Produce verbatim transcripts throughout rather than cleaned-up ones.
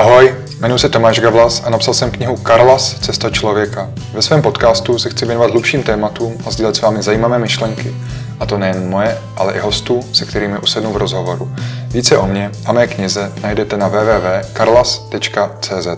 Ahoj, jmenuji se Tomáš Gavlas a napsal jsem knihu Karlas, cesta člověka. Ve svém podcastu se chci věnovat hlubším tématům a sdílet s vámi zajímavé myšlenky. A to nejen moje, ale i hostů, se kterými usednu v rozhovoru. Více o mně a mé knize najdete na w w w tečka karlas tečka c z.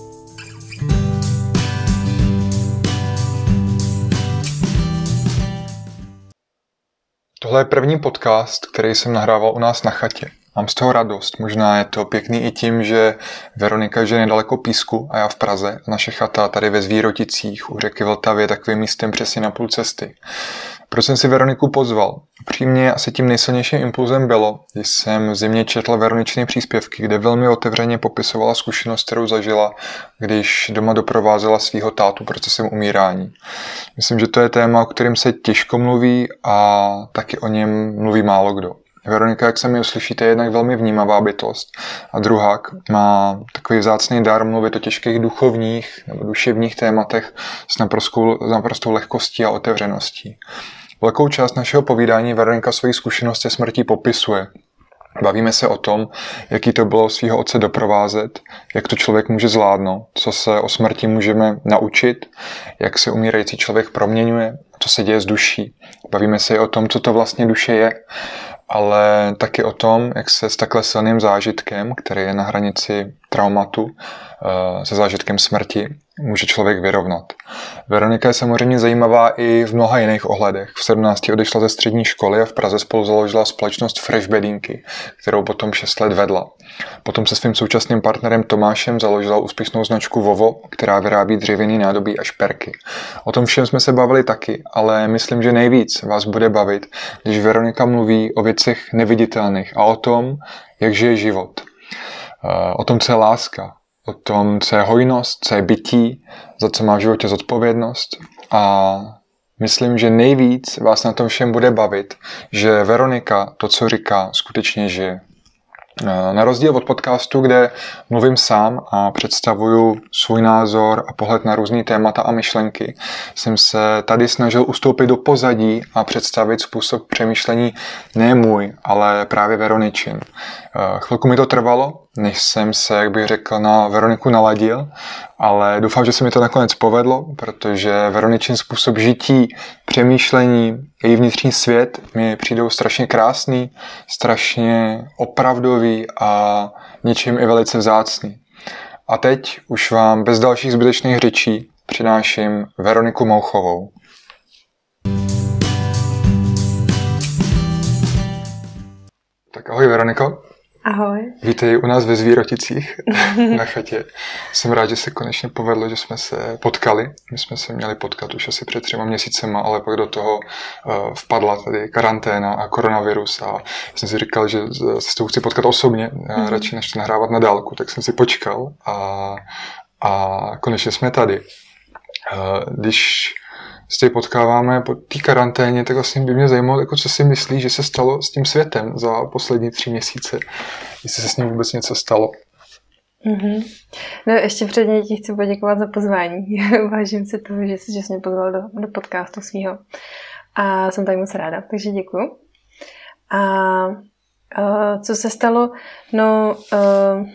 Tohle je první podcast, který jsem nahrával u nás na chatě. Mám z toho radost. Možná je to pěkný i tím, že Veronika žije nedaleko Písku a já v Praze. A naše chata tady ve Zvíroticích u řeky Vltavy je takovým místem přesně na půl cesty. Proč jsem si Veroniku pozval? Upřímně asi tím nejsilnějším impulzem bylo, když jsem v zimě četl Veroničiny příspěvky, kde velmi otevřeně popisovala zkušenost, kterou zažila, když doma doprovázela svého tátu procesem umírání. Myslím, že to je téma, o kterém se těžko mluví a taky o něm mluví málo kdo. Veronika, jak sami uslyšíte, je jednak velmi vnímavá bytost a druhák má takový vzácný dar mluvit o těžkých duchovních nebo duševních tématech s naprostou, naprostou lehkostí a otevřeností. Velkou část našeho povídání Veronika svoji zkušenost se smrtí popisuje. Bavíme se o tom, jaký to bylo svého otce doprovázet, jak to člověk může zvládnout, co se o smrti můžeme naučit, jak se umírající člověk proměňuje, co se děje s duší. Bavíme se i o tom, co to vlastně duše je, ale taky o tom, jak se s takhle silným zážitkem, který je na hranici traumatu, se zážitkem smrti, může člověk vyrovnat. Veronika je samozřejmě zajímavá i v mnoha jiných ohledech. V sedmnácti odešla ze střední školy a v Praze spolu založila společnost Fresh Bedínky, kterou potom šest let vedla. Potom se svým současným partnerem Tomášem založila úspěšnou značku Vovo, která vyrábí dřevěný nádobí a šperky. O tom všem jsme se bavili taky, ale myslím, že nejvíc vás bude bavit, když Veronika mluví o věcech neviditelných a o tom, jak žije život. O tom, co je láska, o tom, co je hojnost, co je bytí, za co má v životě zodpovědnost. A myslím, že nejvíc vás na tom všem bude bavit, že Veronika to, co říká, skutečně žije. Na rozdíl od podcastu, kde mluvím sám a představuju svůj názor a pohled na různý témata a myšlenky, jsem se tady snažil ustoupit do pozadí a představit způsob přemýšlení ne můj, ale právě Veroničin. Chvilku mi to trvalo, než jsem se, jak bych řekl, na Veroniku naladil, ale doufám, že se mi to nakonec povedlo, protože Veroničin způsob žití, přemýšlení, její vnitřní svět mi přijdou strašně krásný, strašně opravdový a něčím i velice vzácný. A teď už vám bez dalších zbytečných řečí přináším Veroniku Mouchovou. Tak ahoj Veroniko. Ahoj. Vítej u nás ve Zvíroticích na chatě. Jsem rád, že se konečně povedlo, že jsme se potkali. My jsme se měli potkat už asi před třema měsícema, ale pak do toho uh, vpadla tady karanténa a koronavirus a jsem si říkal, že se s tou chci potkat osobně, mm. radši než to nahrávat na dálku, tak jsem si počkal a, a konečně jsme tady. Uh, když s tím potkáváme po té karanténě, tak vlastně by mě zajímalo, jako co si myslíš, že se stalo s tím světem za poslední tři měsíce. Jestli se s ním vůbec něco stalo. Mm-hmm. No ještě předně ti chci poděkovat za pozvání. Vážím si toho, že jsi, že jsi mě pozval do, do podcastu svýho. A jsem tady moc ráda, takže děkuju. A uh, co se stalo? No... Uh,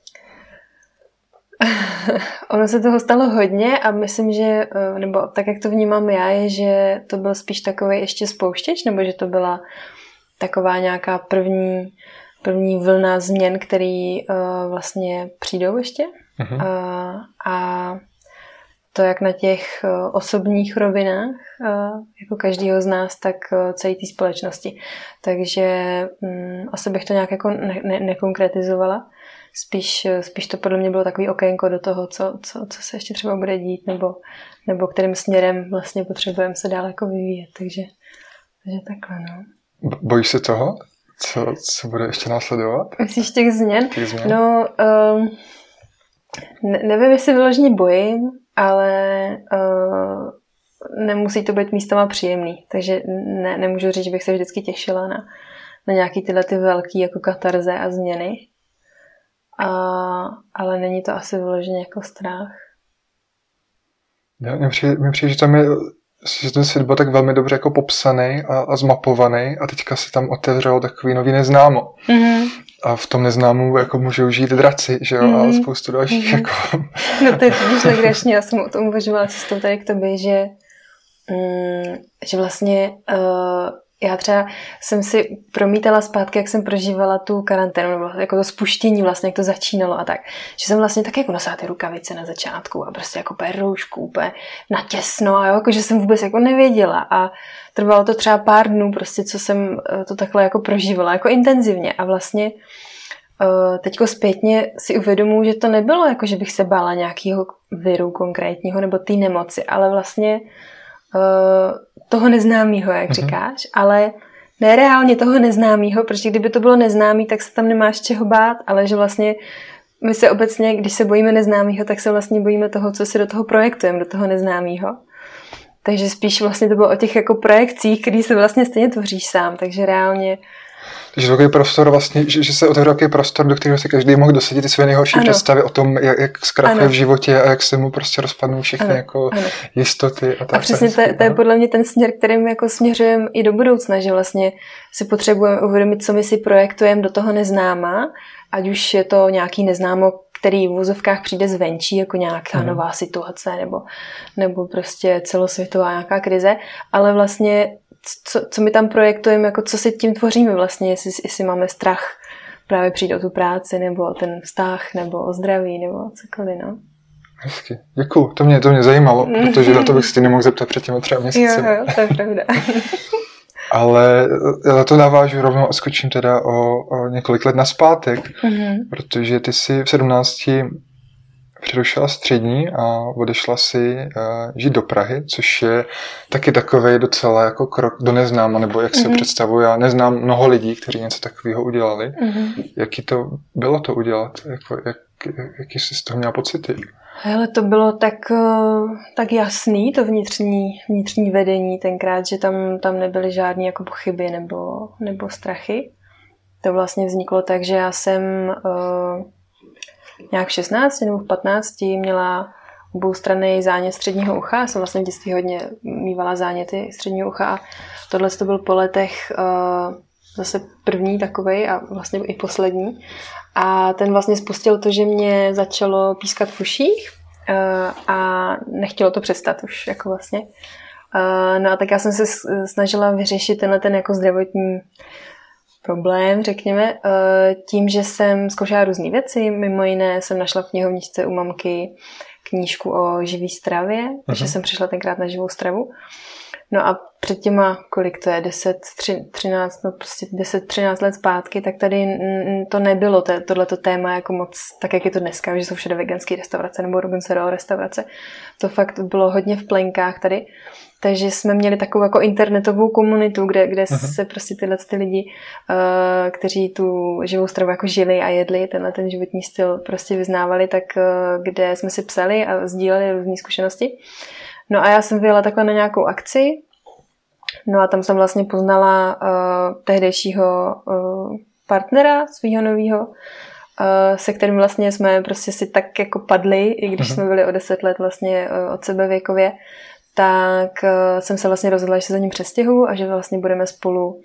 ono se toho stalo hodně a myslím, že, nebo tak, jak to vnímám já, je, že to byl spíš takový ještě spouštěč, nebo že to byla taková nějaká první, první vlna změn, který uh, vlastně přijdou ještě. Uh-huh. Uh, a to jak na těch uh, osobních rovinách, uh, jako každýho z nás, tak uh, celé té společnosti. Takže um, asi bych to nějak jako ne- ne- nekonkretizovala. Spíš, spíš to podle mě bylo takový okénko do toho, co, co, co se ještě třeba bude dít, nebo, nebo kterým směrem vlastně potřebujeme se dál jako vyvíjet. Takže, takže takhle, no. Bojíš se toho? Co, co bude ještě následovat? Myslíš těch změn? Těch změn? No, um, ne, nevím, jestli vyloženě bojím, ale uh, nemusí to být místama příjemný. Takže ne, nemůžu říct, že bych se vždycky těšila na, na nějaký tyhle ty velký jako katarze a změny. A, ale není to asi vyloženě jako strach. Mně přijde, mně přijde, že tam je, že ten svět byl tak velmi dobře jako popsaný a, a zmapovaný a teďka se tam otevřelo takový nový neznámo. Mm-hmm. a v tom neznámu jako můžou žít draci, že jo, mm. a spoustu dalších mm. jako... No to je totiž legrační, já jsem o tom uvažovala cestou tady k tobě, že, mm, že vlastně uh, já třeba jsem si promítala zpátky, jak jsem prožívala tu karanténu, nebo jako to spuštění vlastně, jak to začínalo a tak. Že jsem vlastně taky jako nosila ty rukavice na začátku a prostě jako úplně roušku, úplně natěsno a jo, jako že jsem vůbec jako nevěděla a trvalo to třeba pár dnů prostě, co jsem to takhle jako prožívala, jako intenzivně a vlastně teďko zpětně si uvědomuji, že to nebylo jako, že bych se bála nějakého viru konkrétního nebo té nemoci, ale vlastně toho neznámého, jak mm-hmm. říkáš, ale nereálně toho neznámého, protože kdyby to bylo neznámý, tak se tam nemáš čeho bát, ale že vlastně my se obecně, když se bojíme neznámého, tak se vlastně bojíme toho, co si do toho projektujeme, do toho neznámého. Takže spíš vlastně to bylo o těch jako projekcích, který se vlastně stejně tvoříš sám, takže reálně. Takže takový prostor vlastně, že, že se otevřel takový prostor, do kterého se každý mohl dosadit ty své nejhorší ano. představy o tom, jak, jak zkrachuje v životě a jak se mu prostě rozpadnou všechny ano. jako ano. jistoty. A, tak, a přesně to, to je podle mě ten směr, kterým jako směřujeme i do budoucna, že vlastně si potřebujeme uvědomit, co my si projektujeme do toho neznáma, ať už je to nějaký neznámo, který v vozovkách přijde zvenčí, jako nějaká hmm. nová situace nebo, nebo prostě celosvětová nějaká krize, ale vlastně co, co my tam projektujeme, jako co si tím tvoříme vlastně, jestli, jestli máme strach právě přijít o tu práci, nebo o ten vztah, nebo o zdraví, nebo cokoliv, no. Hezky. Děkuju, to mě, to mě zajímalo, protože na to bych si ty nemohl zeptat před těmi třeba měsíci. Jo, jo, to je pravda. Ale já to navážu rovnou a skočím teda o, o několik let nazpátek, mm-hmm. protože ty jsi v sedmnácti přerušila střední a odešla si uh, žít do Prahy, což je taky takovej docela jako krok do neznáma, nebo jak si mm-hmm. představuji, já neznám mnoho lidí, kteří něco takového udělali. Mm-hmm. Jaký to bylo to udělat? Jako, jak, jaký jsi z toho měla pocity? Hele, to bylo tak, tak jasný, to vnitřní, vnitřní vedení tenkrát, že tam, tam nebyly žádné jako pochyby nebo, nebo strachy. To vlastně vzniklo tak, že já jsem uh, nějak v šestnácti nebo v patnácti měla oboustranný zánět středního ucha. Já jsem vlastně v dětství hodně mývala záněty středního ucha a tohle to byl po letech uh, zase první takovej a vlastně i poslední. A ten vlastně spustil to, že mě začalo pískat v uších a nechtělo to přestat už jako vlastně. No a tak já jsem se snažila vyřešit tenhle ten jako zdravotní problém, řekněme, tím, že jsem zkoušela různé věci. Mimo jiné jsem našla v knihovničce u mamky knížku o živý stravě, protože jsem přišla tenkrát na živou stravu. No a před těma, kolik to je, deset, třináct, no prostě deset, třináct let zpátky, tak tady to nebylo, tohleto téma jako moc, tak jak je to dneska, že jsou všude veganské restaurace nebo Robinson Roll restaurace. To fakt bylo hodně v plenkách tady. Takže jsme měli takovou jako internetovou komunitu, kde, kde uh-huh. se prostě tyhle ty lidi, uh, kteří tu živou stravu jako žili a jedli, tenhle ten životní styl prostě vyznávali, tak uh, kde jsme si psali a sdíleli různé zkušenosti. No a já jsem vyjela takhle na nějakou akci, no a tam jsem vlastně poznala uh, tehdejšího uh, partnera svýho novýho, uh, se kterým vlastně jsme prostě si tak jako padli, i když uh-huh. jsme byli o deset let vlastně uh, od sebe věkově, tak uh, jsem se vlastně rozhodla, že se za ním přestěhuju a že vlastně budeme spolu uh,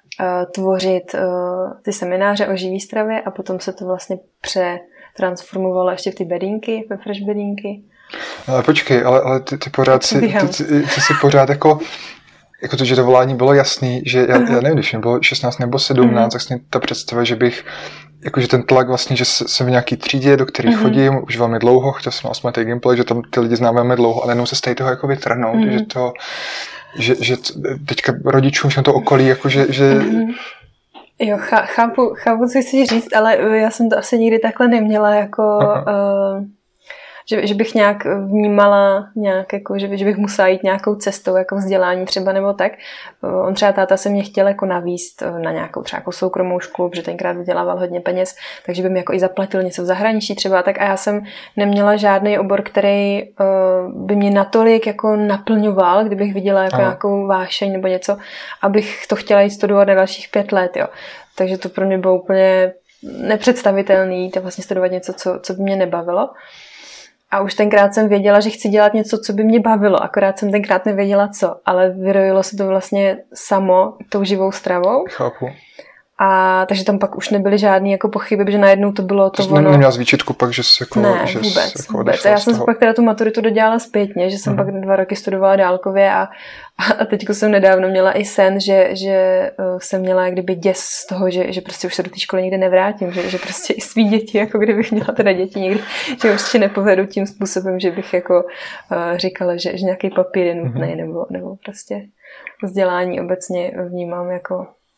tvořit uh, ty semináře o živý stravě a potom se to vlastně přetransformovalo ještě v ty bedínky, ve fresh bedínky. Ale počkej, ale, ale ty, ty pořád si, ty, ty, ty si pořád jako, jako to, že to volání bylo jasný, že já, já nevím, když mi bylo šestnáct nebo sedmnáct, tak ta představa, že bych, jakože ten tlak vlastně, že jsem v nějaký třídě, do které mm-hmm. chodím, už velmi dlouho, chtěl jsem osmletý gameplay, že tam ty lidi znám velmi dlouho, ale jenom se z toho jako vytrhnout, mm-hmm. že to, že, že teďka rodičům jsem to okolí, jakože, že... Mm-hmm. Jo, chápu, chápu, co chci říct, ale já jsem to asi nikdy takhle neměla, jako... Uh, Že, že bych nějak vnímala, nějak jako, že, že bych musela jít nějakou cestou, jako vzdělání třeba nebo tak. On třeba táta se mě chtěl jako navíst na nějakou třeba jako soukromou školu, protože tenkrát vydělával hodně peněz, takže by mi jako i zaplatil něco v zahraničí třeba tak a já jsem neměla žádný obor, který uh, by mě natolik jako naplňoval, kdybych viděla jako nějakou vášeň nebo něco, abych to chtěla jít studovat na dalších pět let, jo. Takže to pro mě bylo úplně nepředstavitelný, to vlastně studovat něco, co, co by mě nebavilo. A už tenkrát jsem věděla, že chci dělat něco, co by mě bavilo, akorát jsem tenkrát nevěděla co, ale vyrojilo se to vlastně samo tou živou stravou. Chápu. A takže tam pak už nebyly žádný jako pochyby, protože najednou to bylo to, to ono. Neměla z výčitku pak, že jsi jako... Ne, že vůbec, jsi jako vůbec. A já jsem si pak teda tu maturitu dodělala zpětně, že jsem uh-huh. pak dva roky studovala dálkově a, a teďko jsem nedávno měla i sen, že, že uh, jsem měla kdyby děs z toho, že, že prostě už se do té školy nikdy nevrátím, že, že prostě i svý děti, jako kdybych měla teda děti někdy, že určitě nepovedu tím způsobem, že bych jako uh, říkala, že, že nějaký papír je nutný, uh-huh. nebo, nebo prostě vzdělání obecně vnímám jako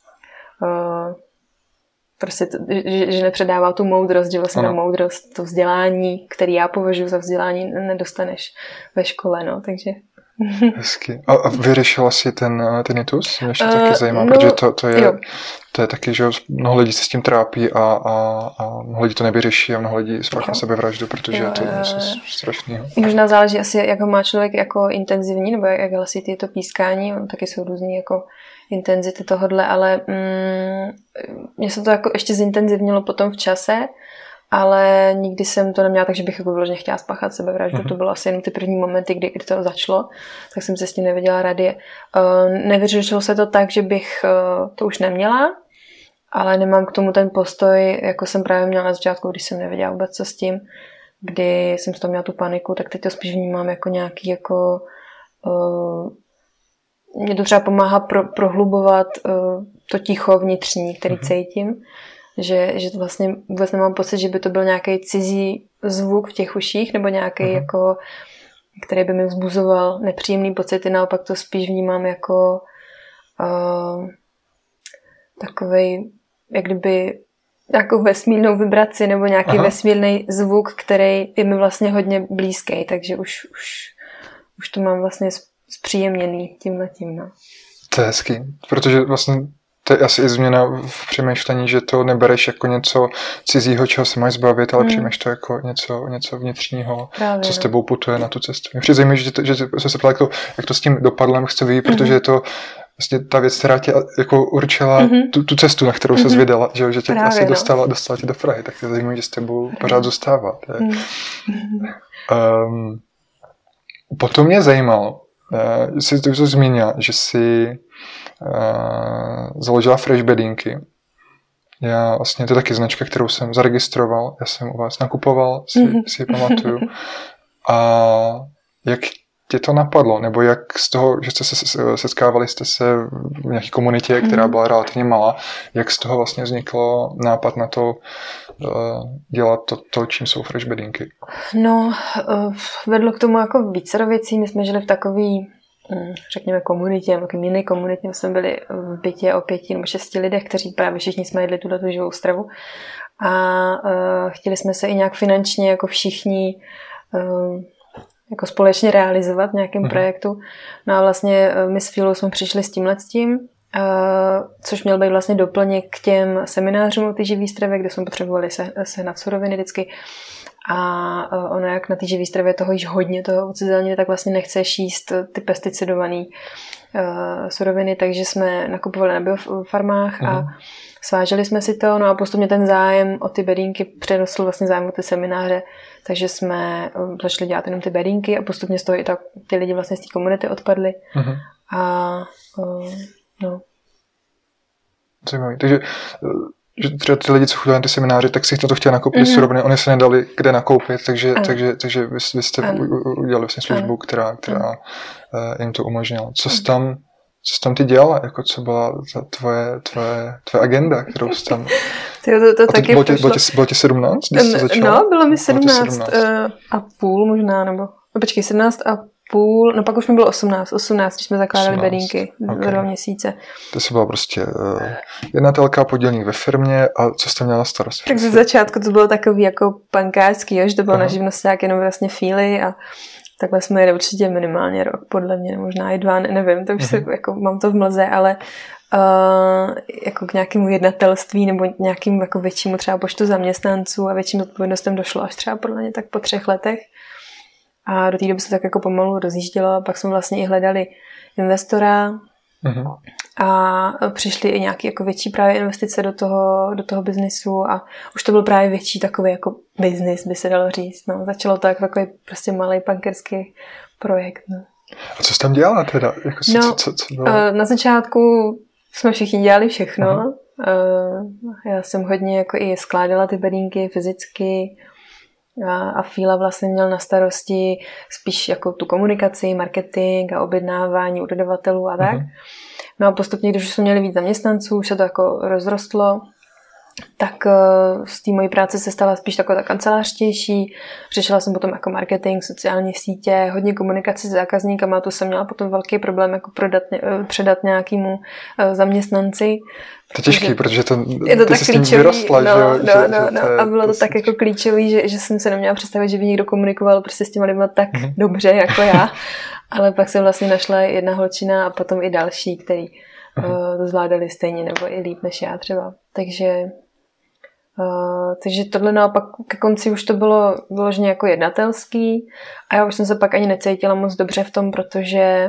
uh, prostě, to, že, že nepředává tu moudrost, že vlastně ta moudrost, to vzdělání, který já považuji za vzdělání, nedostaneš ve škole, no, takže... Hezky. A, a vyřešila jsi ten tinnitus? Mě ještě uh, taky zajímá, no, protože to, to, je, to je taky, že mnoho lidí se s tím trápí a, a, a mnoho lidí to nevyřeší a mnoho lidí spáchá sebevraždu, protože jo, to je něco strašného. Možná záleží asi, jak ho má člověk jako intenzivní, nebo jak, jak hlasitý je to pískání, taky jsou různý jako intenzity tohodle, ale mm, mně se to jako ještě zintenzivnilo potom v čase, ale nikdy jsem to neměla tak, že bych jako vyloženě chtěla spáchat sebevraždu. Uh-huh. To bylo asi jenom ty první momenty, kdy, kdy to začalo, tak jsem se s tím nevěděla rady. Uh, nevyřešilo se to tak, že bych uh, to už neměla, ale nemám k tomu ten postoj, jako jsem právě měla na začátku, když jsem nevěděla vůbec co s tím, kdy jsem z toho měla tu paniku, tak teď to spíš vnímám jako nějaký jako... Uh, mě to třeba pomáhá pro, prohlubovat uh, to ticho vnitřní, který uh-huh. cítím. Že, že vlastně vůbec nemám pocit, že by to byl nějaký cizí zvuk v těch uších nebo nějaký uh-huh. jako, který by mi vzbuzoval nepříjemný pocity, naopak to spíš vnímám jako uh, takovej, jak kdyby nějakou vesmírnou vibraci nebo nějaký Aha. vesmírný zvuk, který je mi vlastně hodně blízký, takže už, už, už to mám vlastně zpříjemněný tímhletím. No. To je hezký, protože vlastně to je asi i změna v přemýšlení, že to nebereš jako něco cizího, čeho se máš zbavit, ale mm. přijmeš to jako něco, něco vnitřního, Právě, co s tebou putuje na tu cestu. Mě přijde zajímavé, že, že jsem se ptala, jak to, jak to s tím dopadlem chce vyjít, mm-hmm. protože je to vlastně ta věc, která tě jako určila mm-hmm. tu, tu cestu, na kterou mm-hmm. se vydala, že, že tě Právě, asi no. dostala, dostala tě do Prahy, tak je zajímavé, že s tebou Právě. pořád zůstává. Mm-hmm. Um, potom mě zajímalo, uh, jsi to zmínila, že jsi Uh, založila Fresh Bedinky. Já vlastně, to je taky značka, kterou jsem zaregistroval, já jsem u vás nakupoval, si, mm-hmm. si pamatuju. A jak tě to napadlo? Nebo jak z toho, že jste se setkávali, jste se v nějaké komunitě, která byla relativně malá, jak z toho vlastně vzniklo nápad na to uh, dělat to, to, čím jsou Fresh Bedinky? No, uh, vedlo k tomu jako vícero věcí. My jsme žili v takový řekněme komunitě, nebo jiné komunitě, jsme byli v bytě o pěti nebo šesti lidech, kteří právě všichni jsme jedli tuto živou stravu a uh, chtěli jsme se i nějak finančně jako všichni uh, jako společně realizovat v nějakém mm. projektu. No a vlastně uh, my s Filou jsme přišli s tímhle s tím, uh, což měl být vlastně doplněk k těm seminářům o té živý stravě, kde jsme potřebovali se, sehnat suroviny vždycky. A ono, jak na té živý stravě toho již hodně, toho ovoce zeleniny, tak vlastně nechceš jíst ty pesticidované uh, suroviny, takže jsme nakupovali na biofarmách mm. a sváželi jsme si to, no a postupně ten zájem o ty bedínky přerostl vlastně zájem o ty semináře, takže jsme začali dělat jenom ty bedínky a postupně z toho i tak ty lidi vlastně z té komunity odpadli. Mm. A uh, no. Zajímavý, takže že třeba ty lidi, co chodili na ty semináře, tak si to chtěli nakoupit mm-hmm. suroviny, oni se nedali kde nakoupit, takže, takže, takže vy, vy jste ano. udělali vlastně službu, která, která uh, jim to umožnila. Co jsi tam, co jsi tam ty dělala? Jako, co byla ta tvoje, tvoje, tvoje agenda, kterou jsi tam... Tyjo, to, to taky bylo, tě, bylo, tě, bylo tě sedmnáct, když jsi začala? No, bylo mi sedmnáct uh, a půl možná, nebo... No, počkej, sedmnáct a půl, no pak už mi bylo osmnáct, osmnáct, když jsme zakládali bedínky okay. za dva měsíce. To jsi byla prostě uh, jednatelka, podílník ve firmě a co jste měla na starost? Tak ze začátku to bylo takový jako pankářský, jo, že to bylo Aha. na živnosták jenom vlastně fíly a takhle jsme jeli určitě minimálně rok, podle mě, možná i dva, nevím, to už se, jako, mám to v mlze, ale uh, jako k nějakému jednatelství nebo nějakým jako většímu třeba počtu zaměstnanců a větším odpovědnostem došlo až třeba podle mě tak po třech letech. A do té doby se tak jako pomalu rozjíždělo, pak jsme vlastně i hledali investora uh-huh. a přišly i nějaké jako větší právě investice do toho, do toho biznisu a už to byl právě větší takový jako biznis, by se dalo říct. No. Začalo to jako takový prostě malý punkerský projekt. No. A co jsi tam dělala teda? Jako, co, no, co, co, co bylo? Na začátku jsme všichni dělali všechno. Uh-huh. Já jsem hodně jako i skládala ty bedínky fyzicky a, a Fíla vlastně měl na starosti spíš jako tu komunikaci, marketing a objednávání u dodavatelů a tak. Mm-hmm. No a postupně, když už jsme měli víc zaměstnanců, už se to jako rozrostlo, tak z té mojí práce se stala spíš taková ta kancelářtější. Řešila jsem potom jako marketing, sociální sítě, hodně komunikaci s zákazníkama, to jsem měla potom velký problém jako prodat, předat nějakému zaměstnanci. To je těžký, protože to, je to ty tak jsi s tím klíčový, vyrostla, no, že, no, že, no, že no. je, A bylo to, to tak jako klíčový, že, že jsem se neměla představit, že by někdo komunikoval prostě s těma lidma tak mm-hmm. dobře jako já. Ale pak jsem vlastně našla jedna holčina a potom i další, který mm-hmm. uh, to zvládali stejně nebo i líp než já třeba. Takže Uh, takže tohle naopak ke konci už to bylo vyloženě jako jednatelský a já už jsem se pak ani necítila moc dobře v tom, protože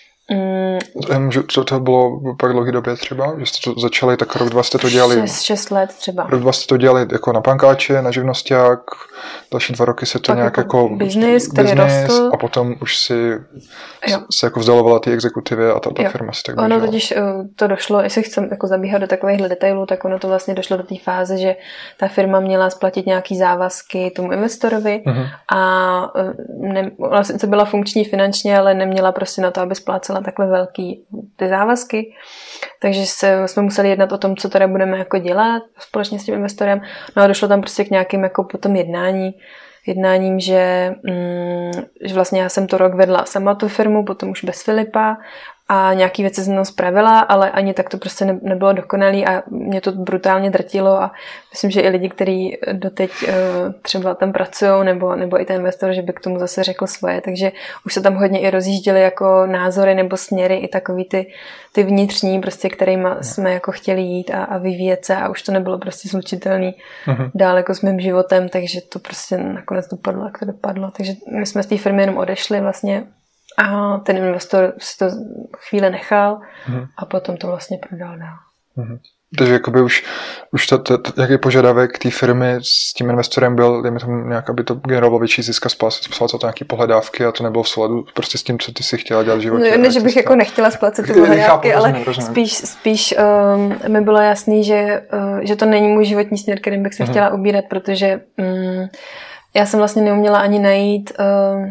Um, co to bylo pak dlouhý době třeba? Že jste to začali, tak rok dva jste to dělali... šest, šest let třeba. Rok dva jste to dělali jako na pankáče, na živnosťák, další dva roky se to pak nějak jako... jako Business, který rostl. A potom už si jo. se jako vzdalovala ty exekutivy a ta, ta firma si tak běžela. Ono totiž to došlo, jestli chcem jako zabíhat do takovýchhle detailů, tak ono to vlastně došlo do té fáze, že ta firma měla splatit nějaký závazky tomu investorovi mm-hmm. a ne, vlastně to byla funkční finančně, ale neměla prostě na to, aby splácela takhle velký ty závazky. Takže se, jsme museli jednat o tom, co teda budeme jako dělat společně s tím investorem. No a došlo tam prostě k nějakým jako potom jednání, jednáním, že, mm, že vlastně já jsem to rok vedla sama tu firmu, potom už bez Filipa a nějaký věci jsem tam spravila, ale ani tak to prostě ne, nebylo dokonalý a mě to brutálně drtilo a myslím, že i lidi, kteří doteď uh, třeba tam pracují nebo, nebo i ten investor, že by k tomu zase řekl svoje, takže už se tam hodně i rozjížděly jako názory nebo směry i takový ty, ty vnitřní, prostě, kterými jsme jako chtěli jít a, a vyvíjet se a už to nebylo prostě slučitelný uh-huh. dál jako s mým životem, takže to prostě nakonec dopadlo, jak to dopadlo. Takže my jsme z té firmy jenom odešli vlastně a ten investor si to chvíli nechal mm. a potom to vlastně prodal dál. Mm. Takže jakoby už, už to, to, to, jaký požadavek té firmy s tím investorem byl, dejme tomu nějak, aby to generovalo větší zisk a splácelo to nějaké pohledávky a to nebylo v souladu prostě s tím, co ty si chtěla dělat v životě. No, ne, že bych jako nechtěla splácet ty pohledávky, ale rozumím. spíš, spíš um, mi bylo jasný, že, uh, že to není můj životní směr, kterým bych se mm. chtěla ubírat, protože um, já jsem vlastně neuměla ani najít uh,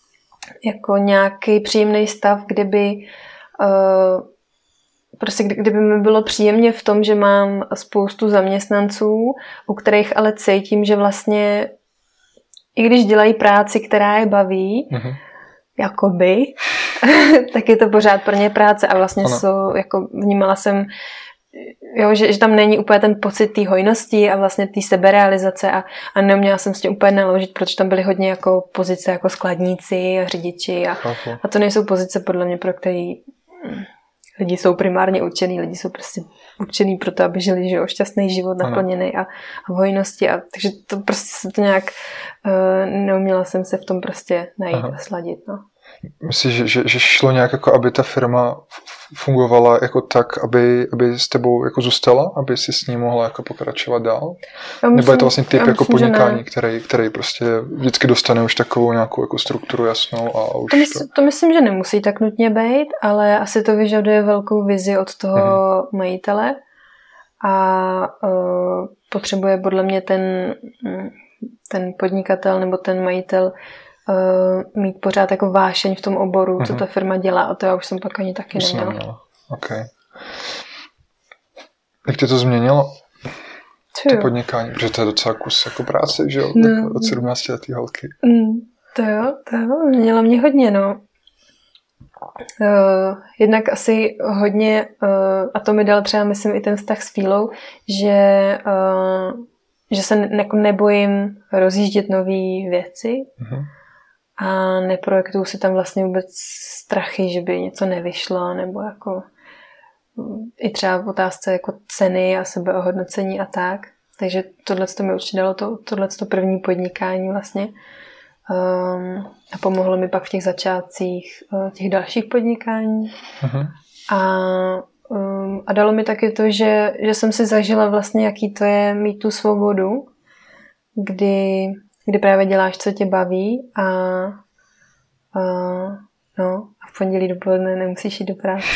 jako nějaký příjemný stav, kdyby uh, prostě kdyby mi bylo příjemně v tom, že mám spoustu zaměstnanců, u kterých ale cítím, že vlastně i když dělají práci, která je baví, mm-hmm. jakoby, tak je to pořád pro ně práce a vlastně jsou, jako vnímala jsem, jo, že, že tam není úplně ten pocit té hojnosti a vlastně té seberealizace a, a neuměla jsem s tím úplně naložit, protože tam byly hodně jako pozice jako skladníci a řidiči a, a to nejsou pozice podle mě, pro který lidi jsou primárně určený, lidi jsou prostě určený pro to, aby žili že jo, šťastný život, naplněný a, a v hojnosti a takže to prostě se to nějak uh, neuměla jsem se v tom prostě najít Aha. a sladit, no. Myslíš, že, že, že šlo nějak jako, aby ta firma fungovala jako tak, aby, aby s tebou jako zůstala, aby si s ní mohla jako pokračovat dál? Myslím, Nebo je to vlastně typ jako myslím, podnikání, který, který prostě vždycky dostane už takovou nějakou jako strukturu jasnou a už to, mysl, to... to myslím, že nemusí tak nutně být, ale asi to vyžaduje velkou vizi od toho mm-hmm. majitele a uh, potřebuje podle mě ten, ten podnikatel nebo ten majitel Uh, mít pořád jako vášeň v tom oboru, mm-hmm. co ta firma dělá a to já už jsem pak ani taky už neměla. neměla. Okay. Jak tě to změnilo? To podnikání, protože to je docela kus jako práce, že jo? No. Od sedmnáctiletý holky. Mm, to jo, to jo, změnila mě hodně, no. Uh, jednak asi hodně, uh, a to mi dal třeba, myslím, i ten vztah s Fílou, že uh, že se ne- nebojím rozjíždět nové věci, mm-hmm. a neprojektuju si tam vlastně vůbec strachy, že by něco nevyšlo, nebo jako i třeba v otázce jako ceny a sebeohodnocení a tak. Takže tohle to mi určitě dalo to, tohleto první podnikání vlastně. Um, a pomohlo mi pak v těch začátcích uh, těch dalších podnikání. Uh-huh. A, um, a dalo mi taky to, že, že jsem si zažila vlastně, jaký to je mít tu svobodu, kdy kdy právě děláš, co tě baví a, a No a v pondělí dopoledne nemusíš jít do práce.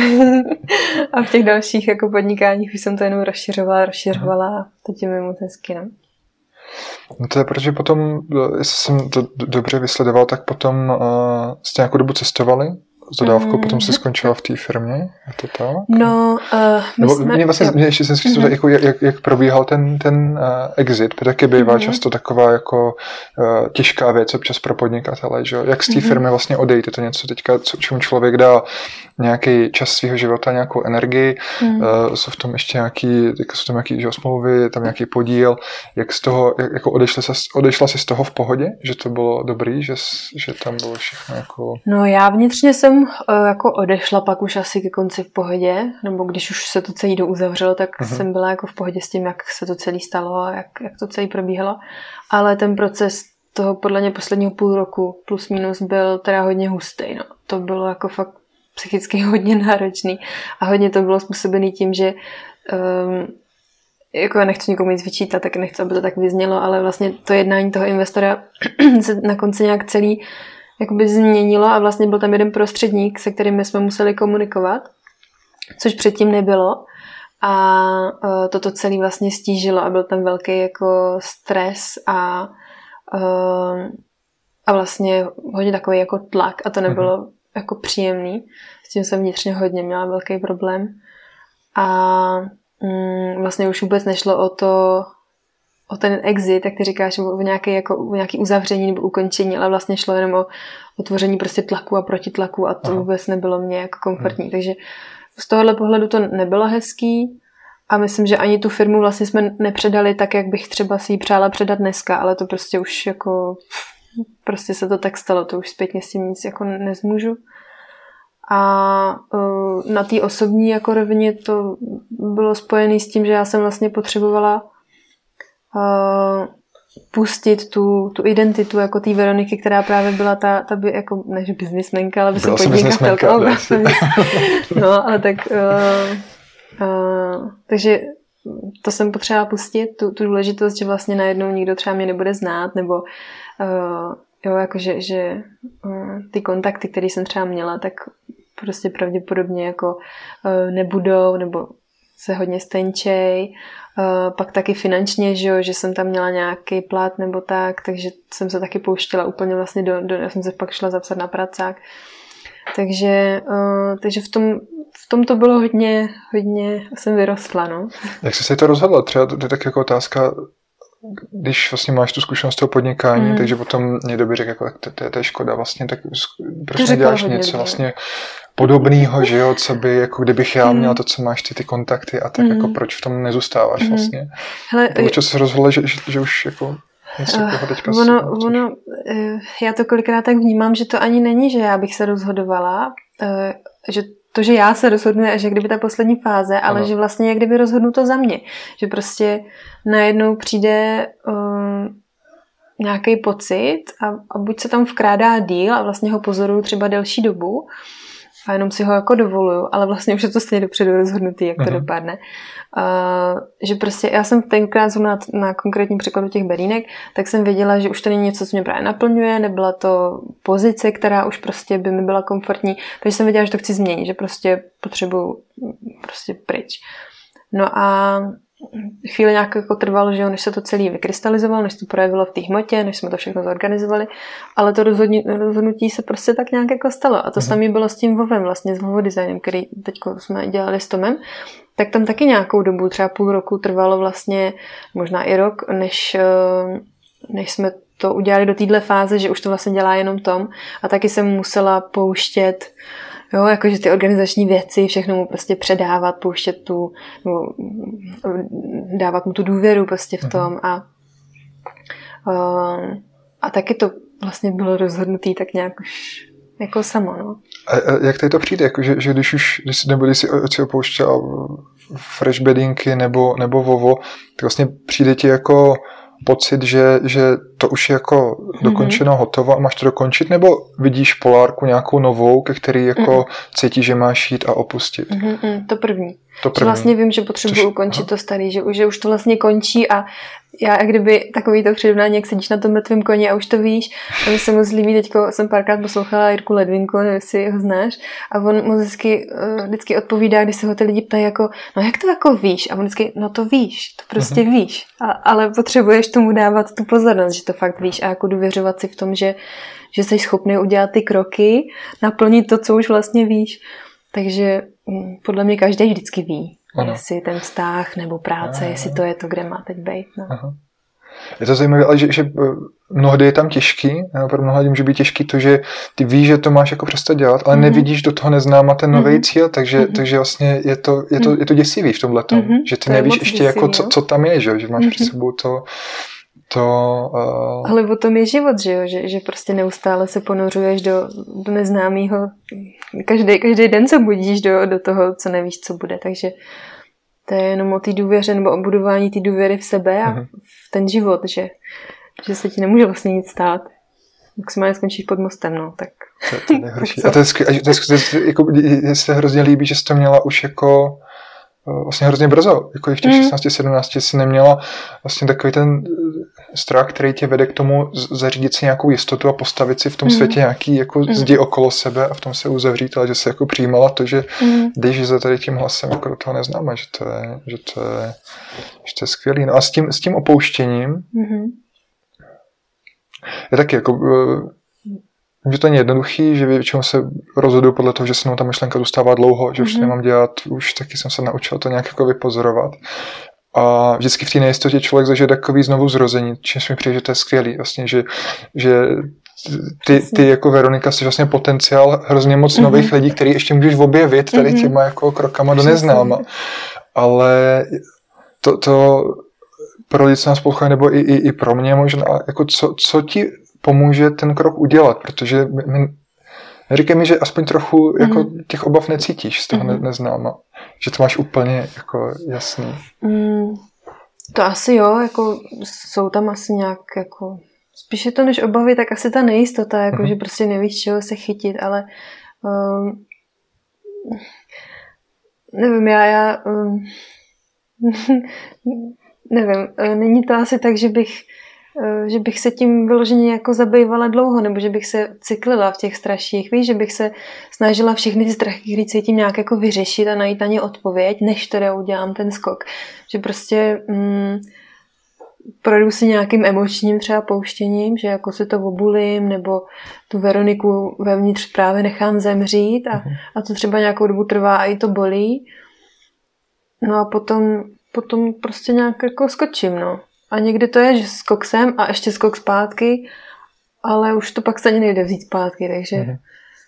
A v těch dalších jako podnikáních už jsem to jenom rozšiřovala, rozšiřovala a teď je mi moc hezky, no. No to je, protože potom, jestli jsem to dobře vysledoval, tak potom uh, jste nějakou dobu cestovali s dodávkou, mm. potom jsi skončila v té firmě, je to tak? No, uh, my Nebo jsme... Mě vlastně, mě ještě jsem si mm-hmm. jako, jak, jak probíhal ten, ten uh, exit, protože taky bývá mm-hmm. často taková jako uh, těžká věc občas pro podnikatele, že? Jak z té mm-hmm. firmy vlastně odejít, je to něco teďka, co, čemu člověk dá nějaký čas svého života, nějakou energii, mm. uh, jsou v tom ještě nějaký, jako jsou tam nějaký že, smlouvy, je tam nějaký podíl, jak z toho, jak, jako odešla, odešla jsi z toho v pohodě, že to bylo dobrý, že, že tam bylo všechno jako... No já vnitřně jsem uh, jako odešla pak už asi ke konci v pohodě, nebo když už se to celé douzavřelo, tak mm-hmm. jsem byla jako v pohodě s tím, jak se to celé stalo a jak, jak to celé probíhalo, ale ten proces toho podle mě posledního půl roku plus minus byl teda hodně hustý, no. To bylo jako fakt psychicky hodně náročný a hodně to bylo způsobený tím, že um, jako já nechci nikomu nic vyčítat, tak nechci, aby to tak vyznělo, ale vlastně to jednání toho investora se na konci nějak celý jakoby změnilo a vlastně byl tam jeden prostředník, se kterým jsme museli komunikovat, což předtím nebylo a uh, toto celé vlastně stížilo a byl tam velký jako stres a uh, a vlastně hodně takový jako tlak a to nebylo mm-hmm. jako příjemný. S tím jsem vnitřně hodně měla velký problém. A mm, vlastně už vůbec nešlo o to, o ten exit, jak ty říkáš, o nějaké, jako, o nějaké uzavření nebo ukončení, ale vlastně šlo jenom o utvoření prostě tlaku a protitlaku a to Aha. vůbec nebylo mě jako komfortní. Hmm. Takže z tohohle pohledu to nebylo hezký a myslím, že ani tu firmu vlastně jsme nepředali tak, jak bych třeba si ji přála předat dneska, ale to prostě už jako prostě se to tak stalo, to už zpětně s tím nic jako nezmůžu. A uh, na té osobní jako rovině to bylo spojené s tím, že já jsem vlastně potřebovala uh, pustit tu, tu identitu jako té Veroniky, která právě byla ta, ta by, jako, ne že biznismenka, ale by se podnikatelka. No, ale tak uh, uh, takže to jsem potřebovala pustit, tu, tu důležitost, že vlastně najednou nikdo třeba mě nebude znát, nebo uh, jo, jakože že, uh, ty kontakty, které jsem třeba měla, tak prostě pravděpodobně jako uh, nebudou, nebo se hodně stenčej. Uh, pak taky finančně, že, jo, že jsem tam měla nějaký plat nebo tak, takže jsem se taky pouštěla úplně vlastně do, do já jsem se pak šla zapsat na pracák. Takže, uh, takže v tom v tom to bylo hodně, hodně jsem vyrostla, no. Jak jsi se to rozhodla? Třeba to je tak jako otázka, když vlastně máš tu zkušenost toho podnikání, mm. takže potom někdo by řekl, jako, to, to, to je škoda vlastně, tak prostě děláš něco dobře. Vlastně podobného, že jo, co by, jako kdybych já měla to, co máš ty, ty kontakty a tak mm. jako proč v tom nezůstáváš mm. vlastně? Hele, proč jsi rozhodla, že, že, že už jako něco uh, teďka ono, ono, uh, já to kolikrát tak vnímám, že to ani není, že já bych se rozhodovala, uh, že to, že já se rozhodnu, a že kdyby ta poslední fáze, ale ano. že vlastně jak kdyby rozhodnu to za mě. Že prostě najednou přijde um, nějaký pocit a, a buď se tam vkrádá díl a vlastně ho pozoruju třeba delší dobu a jenom si ho jako dovoluju, ale vlastně už je to stejně dopředu rozhodnutý, jak to uh-huh. dopadne. Uh, že prostě já jsem tenkrát na, na konkrétním příkladu těch berínek, tak jsem věděla, že už to není něco, co mě právě naplňuje, nebyla to pozice, která už prostě by mi byla komfortní, takže jsem věděla, že to chci změnit, že prostě potřebuju prostě pryč. No a chvíli nějak jako trvalo, že jo, než se to celé vykrystalizovalo, než to projevilo v té hmotě, než jsme to všechno zorganizovali, ale to rozhodnutí se prostě tak nějak jako stalo. A to mm-hmm. samé bylo s tím Vovem, vlastně s Vovo designem, který teď jsme dělali s Tomem, tak tam taky nějakou dobu, třeba půl roku trvalo vlastně, možná i rok, než, než jsme to udělali do téhle fáze, že už to vlastně dělá jenom Tom a taky jsem musela pouštět jo, jakože ty organizační věci, všechno mu prostě předávat, pouštět tu, no, dávat mu tu důvěru prostě v tom a, uh, a taky to vlastně bylo rozhodnutý tak nějak už jako samo, no. A jak tady to přijde, jako, že, že když už, když, nebo když si, si opouštěla fresh beddingy nebo, nebo Vovo, tak vlastně přijde ti jako pocit, že, že to už je jako dokončeno, mm-hmm. hotovo a máš to dokončit, nebo vidíš polárku nějakou novou, ke který jako mm-hmm. cítíš, že máš jít a opustit? Mm-hmm, to první. To že vlastně vím, že potřebuju ukončit to starý, že, že už to vlastně končí a já, jak kdyby takový to přirovnání, jak sedíš na tom mrtvém koni a už to víš. A mi se moc líbí, teďko jsem párkrát poslouchala Jirku Ledvinku, nevím, jestli ho znáš, a on moc vždycky, vždycky odpovídá, když se ho ty lidi ptají jako, no jak to jako víš? A on vždycky, no to víš, to prostě uh-huh. víš. A, ale potřebuješ tomu dávat tu pozornost, že to fakt víš a jako důvěřovat si v tom, že, že jsi schopný udělat ty kroky, naplnit to, co už vlastně víš. Takže podle mě každý vždycky ví, ano. jestli ten vztah nebo práce, ano. jestli to je to, kde má teď být. No. Je to zajímavé, ale že, že mnohdy je tam těžký, pro mnoha lidí může být těžký to, že ty víš, že to máš jako přestat dělat, ale mm-hmm. nevidíš do toho neznáma ten nový mm-hmm. cíl, takže, mm-hmm. takže vlastně je to, je to, je to děsivý v tomhletom, mm-hmm. že ty to nevíš ještě děsivý, jako, co, co tam je, že, že máš mm-hmm. před sebou to... To, uh... Ale o tom je život, že jo? Že, že prostě neustále se ponořuješ do, do neznámého. Každý, každý den se budíš do, do toho, co nevíš, co bude. Takže to je jenom o té důvěře nebo o budování té důvěry v sebe a uh-huh. v ten život, že, že se ti nemůže vlastně nic stát. Maximálně skončíš pod mostem, no, tak... To, to je nejhorší. A to je, skvělé, to je, to je, jako, se hrozně líbí, že jsi to měla už jako vlastně hrozně brzo, jako i v těch mm. šestnácti sedmnácti si neměla vlastně takový ten strach, který tě vede k tomu zařídit si nějakou jistotu a postavit si v tom mm. světě nějaký jako mm. zdi okolo sebe a v tom se uzavřít, ale že se jako přijímala to, že mm. jdeš za tady tím hlasem jako do toho neznáme, že to je, že to je, že to je skvělý. No a s tím, s tím opouštěním mm. je taky jako že to není jednoduchý, že většinou se rozhoduju podle toho, že se mnou ta myšlenka zůstává dlouho, že už mm-hmm. nemám dělat, už taky jsem se naučil to nějak jako vypozorovat. A vždycky v té nejistotě člověk zažije takový znovu zrození, čímž mi přijde, že to je skvělý, vlastně, že, že ty, ty jako Veronika jsi vlastně potenciál hrozně moc mm-hmm. nových lidí, který ještě můžeš objevit tady mm-hmm. těma jako krokama do neznáma. Ale to, to pro lidi, co nás poslouchají, nebo i, i, i pro mě možná, jako co, co ti pomůže ten krok udělat, protože my, říkej mi, že aspoň trochu mm. jako těch obav necítíš z toho mm. neznáma, že to máš úplně jako jasný. Mm, to asi jo, jako jsou tam asi nějak jako, spíše to než obavy, tak asi ta nejistota, jako mm. že prostě nevíš, čeho se chytit, ale um, nevím, já, já um, nevím, není to asi tak, že bych že bych se tím vyloženě jako zabývala dlouho, nebo že bych se cyklila v těch straších, víš, že bych se snažila všechny ty strachy, které cítím, nějak jako vyřešit a najít na ně odpověď, než teda udělám ten skok. Že prostě mm, projdu si nějakým emočním třeba pouštěním, že jako se to obulím, nebo tu Veroniku vevnitř právě nechám zemřít a, a to třeba nějakou dobu trvá a i to bolí. No a potom, potom prostě nějak jako skočím, no. A někdy to je, že skok sem a ještě skok zpátky, ale už to pak se ani nejde vzít zpátky, takže mm-hmm.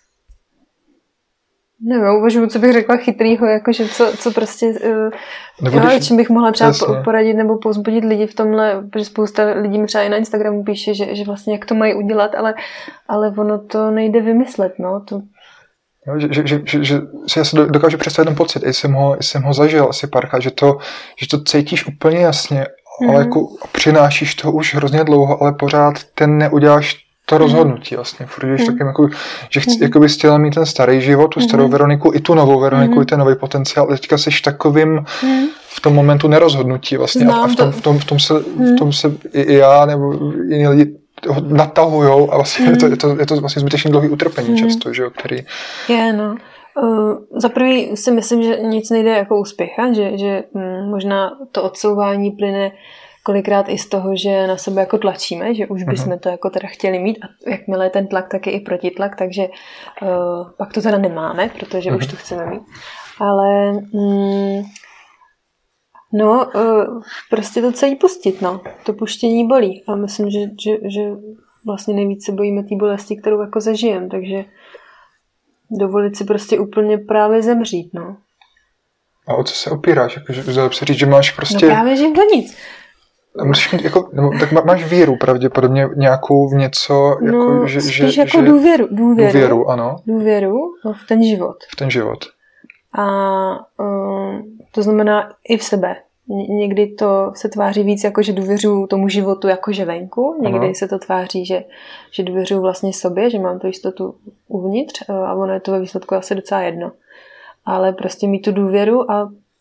nevím, uvažuji, co bych řekla chytrýho, jakože co, co prostě, uh, jo, když... čím bych mohla třeba Jasně. poradit nebo povzbudit lidi v tomhle, protože spousta lidí mi třeba i na Instagramu píše, že, že vlastně jak to mají udělat, ale, ale ono to nejde vymyslet, no, to... Jo, že, že, že, že, že si já se dokážu představit ten pocit, i jsem ho, jsem ho zažil asi párkrát, že to, že to cítíš úplně jasně, ale mm. jako přinášíš to už hrozně dlouho, ale pořád ten neuděláš to rozhodnutí vlastně. Furt mm. takým jako, že chci, mm. jako bys chtěla mít ten starý život, tu starou mm. Veroniku, i tu novou Veroniku, mm. i ten nový potenciál, ale teďka jsi takovým mm. v tom momentu nerozhodnutí vlastně. Znám a v tom, v tom, v tom se, mm. v tom se i, i já nebo jiní lidi natahujou a vlastně mm. je, to, je, to, je to vlastně zbytečně dlouhý utrpení mm. často, že jo, který... Je, no. Uh, za prvý si myslím, že nic nejde jako úspěcha, že, že hm, možná to odsouvání plyne kolikrát i z toho, že na sebe jako tlačíme, že už bychom to jako teda chtěli mít a jakmile je ten tlak, tak je i protitlak, takže uh, pak to teda nemáme, protože už to chceme mít. Ale hm, no, uh, prostě to celý pustit, no. To puštění bolí a myslím, že, že, že vlastně nejvíc se bojíme té bolesti, kterou jako zažijeme, takže dovolit si prostě úplně právě zemřít, no. A o co se opíráš? Jako, že, že říct, že máš prostě... No právě, že o nic. Musíš mít, jako, nebo, tak máš víru pravděpodobně nějakou v něco, jako, no, že... spíš že, jako že... důvěru, důvěru. Důvěru, ano. Důvěru no, v ten život. V ten život. A um, to znamená i v sebe. Někdy to se tváří víc jako, že důvěřuju tomu životu jakože venku. Někdy ano. se to tváří, že, že důvěřuju vlastně sobě, že mám tu jistotu uvnitř a ono je to ve výsledku asi docela jedno. Ale prostě mít tu důvěru a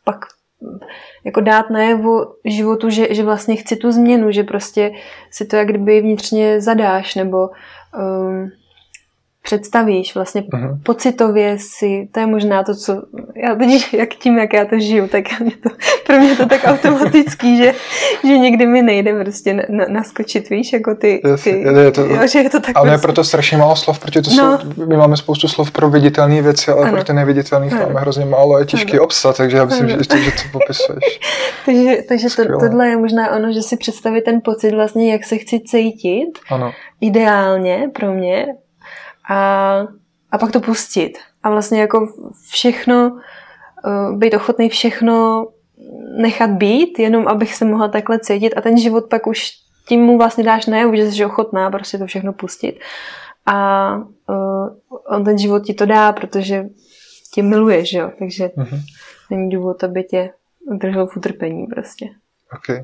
pak jako dát najevo životu, že, že vlastně chci tu změnu, že prostě si to jak kdyby vnitřně zadáš, nebo um, představíš, vlastně uh-huh. pocitově si, to je možná to, co já teď, jak tím, jak já to žiju, tak mě to, pro mě to tak automatický, že, že někdy mi nejde prostě na, na, naskočit, víš, jako ty, ty je to, jo, že je to tak ale prostě... je proto strašně málo slov, protože to no. jsou, my máme spoustu slov pro viditelné věci, ale ano. pro ty neviditelné máme hrozně málo a je těžký obsat, takže já myslím, že, že to popisuješ. takže takže to, tohle je možná ono, že si představit ten pocit vlastně, jak se chci cítit, ano. ideálně pro mě, A, a pak to pustit. A vlastně jako všechno, uh, být ochotný všechno nechat být, jenom abych se mohla takhle cítit a ten život pak už tím mu vlastně dáš najevo, že jsi ochotná prostě to všechno pustit. A uh, on ten život ti to dá, protože tě miluje, že jo? Takže mm-hmm. není důvod, aby tě držel v utrpení prostě. Okay.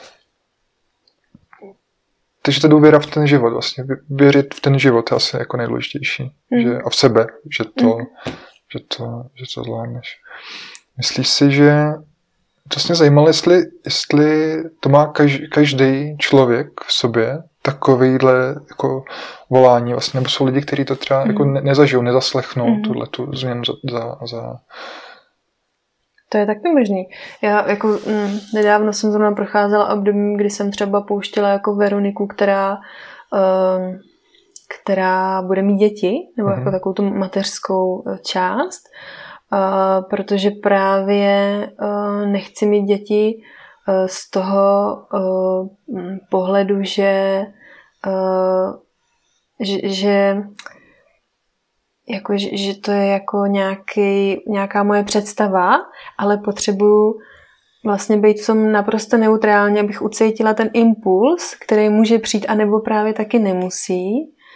Takže ta důvěra v ten život, vlastně věřit v ten život je asi jako nejdůležitější. Mm. Že, a v sebe, že to, mm. že to, že to zvládneš. Myslíš si, že to mě zajímalo, jestli, jestli to má každý, každý člověk v sobě takovýhle jako volání, vlastně, nebo jsou lidi, kteří to třeba mm. jako ne, nezažijou, nezaslechnou mm. tuhle tu změnu za, za, za To je taky možný. Já jako mm, nedávno jsem zrovna procházela obdobím, kdy jsem třeba pouštěla jako Veroniku, která, um, která bude mít děti, nebo mm-hmm. jako takovou tu mateřskou část, uh, protože právě uh, nechci mít děti uh, z toho uh, pohledu, že, uh, že, že Jako, že, že to je jako nějaký, nějaká moje představa, ale potřebuju vlastně být v tom naprosto neutrálně, abych ucítila ten impuls, který může přijít, anebo právě taky nemusí.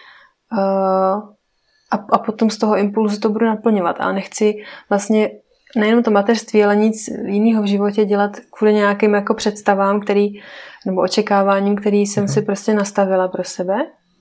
Uh, a, a potom z toho impulzu to budu naplňovat. Ale nechci vlastně nejenom to mateřství, ale nic jiného v životě dělat kvůli nějakým jako představám, který, nebo očekáváním, který jsem mm-hmm. si prostě nastavila pro sebe.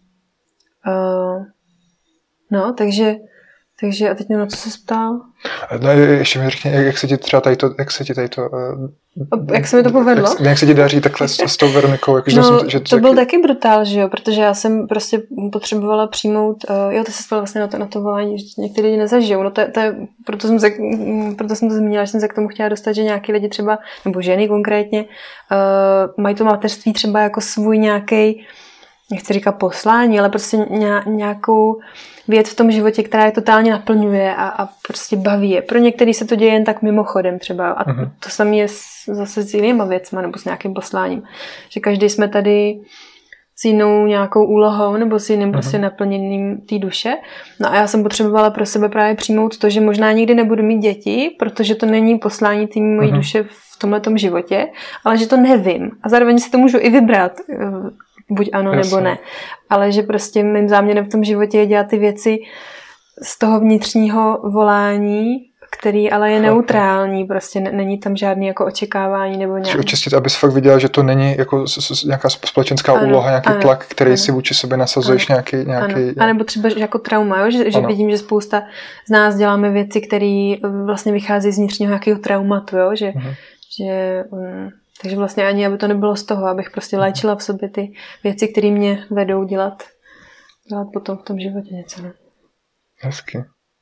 Uh, No, takže, takže a teď mě na co se ptal? No, ještě mi řekni, jak se ti třeba tady to, jak se ti tady to... Uh, jak se mi to povedlo? Jak, jak se ti daří takhle s, s tou Veronikou? Jak, no, jsem, že to taky... byl taky brutál, že jo, protože já jsem prostě potřebovala přijmout, uh, jo, ty se spala vlastně na to, na to volání, že někteří lidi nezažijou, no to, to je, proto jsem, se, proto jsem to zmínila, že jsem se k tomu chtěla dostat, že nějaký lidi třeba, nebo ženy konkrétně, uh, mají to mateřství třeba jako svůj nějaký, nechci říkat poslání, ale prostě nějakou věc v tom životě, která je totálně naplňuje a, a prostě baví je. Pro některý se to děje jen tak mimochodem třeba. A uh-huh. to samé je s, zase s jinýma věcma nebo s nějakým posláním. Že každý jsme tady s jinou nějakou úlohou nebo s jiným uh-huh. prostě naplněním té duše. No a já jsem potřebovala pro sebe právě přijmout to, že možná nikdy nebudu mít děti, protože to není poslání té mojí uh-huh. duše v tomhletom životě, ale že to nevím. A zároveň si to můžu i vybrat. Buď ano, Jasně. nebo ne. Ale že prostě mým záměrem v tom životě je dělat ty věci z toho vnitřního volání, který ale je neutrální, prostě není tam žádný jako očekávání nebo nějaký. Očistit, abys fakt viděla, že to není jako nějaká společenská ano, úloha, nějaký ano, tlak, který ano. si vůči sobě nasazuješ, ano, nějaký... nějaký A nebo třeba jako trauma, jo? Že, že vidím, že spousta z nás děláme věci, které vlastně vychází z vnitřního nějakého traumatu, jo? Že, uh-huh. že um, takže vlastně ani, aby to nebylo z toho, abych prostě léčila v sobě ty věci, které mě vedou dělat, dělat potom v tom životě něco. Ne? Hezky.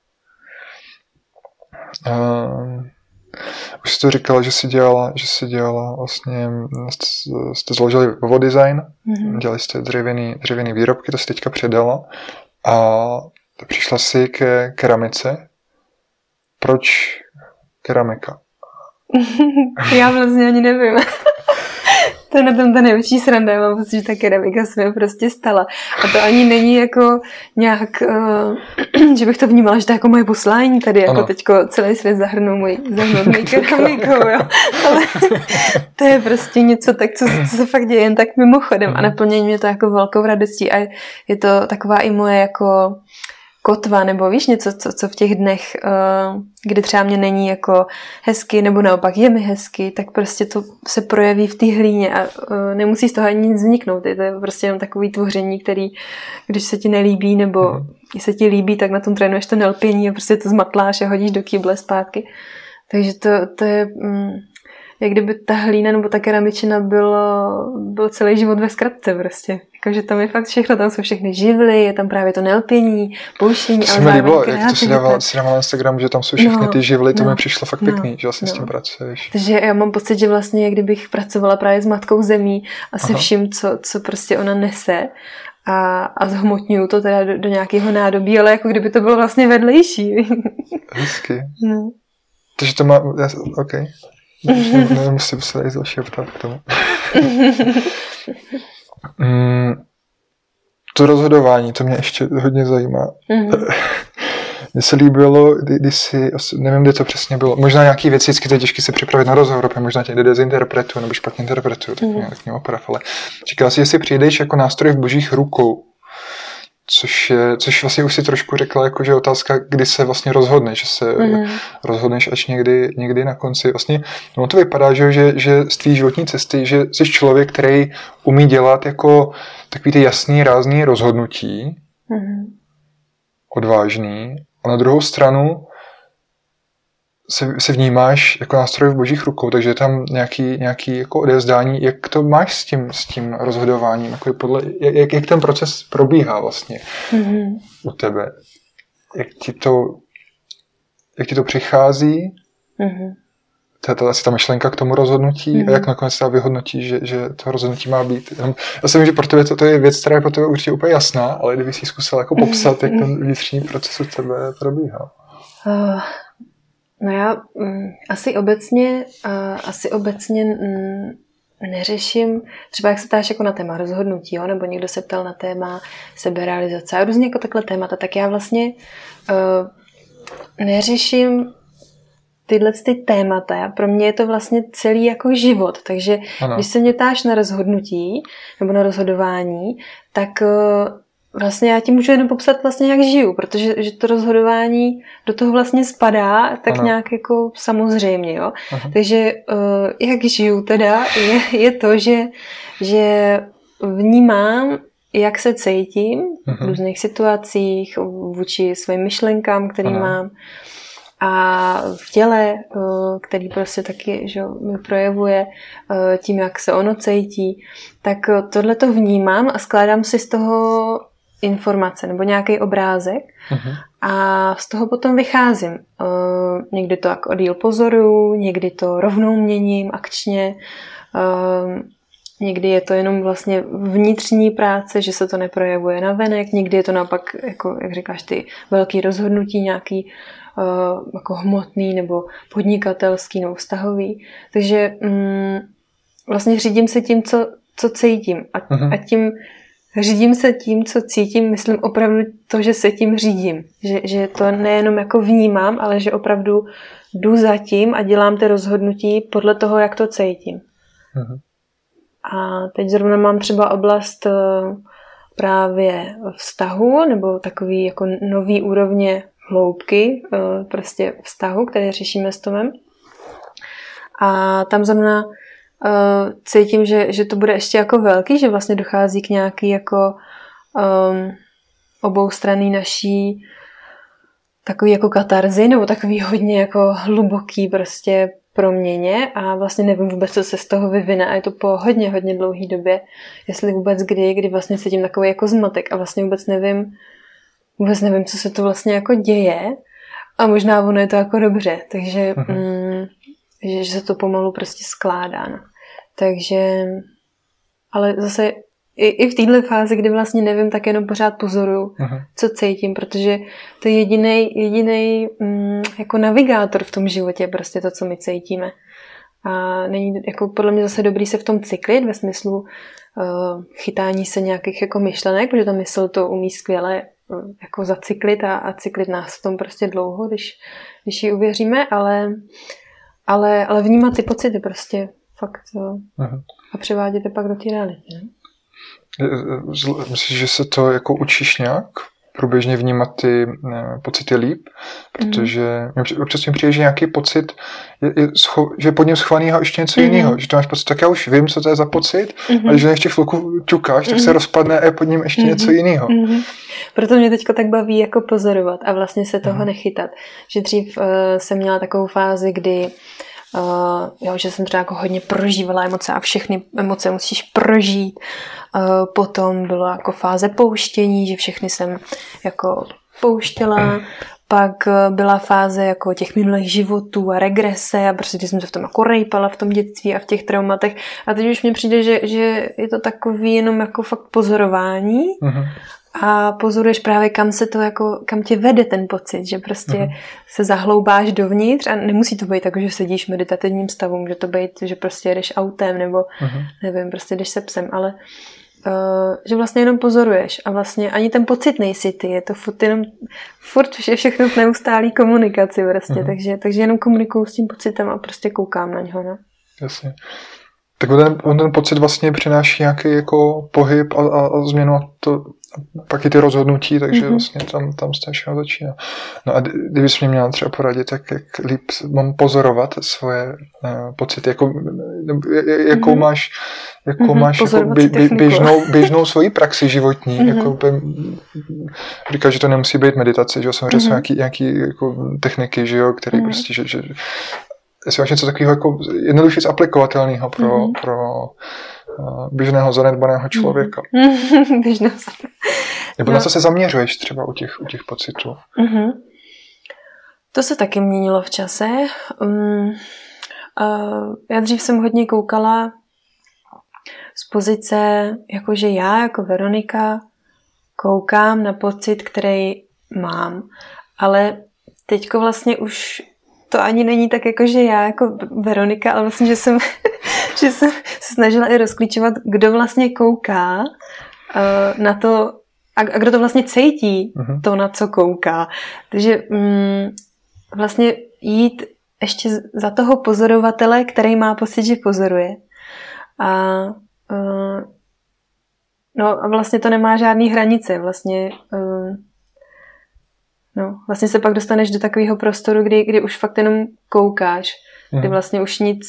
Uh, už jsi to říkala, že jsi dělala, že jsi dělala vlastně, jste založili Vovo Design, mm-hmm. dělali jste dřevěný, dřevěný výrobky, to jsi teďka předala a přišla jsi ke keramice. Proč keramika? Já vlastně ani nevím. To je na tom ta největší sranda. Já mám pocit, že ta keramika se mi prostě stala. A to ani není jako nějak, uh, že bych to vnímala, že to je jako moje poslání tady, jako ano. teďko celý svět zahrnou mojí keramikou, jo. Ale to je prostě něco tak, co, co se fakt děje jen tak mimochodem a naplnění mě to jako velkou radostí a je to taková i moje jako kotva, nebo víš něco, co, co v těch dnech, uh, kdy třeba mě není jako hezky, nebo naopak je mi hezky, tak prostě to se projeví v té hlíně a uh, nemusí z toho ani nic vzniknout. Je to prostě jenom takový tvoření, který, když se ti nelíbí, nebo mm. se ti líbí, tak na tom trénuješ to nelpění a prostě to zmatláš a hodíš do kýble zpátky. Takže to, to je, mm, jak kdyby ta hlína nebo ta keramičina bylo, byl celý život ve zkratce prostě. Jakože tam je fakt všechno, tam jsou všechny živly, je tam právě to nelpění, pouštění, to ale zároveň líbilo, jak to si dával, si dával na Instagram, že tam jsou všechny no, ty živly, to no, mi přišlo fakt pěkný, no, že vlastně no. s tím pracuješ. Takže já mám pocit, že vlastně, jak kdybych pracovala právě s Matkou Zemí a se Aha. vším, co, co prostě ona nese a, a zhmotňuju to teda do, do nějakého nádobí, ale jako kdyby to bylo vlastně vedlejší. Hezky. No. Takže to má, ok. Nemusím se tady další ptát k tomu. mm, to rozhodování, to mě ještě hodně zajímá. Mm-hmm. Mně se líbilo, kdy, když si, nevím, kde to přesně bylo, možná nějaký věci, vždycky to je těžké se připravit na rozhovor, možná tě dezinterpretuju nebo špatně interpretuju, tak mě, mm. tak mě oprav, ale říkal si, že si přijdeš jako nástroj v božích rukou, což je, což vlastně už si trošku řekla, jako, že otázka, kdy se vlastně rozhodneš, že se mm. rozhodneš až někdy, někdy na konci. Vlastně no to vypadá, že, že, že z tvý životní cesty, že jsi člověk, který umí dělat jako takový ty jasný, rázný rozhodnutí, mm. odvážný, a na druhou stranu se, se vnímáš jako nástroj v božích rukou, takže je tam nějaký, nějaký jako odevzdání. Jak to máš s tím, s tím rozhodováním? Jako podle, jak, jak ten proces probíhá vlastně mm-hmm. u tebe? Jak ti to, jak ti to přichází? Mm-hmm. To je asi ta myšlenka k tomu rozhodnutí mm-hmm. a jak nakonec ta vyhodnotí, že, že to rozhodnutí má být. Já si vím, že pro tebe to, to je věc, která je pro tebe určitě úplně jasná, ale kdyby si zkusila jako popsat, jak ten vnitřní proces u tebe probíhá. Uh. No já mm, asi obecně, uh, asi obecně mm, neřeším, třeba jak se ptáš jako na téma rozhodnutí, jo? Nebo někdo se ptal na téma seberealizace a různě jako takhle témata, tak já vlastně uh, neřeším tyhle ty témata. Pro mě je to vlastně celý jako život, takže ano. Když se mě ptáš na rozhodnutí nebo na rozhodování, tak uh, vlastně já ti můžu jenom popsat vlastně, jak žiju, protože že to rozhodování do toho vlastně spadá tak ano. nějak jako samozřejmě, jo. Aha. Takže uh, jak žiju teda, je, je to, že, že vnímám, jak se cítím uh-huh. v různých situacích, vůči svým myšlenkám, který ano. mám a v těle, uh, který prostě taky že, mi projevuje uh, tím, jak se ono cítí, tak uh, tohle to vnímám a skládám si z toho informace nebo nějaký obrázek uh-huh. a z toho potom vycházím. Uh, někdy to jako oddíl pozoruju, někdy to rovnou měním akčně, uh, někdy je to jenom vlastně vnitřní práce, že se to neprojevuje na venek, někdy je to naopak, jako, jak říkáš ty, velký rozhodnutí, nějaký uh, jako hmotný nebo podnikatelský nebo vztahový. Takže um, vlastně řídím se tím, co, co cítím a, uh-huh. a tím Řídím se tím, co cítím, myslím opravdu to, že se tím řídím. Že, že to nejenom jako vnímám, ale že opravdu jdu za tím a dělám ty rozhodnutí podle toho, jak to cítím. Uh-huh. A teď zrovna mám třeba oblast právě vztahu, nebo takový jako nový úrovně hloubky, prostě vztahu, které řešíme s Tomem. A tam zrovna Uh, cítím, že, že to bude ještě jako velký, že vlastně dochází k nějaký jako um, oboustranný naší takový jako katarzy, nebo takový hodně jako hluboký prostě proměně a vlastně nevím vůbec, co se z toho vyvine a je to po hodně, hodně dlouhý době, jestli vůbec kdy, kdy vlastně cítím takový jako zmatek a vlastně vůbec nevím, vůbec nevím, co se to vlastně jako děje a možná ono je to jako dobře, takže mm, že, že se to pomalu prostě skládá. No. Takže, ale zase i, i v této fázi, kdy vlastně nevím, tak jenom pořád pozoruju, uh-huh. co cítím, protože to je jedinej, jedinej mm, jako navigátor v tom životě, prostě to, co my cítíme. A není jako podle mě zase dobrý se v tom cyklit, ve smyslu uh, chytání se nějakých jako myšlenek, protože ta mysl to umí skvěle uh, jako zacyklit a, a cyklit nás v tom prostě dlouho, když, když ji uvěříme, ale Ale, ale vnímat ty pocity prostě fakt uh-huh. a převádět je pak do té reality. Ne? Myslíš, že se to jako učíš nějak? průběžně vnímat ty ne, pocity líp, protože mm. občas mi přijde, že nějaký pocit je, je scho, že je pod ním schovanýho ještě něco mm. jiného, že to máš pocit, tak já už vím, co to je za pocit, mm. ale že ještě chvilku ťukáš, tak mm. se rozpadne a je pod ním ještě mm. něco jiného. Mm. Proto mě teďko tak baví jako pozorovat a vlastně se toho mm. nechytat. Že dřív uh, jsem měla takovou fázi, kdy Uh, jo, že jsem třeba jako hodně prožívala emoce a všechny emoce musíš prožít. Uh, potom byla jako fáze pouštění, že všechny jsem jako pouštěla. Pak byla fáze jako těch minulých životů a regrese a prostě když jsem se v tom jako rejpala v tom dětství a v těch traumatech. A teď už mně přijde, že, že je to takový jenom jako fakt pozorování. Mm-hmm. A pozoruješ právě, kam se to jako, kam tě vede ten pocit, že prostě uh-huh. se zahloubáš dovnitř a nemusí to být tak, že sedíš v meditativním stavu, může to být, že prostě jedeš autem nebo uh-huh. nevím, prostě jdeš se psem, ale uh, že vlastně jenom pozoruješ a vlastně ani ten pocit nejsi ty, je to furt jenom, furt je všechno v neustálý komunikaci prostě, uh-huh. takže, takže jenom komunikuju s tím pocitem a prostě koukám na něho, no. Jasně. Tak ten, on ten pocit vlastně přináší nějaký jako pohyb a, a, a změnu a to pak i ty rozhodnutí, takže mm-hmm. vlastně tam, tam se všechno začíná. No a kdybys mě měla třeba poradit, jak, jak líp mám pozorovat svoje uh, pocity, jako, jakou mm-hmm. máš, jakou mm-hmm. máš jako bě, bě, běžnou, běžnou svoji praxi životní. Mm-hmm. Jako, říkáš, že to nemusí být meditace, že jo, samozřejmě mm-hmm. jsou nějaký, nějaký jako, techniky, že jo, které mm-hmm. prostě, že, že jestli máš něco takového jako jednoduše aplikovatelného pro, mm-hmm. pro uh, běžného zanedbaného člověka. Mm-hmm. Běžného Nebo no. na co se zaměřuješ třeba u těch, u těch pocitů? Mm-hmm. To se taky měnilo v čase. Um, uh, já dřív jsem hodně koukala z pozice, jakože já, jako Veronika, koukám na pocit, který mám. Ale teďko vlastně už to ani není tak, jako že já jako Veronika, ale vlastně, že jsem, že jsem se snažila i rozklíčovat, kdo vlastně kouká uh, na to a, a kdo to vlastně cítí, uh-huh. to, na co kouká. Takže um, vlastně jít ještě za toho pozorovatele, který má pocit, že pozoruje. A uh, no a vlastně to nemá žádný hranice. Vlastně uh, No, vlastně se pak dostaneš do takového prostoru, kdy, kdy už fakt jenom koukáš, mm. kdy vlastně už nic,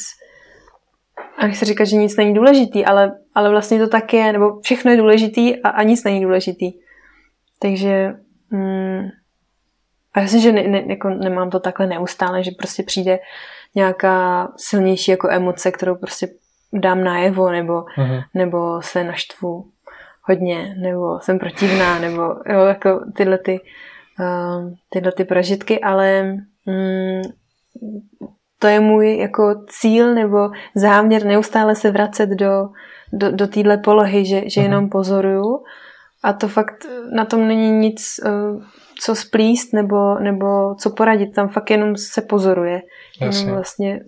a nechci říkat, že nic není důležitý, ale, ale vlastně to tak je, nebo všechno je důležitý a, a nic není důležitý. Takže mm, a já si, že ne, ne, jako nemám to takhle neustále, že prostě přijde nějaká silnější jako emoce, kterou prostě dám najevo, nebo, mm. nebo se naštvu hodně, nebo jsem protivná, nebo jo, jako tyhle ty Uh, tyhle ty prožitky, ale mm, to je můj jako cíl nebo záměr neustále se vracet do, do, do téhle polohy, že, že jenom pozoruju a to fakt na tom není nic, uh, co splíst nebo, nebo co poradit, tam fakt jenom se pozoruje. Jenom vlastně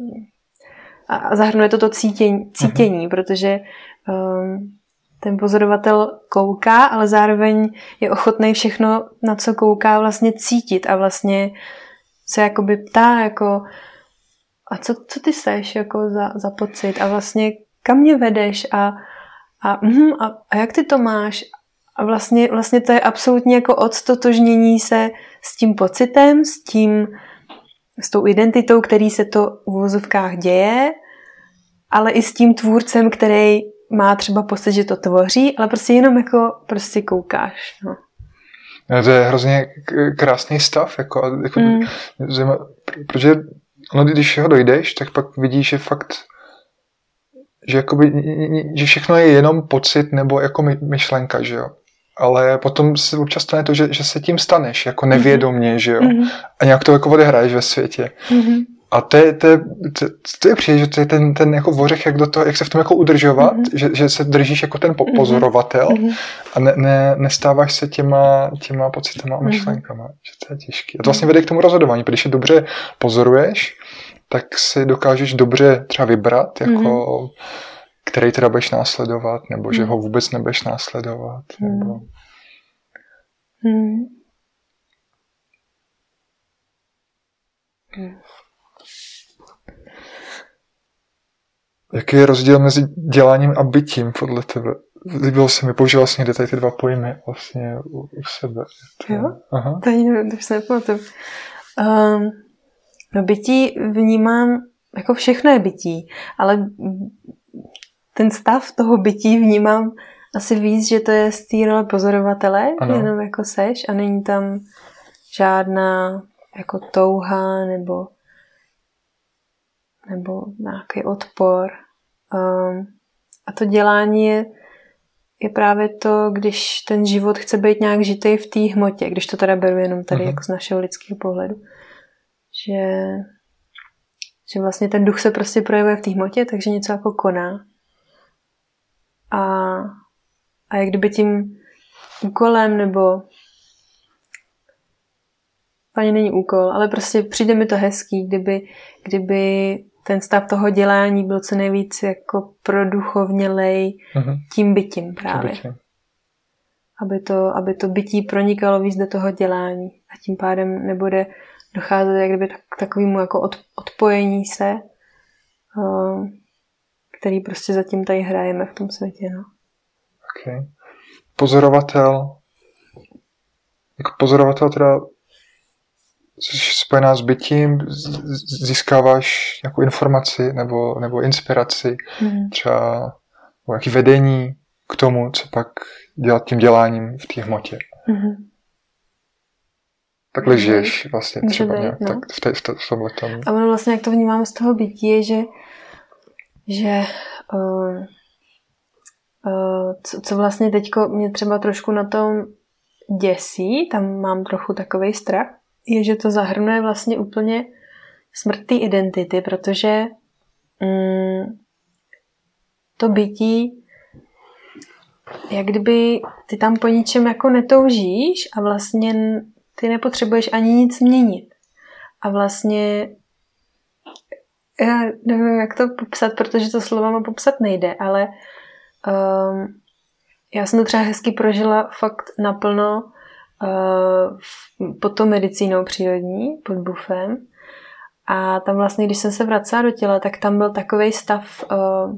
a zahrnuje to to cítění, cítění uh-huh. protože um, ten pozorovatel kouká, ale zároveň je ochotný všechno, na co kouká, vlastně cítit a vlastně se jakoby ptá, jako a co, co ty seš jako za, za pocit a vlastně kam mě vedeš a, a, mm, a, a jak ty to máš a vlastně, vlastně to je absolutně jako odstotožnění se s tím pocitem, s tím, s tou identitou, který se to v uvozovkách děje, ale i s tím tvůrcem, který má třeba pocit, že to tvoří, ale prostě jenom jako prostě koukáš. No. To je hrozně krásný stav, jako, jako mm. zima, protože no, když ho dojdeš, tak pak vidíš, že fakt že, jakoby, že všechno je jenom pocit nebo jako myšlenka, že jo. Ale potom se občas stane to, že, že se tím staneš, jako nevědomně, mm. že jo. Mm. A nějak to jako odehraješ ve světě. Mm. A to je, to je, to, to je přijde, že to je ten, ten jako vořech, jak, do toho, jak se v tom jako udržovat, mm-hmm. že, že se držíš jako ten pozorovatel mm-hmm. a ne, ne, nestáváš se těma, těma pocitama a myšlenkama. Mm-hmm. Že to je těžké. A to vlastně vede k tomu rozhodování. Když je dobře pozoruješ, tak si dokážeš dobře třeba vybrat, jako, mm-hmm. který teda budeš následovat, nebo mm-hmm. že ho vůbec nebudeš následovat. Mm-hmm. Nebo... Mm-hmm. Jaký je rozdíl mezi děláním a bytím podle tebe? líbilo se mi, používal jsi někde tady ty dva pojmy vlastně u, u sebe. To, jo? Aha. To ani nevím, to už se nepamatuju. Um, no bytí vnímám, jako všechno je bytí, ale ten stav toho bytí vnímám asi víc, že to je z té role pozorovatele, ano. Jenom jako seš a není tam žádná jako touha nebo nebo nějaký odpor. Um, a to dělání je, je právě to, když ten život chce být nějak žitej v té hmotě, když to teda beru jenom tady uh-huh. jako z našeho lidského pohledu. Že, že vlastně ten duch se prostě projevuje v té hmotě, takže něco jako koná. A, a jak kdyby tím úkolem, nebo ani není úkol, ale prostě přijde mi to hezký, kdyby, kdyby ten stav toho dělání byl co nejvíc jako produchovnělej uh-huh. tím bytím právě. Bytím. Aby to, aby to bytí pronikalo víc do toho dělání a tím pádem nebude docházet jak kdyby k takovému jako od, odpojení se, uh, který prostě zatím tady hrajeme v tom světě. No. Okay. Pozorovatel jako pozorovatel teda jsi spojená s bytím, získáváš nějakou informaci nebo, nebo inspiraci, mm. třeba nějaké vedení k tomu, co pak dělat tím děláním v té hmotě. Mm. Takhle mm. žiješ vlastně třeba nějak no. tak v, té, v, té, v tomhletom. A ono vlastně, jak to vnímám z toho bytí, je, že, že uh, uh, co, co vlastně teďko mě třeba trošku na tom děsí, tam mám trochu takovej strach, je, že to zahrnuje vlastně úplně smrt té identity, protože mm, to bytí, jak kdyby ty tam po ničem jako netoužíš a vlastně ty nepotřebuješ ani nic měnit. A vlastně já nevím, jak to popsat, protože to slovama popsat nejde, ale um, já jsem to třeba hezky prožila fakt naplno uh, pod tou medicínou přírodní, pod bufem. A tam vlastně, když jsem se vracela do těla, tak tam byl takovej stav uh,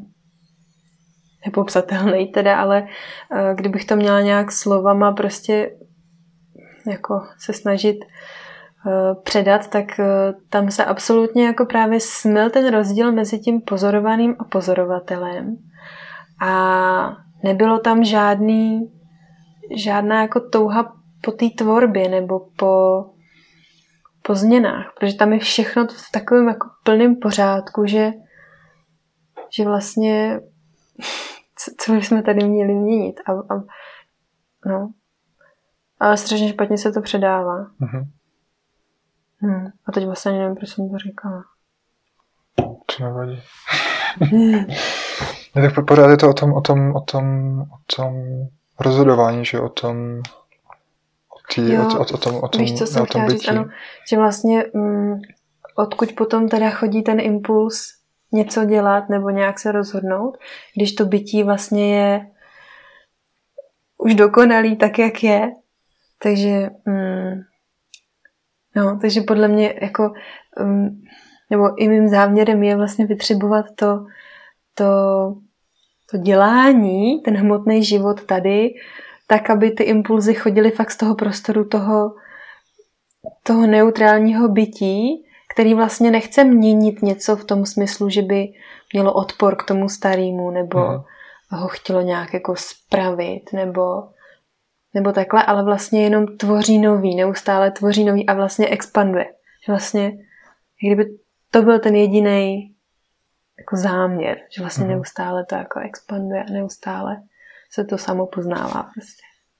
nepopsatelný teda, ale uh, kdybych to měla nějak slovama prostě jako se snažit uh, předat, tak uh, tam se absolutně jako právě smyl ten rozdíl mezi tím pozorovaným a pozorovatelem. A nebylo tam žádný, žádná jako touha po té tvorbě nebo po, po změnách, protože tam je všechno v takovém jako plném pořádku, že, že vlastně co, co bychom tady měli měnit. A, a, no. Ale strašně špatně se to předává. Mm-hmm. Hmm. A teď vlastně nevím, proč jsem to říkala. To nevadí. Ne, tak pořád je to o tom, o tom, o tom, o tom rozhodování, že o tom, o, tý, jo, o, o, o tom, o tom, víš, co jsem o tom bytí. Říct, ano, že vlastně mm, odkud potom teda chodí ten impuls něco dělat nebo nějak se rozhodnout, když to bytí vlastně je už dokonalý tak, jak je. Takže mm, no, takže podle mě jako um, nebo i mým záměrem je vlastně vytřebovat to, to, to dělání, ten hmotný život tady, tak, aby ty impulzy chodily fakt z toho prostoru toho, toho neutrálního bytí, který vlastně nechce měnit něco v tom smyslu, že by mělo odpor k tomu starému, nebo hmm. ho chtělo nějak jako spravit, nebo, nebo takhle, ale vlastně jenom tvoří nový, neustále tvoří nový a vlastně expanduje. Že vlastně, kdyby to byl ten jediný jako záměr, že vlastně mm. neustále to jako expanduje a neustále se to samo poznává prostě.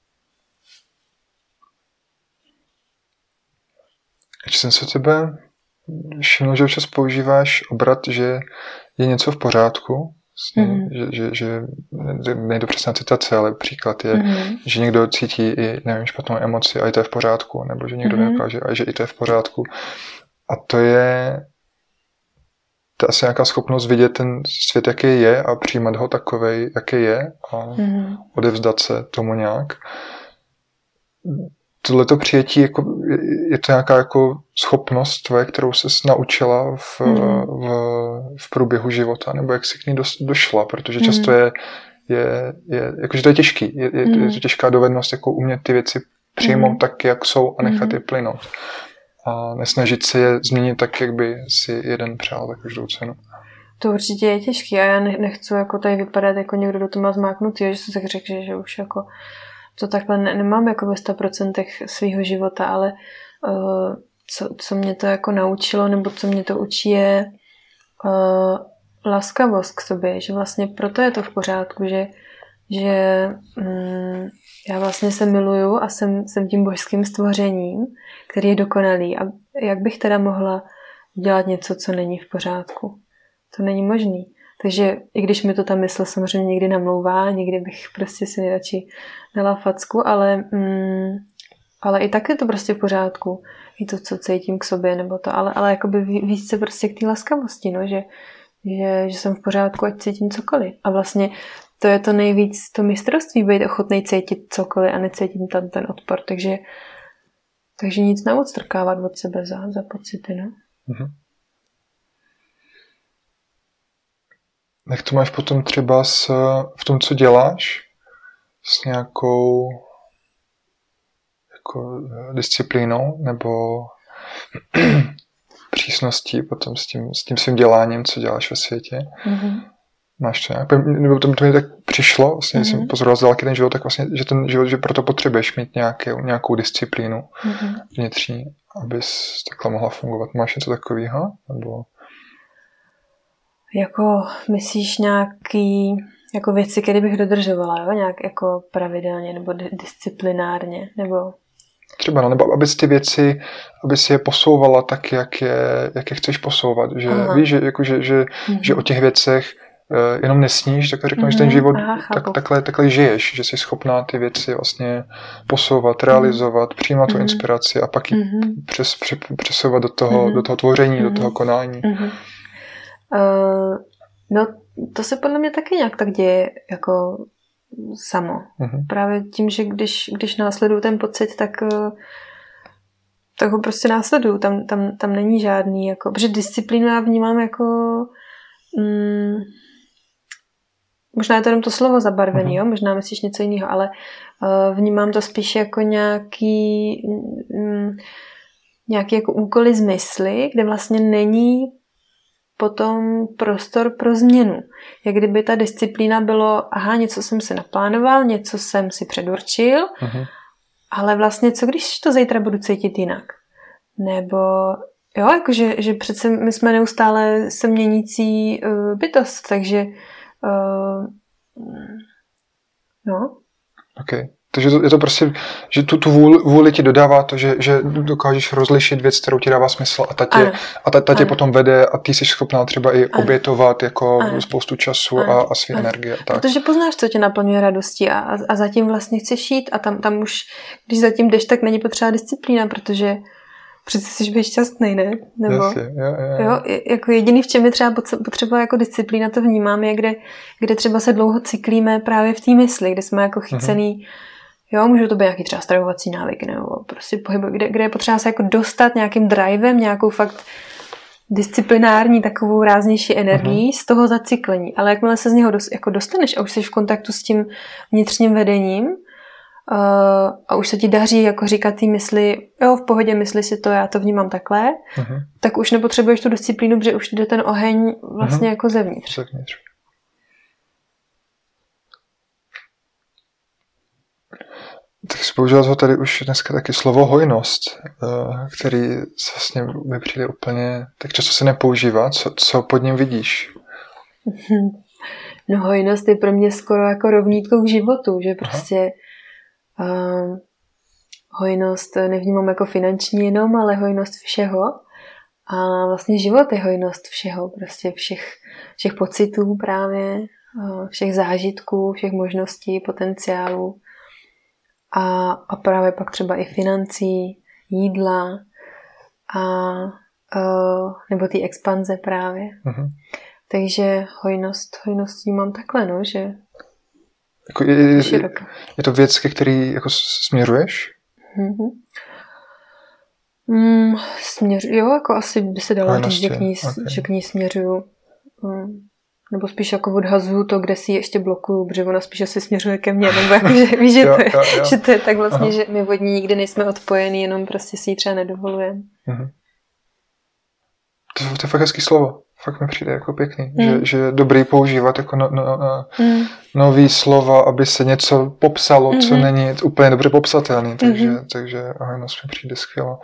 Když jsem se tebe všiml, že občas používáš obrat, že je něco v pořádku, mm. že, že, že nejde přesná citace, ale příklad je, mm. že někdo cítí i, nevím, špatnou emoci a i to je v pořádku, nebo že někdo mm. nedokáže a že i to je v pořádku. A to je to je asi nějaká schopnost vidět ten svět, jaký je a přijímat ho takovej, jaký je a mm. odevzdat se tomu nějak. Tohleto přijetí, jako, je to nějaká jako schopnost tvoje, kterou ses naučila v, mm. v, v průběhu života, nebo jak jsi k ní do, došla, protože často je je, je jakože to je těžký. Je, je, mm. je to těžká dovednost jako umět ty věci přijmout mm. tak, jak jsou a nechat mm. je plynout. A nesnažit se je změnit tak, jak by si jeden přál za každou cenu. To určitě je těžký a já nechci jako tady vypadat jako někdo, kdo to má zmáknutý, že jsem tak řekl, že, že už jako to takhle ne, nemám jako ve sto procent svýho života, ale uh, co, co mě to jako naučilo, nebo co mě to učí, je uh, laskavost k sobě, že vlastně proto je to v pořádku, že, že um, já vlastně se miluju a jsem, jsem tím božským stvořením, který je dokonalý. A jak bych teda mohla dělat něco, co není v pořádku? To není možný. Takže i když mi to ta mysl samozřejmě někdy namlouvá, někdy bych prostě si nejradši dala facku, ale, mm, ale i tak je to prostě v pořádku. I to, co cítím k sobě, nebo to, ale, ale jakoby víc se prostě k té laskavosti, no, že, že, že jsem v pořádku, ať cítím cokoliv. A vlastně to je to nejvíc, to mistrovství, být ochotný cítit cokoliv a necítím tam ten odpor. Takže, takže nic neodstrkávat od sebe za, za pocity, no. Mhm. Jak to máš potom třeba s, v tom, co děláš, s nějakou jako disciplínou nebo přísností potom s tím, s tím svým děláním, co děláš ve světě? Mm-hmm. Máš to nějak? Nebo to, to mi tak přišlo, vlastně, mm-hmm. jsem pozoroval z dálky ten život, tak vlastně, že ten život, že proto potřebuješ mít nějaké, nějakou disciplínu mm-hmm. vnitřní, abys takhle mohla fungovat. Máš něco takového? Nebo... Jako myslíš nějaký jako věci, které bych dodržovala, jo? Nějak jako pravidelně nebo disciplinárně, nebo... Třeba, no, nebo abys ty věci, abys je posouvala tak, jak je, jak je chceš posouvat. Že aha. víš, že, jako, že, že, mm-hmm. že o těch věcech uh, jenom nesníš, tak řekneš, mm-hmm. že ten život aha, tak, takhle, takhle žiješ, že jsi schopná ty věci vlastně posouvat, realizovat, mm-hmm. přijímat tu inspiraci a pak ji mm-hmm. přes, přes, přesouvat do toho, mm-hmm. do toho tvoření, mm-hmm. do toho konání. Mm-hmm. Uh, no, to se podle mě taky nějak tak děje jako samo. Mm-hmm. Právě tím, že když, když následuju ten pocit, tak, tak ho prostě následuju. Tam, tam, tam není žádný, jako, protože disciplínu já vnímám jako mm, možná je to jenom to slovo zabarvený, mm-hmm. jo? Možná myslíš něco jiného, ale uh, vnímám to spíš jako nějaký mm, nějaký jako úkoly z mysli, kde vlastně není potom prostor pro změnu. Jak kdyby ta disciplína bylo, aha, něco jsem si naplánoval, něco jsem si předurčil, uh-huh. ale vlastně co když to zítra budu cítit jinak? Nebo, jo, jakože že přece my jsme neustále se měnící uh, bytost, takže uh, no. Okay. Takže to, je to prostě, že tu, tu vůli, vůli ti dodává to, že, že dokážeš rozlišit věc, kterou ti dává smysl a ta tě, a ta, ta tě potom vede a ty jsi schopná třeba i ano. obětovat jako ano. spoustu času a, a své energie. Tak. Protože poznáš, co tě naplňuje radostí a, a, a zatím vlastně chceš jít a tam, tam už, když zatím jdeš, tak není potřeba disciplína, protože přece jsi být šťastný, ne? Nebo, Jasně, jo, jo. jo, jako jediný, v čem je třeba potřeba jako disciplína, to vnímám, je, kde, kde třeba se dlouho cyklíme právě v té mysli, kde jsme jako chycený mm-hmm. Jo, můžou to být nějaký třeba stravovací návyky nebo prostě pohyb, kde, kde je potřeba se jako dostat nějakým drivem, nějakou fakt disciplinární, takovou ráznější energií uh-huh. z toho zacyklení. Ale jakmile se z něho dost, jako dostaneš a už jsi v kontaktu s tím vnitřním vedením uh, a už se ti daří jako říkat té mysli, jo, v pohodě, mysli si to, já to vnímám takhle, uh-huh. tak už nepotřebuješ tu disciplínu, protože už jde ten oheň vlastně uh-huh. jako zevnitř. Zevnitř. Tak jsi použila tady už dneska taky slovo hojnost, který vlastně mi přijde úplně, tak často se nepoužívá. Co, co pod ním vidíš? No hojnost je pro mě skoro jako rovnítko k životu, že prostě uh, hojnost nevnímám jako finanční jenom, ale hojnost všeho. A vlastně život je hojnost všeho, prostě všech, všech pocitů právě, uh, všech zážitků, všech možností, potenciálů. A, a právě pak třeba i financí, jídla a uh, nebo ty expanze právě. Uh-huh. Takže hojnost, hojnost mám takhle, no, že jako je, je, je, je to věc, ke který jako směřuješ? Uh-huh. Mm, směř, jo, jako asi by se dalo říct, že k ní, okay. že k ní směřuju. Mm. nebo spíš jako odhazuju to, kde si ji ještě blokuju, protože ona spíš asi směřuje ke mně, nebo jako, že víš, že, to je, jo, jo. že to je tak vlastně, Aha. že my od ní nikdy nejsme odpojení, jenom prostě si ji třeba nedovolujeme. Mhm. To, to je fakt hezký slovo. Fakt mi přijde jako pěkný, mm. že, že je dobrý používat jako no, no, no, mm. nový slova, aby se něco popsalo, mm-hmm. co není úplně dobře popsatelný, takže, mm-hmm. takže hojnost mi přijde skvělo.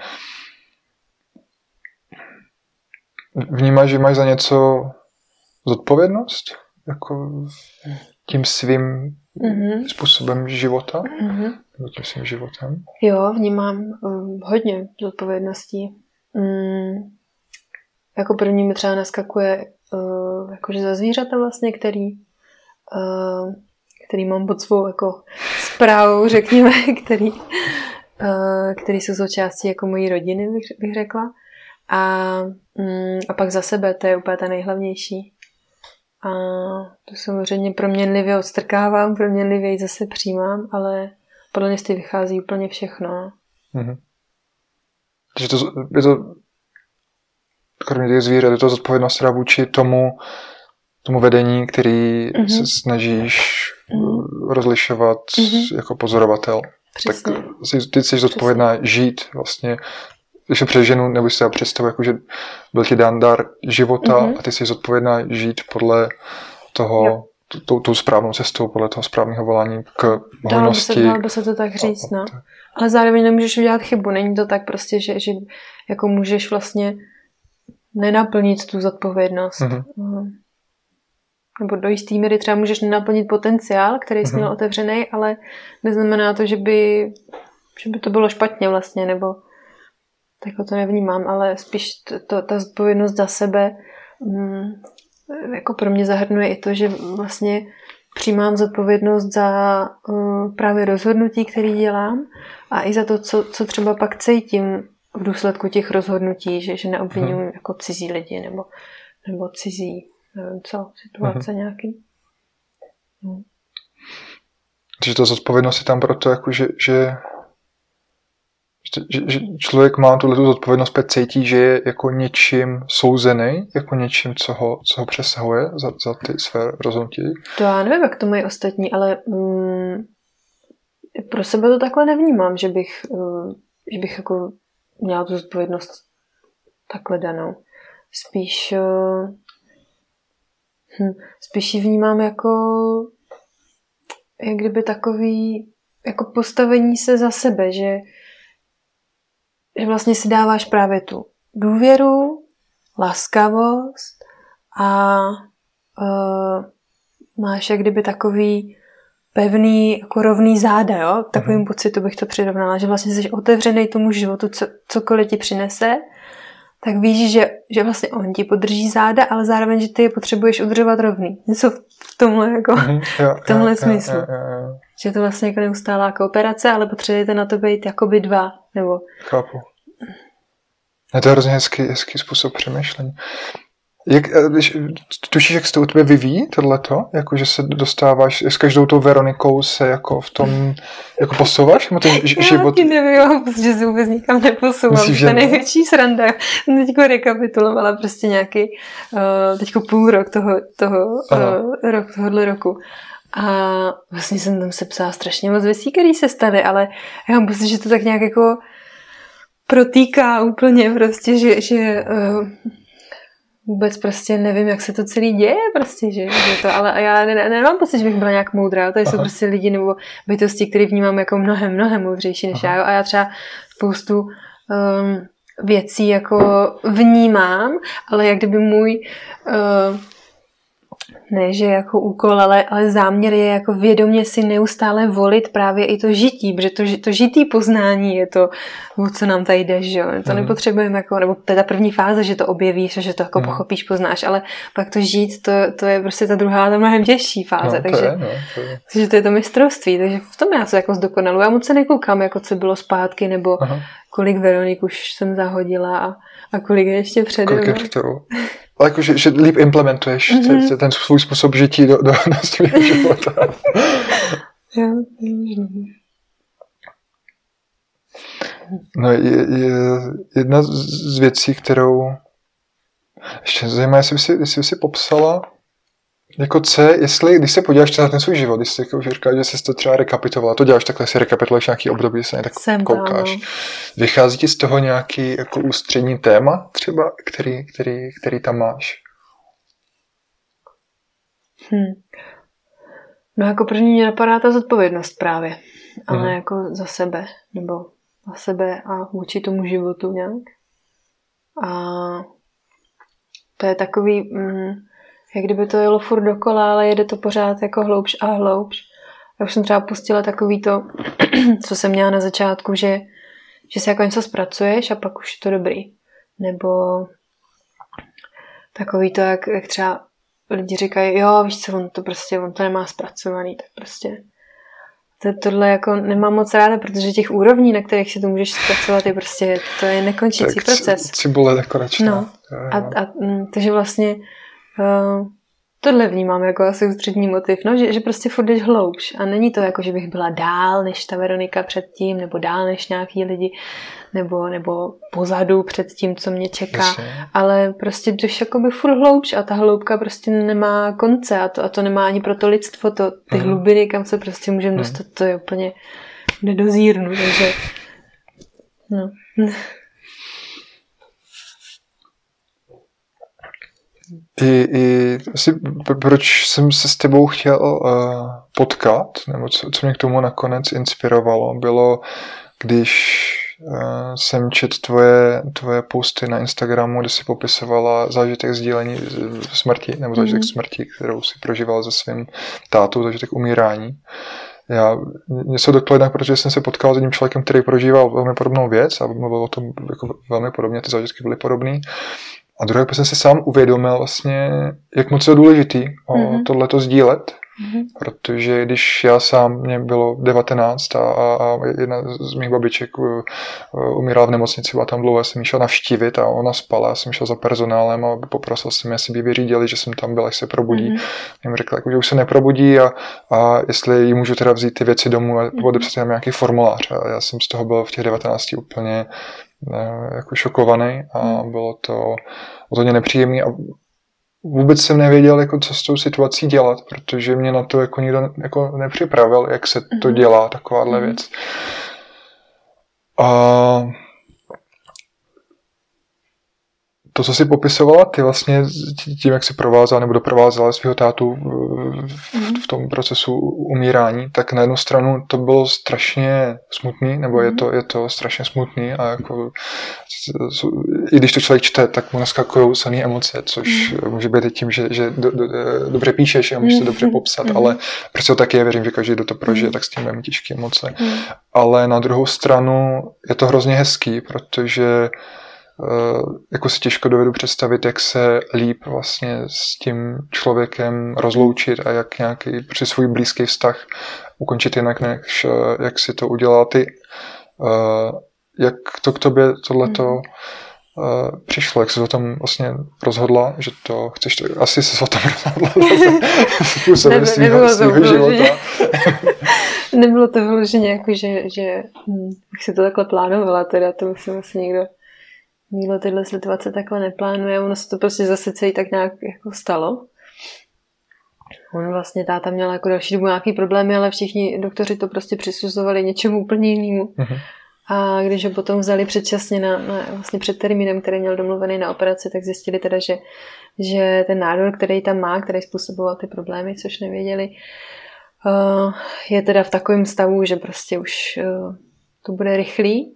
Vnímáš, že máš za něco zodpovědnost? Jako tím svým mm-hmm. způsobem života? Mm-hmm. Nebo tím svým životem? Jo, vnímám um, hodně zodpovědností. Mm. Jako první mi třeba naskakuje uh, jakože za zvířata vlastně, který, uh, který mám pod svou jako správou, řekněme, který, uh, který jsou součástí jako mojí rodiny, bych, bych řekla. A, um, a pak za sebe, to je úplně ta nejhlavnější. A to samozřejmě proměnlivě odstrkávám, proměnlivě ji zase přijímám, ale podle mě z ty vychází úplně všechno. Mhm. Takže to, je to kromě těch zvířat, je to zodpovědnost teda vůči tomu, tomu vedení, který mm-hmm. se snažíš mm-hmm. rozlišovat mm-hmm. jako pozorovatel. Přesně. Tak ty jsi zodpovědná Přesně. žít vlastně, když se přeženu, nebo si představu, jako, že byl ti dán dar života mm-hmm. a ty jsi zodpovědná žít podle toho, tou, tou správnou cestou, podle toho správného volání k hojnosti. Dalo by se to tak říct, no. Ale zároveň nemůžeš udělat chybu. Není to tak prostě, že, že jako můžeš vlastně nenaplnit tu zodpovědnost. Mm-hmm. Nebo do jistý míry třeba můžeš nenaplnit potenciál, který jsi mm-hmm. měl otevřený, ale neznamená to, že by, že by to bylo špatně vlastně, nebo tak to nevnímám, ale spíš to, to, ta zodpovědnost za sebe mm, jako pro mě zahrnuje i to, že vlastně přijímám zodpovědnost za uh, právě rozhodnutí, které dělám a i za to, co, co třeba pak cítím v důsledku těch rozhodnutí, že, že neobvinuji hmm. jako cizí lidi nebo, nebo cizí, nevím co, situace hmm. nějaký. Hmm. Takže ta zodpovědnost je tam proto, jako že, že, že, že člověk má tuhle zodpovědnost, protože cítí, že je jako něčím souzený, jako něčím, co ho, co ho přesahuje za, za ty své rozhodnutí. To já nevím, jak to mají ostatní, ale mm, pro sebe to takhle nevnímám, že bych, uh, že bych jako měla tu zodpovědnost takhle danou. Spíš uh, hm, spíš ji vnímám jako jak kdyby takový jako postavení se za sebe, že, že vlastně si dáváš právě tu důvěru, laskavost a uh, máš jak kdyby takový pevný, jako rovný záda, jo? Takovým uh-huh. pocitu bych to přirovnala, že vlastně jsi otevřený tomu životu, co, cokoliv ti přinese, tak víš, že, že vlastně on ti podrží záda, ale zároveň, že ty je potřebuješ udržovat rovný. Něco v tomhle, jako, uh-huh. jo, v tomhle jo, smyslu. Jo, jo, jo. Že je to vlastně jako neustálá kooperace, ale potřebujete na to být jakoby dva, nebo... Chápu. Je to hrozně hezký, hezký způsob přemýšlení. Jak, když, tušíš, jak se to u tebe vyvíjí, tohleto? Jako, že se dostáváš, s každou tou Veronikou se jako v tom, jako posouváš? Ten ž, život... Já nevím, že se vůbec nikam neposouvám. Myslíš, to je největší sranda. Teďko rekapitulovala prostě nějaký, uh, teďko půl rok toho, toho uh, rok, tohohle roku. A vlastně jsem tam sepsala strašně moc věcí, které se staly, ale já mám pocit, že to tak nějak jako protýká úplně prostě, že, že uh, vůbec prostě nevím, jak se to celý děje prostě, že, že to, ale já ne, nemám pocit, že bych byla nějak moudrá, tady Aha. jsou prostě lidi nebo bytosti, které vnímám jako mnohem, mnohem moudřejší než Aha. já, jo? A já třeba spoustu um, věcí jako vnímám, ale jak kdyby můj uh, ne, že jako úkol, ale, ale záměr je jako vědomě si neustále volit právě i to žití, protože to, to žitý poznání je to, o co nám tady jde, že jo. To mm. nepotřebujeme jako, nebo to je ta první fáze, že to objevíš a že to jako mm. pochopíš, poznáš, ale pak to žít, to, to je prostě ta druhá, ta mnohem těžší fáze, no, takže, to je, no, to je. takže to je to mistrovství, takže v tom já se jako zdokonaluji. Já moc se nekoukám, jako co bylo zpátky, nebo Aha. kolik Veronik už jsem zahodila a, a kolik je ještě přede mnou. Kolik je před tebou. Ale jako, že, že líp implementuješ mm-hmm. ten, ten svůj způsob žití do, do, do svého života. Jo, no, je, je jedna z věcí, kterou ještě zajímá, jestli by si, jestli by si popsala jako co, jestli, když se podíváš na ten svůj život, když jsi jako říkáš, že jsi to třeba rekapitulovala, to děláš takhle, si rekapituluješ nějaký období, že se na tak Jsem koukáš. tam, no. Vychází ti z toho nějaký jako ústřední téma třeba, který, který, který tam máš? Hm. No jako první mě napadá ta zodpovědnost právě, ale Mhm. jako za sebe, nebo za sebe a vůči tomu životu nějak. A to je takový, mm, jak kdyby to jelo furt dokola, ale jede to pořád jako hloubš a hloubš. Já už jsem třeba pustila takový to, co jsem měla na začátku, že, že se jako něco zpracuješ a pak už je to dobrý. Nebo takový to, jak, jak třeba lidi říkají, jo, víš co, on to prostě, on to nemá zpracovaný, tak prostě to, tohle jako nemám moc ráda, protože těch úrovní, na kterých si to můžeš zpracovat, je prostě, to je nekončící tak proces. Cibule nekonečná. No. A, a m, takže vlastně uh, tohle vnímám jako asi ústřední motiv, no, že, že prostě furt jdeš hloubš a není to jako, že bych byla dál než ta Veronika předtím, nebo dál než nějaký lidi, nebo, nebo pozadu před tím, co mě čeká, Jasně. ale prostě jdeš jakoby furt hloubš a ta hloubka prostě nemá konce a to, a to nemá ani pro to lidstvo, to, ty Mhm. hlubiny, kam se prostě můžeme Mhm. dostat, to je úplně nedozírnu, takže no. I, i asi, proč jsem se s tebou chtěl uh, potkat, nebo co, co mě k tomu nakonec inspirovalo, bylo, když uh, jsem čet tvoje, tvoje posty na Instagramu, kde si popisovala zážitek sdílení smrti, nebo zážitek Mhm. smrti, kterou si prožívala se svým tátou, zážitek umírání. Já, mě se dotklo jednak, protože jsem se potkal s jedním člověkem, který prožíval velmi podobnou věc a mluvil o tom jako velmi podobně, ty zážitky byly podobné. A druhé, jsem si sám uvědomil vlastně, jak moc je důležitý o Mhm. tohleto sdílet, Mhm. protože když já sám, mě bylo devatenáct a, a, a jedna z mých babiček uh, uh, umírala v nemocnici, byla tam dlouho, já jsem ji šel navštívit a ona spala, já jsem šel za personálem a poprosil jsem, jestli by vyřídili, že jsem tam byl, až se probudí. Mhm. Jím řekl, jako, že už se neprobudí a, a jestli jí můžu teda vzít ty věci domů a podepsat tam nějaký formulář. A já jsem z toho byl v těch devatenácti úplně uh, jako šokovaný a Mhm. bylo to hodně nepříjemný a vůbec jsem nevěděl, jako, co s tou situací dělat, protože mě na to jako nikdo jako nepřipravil, jak se to Mhm. dělá, takováhle Mhm. věc. A to, co jsi popisovala, ty vlastně tím, jak jsi provázela nebo doprovázela svého tátu v, v tom procesu umírání, tak na jednu stranu to bylo strašně smutný, nebo je to, je to strašně smutný a jako i když to člověk čte, tak mu naskakují silné emoce, což může být i tím, že, že do, do, dobře píšeš a můžeš to dobře popsat, ale prostě to taky je, věřím, že každý, kdo to prožije, tak s tím bude těžké emoce. Ale na druhou stranu je to hrozně hezký, protože jako si těžko dovedu představit, jak se líp vlastně s tím člověkem rozloučit a jak nějaký při svůj blízký vztah ukončit jinak, než jak si to udělala ty. Jak to k tobě tohleto přišlo, jak jsi o tom vlastně rozhodla, že to chceš, to, asi jsi o tom rozhodla způsobem svýho, svýho života. Nebylo to vyloženě jako, že, že hm, jak si to takhle plánovala, teda to myslím asi někdo Nikdo tyhle situace takhle neplánuje, ono se to prostě zase celý tak nějak jako stalo. On vlastně táta měl jako další dobu nějaký problémy, ale všichni doktoři to prostě přisuzovali něčemu úplně jinému. Mm-hmm. A když ho potom vzali předčasně na, na, vlastně před termínem, který měl domluvený na operaci, tak zjistili teda, že, že ten nádor, který tam má, který způsoboval ty problémy, což nevěděli, uh, je teda v takovém stavu, že prostě už uh, to bude rychlý.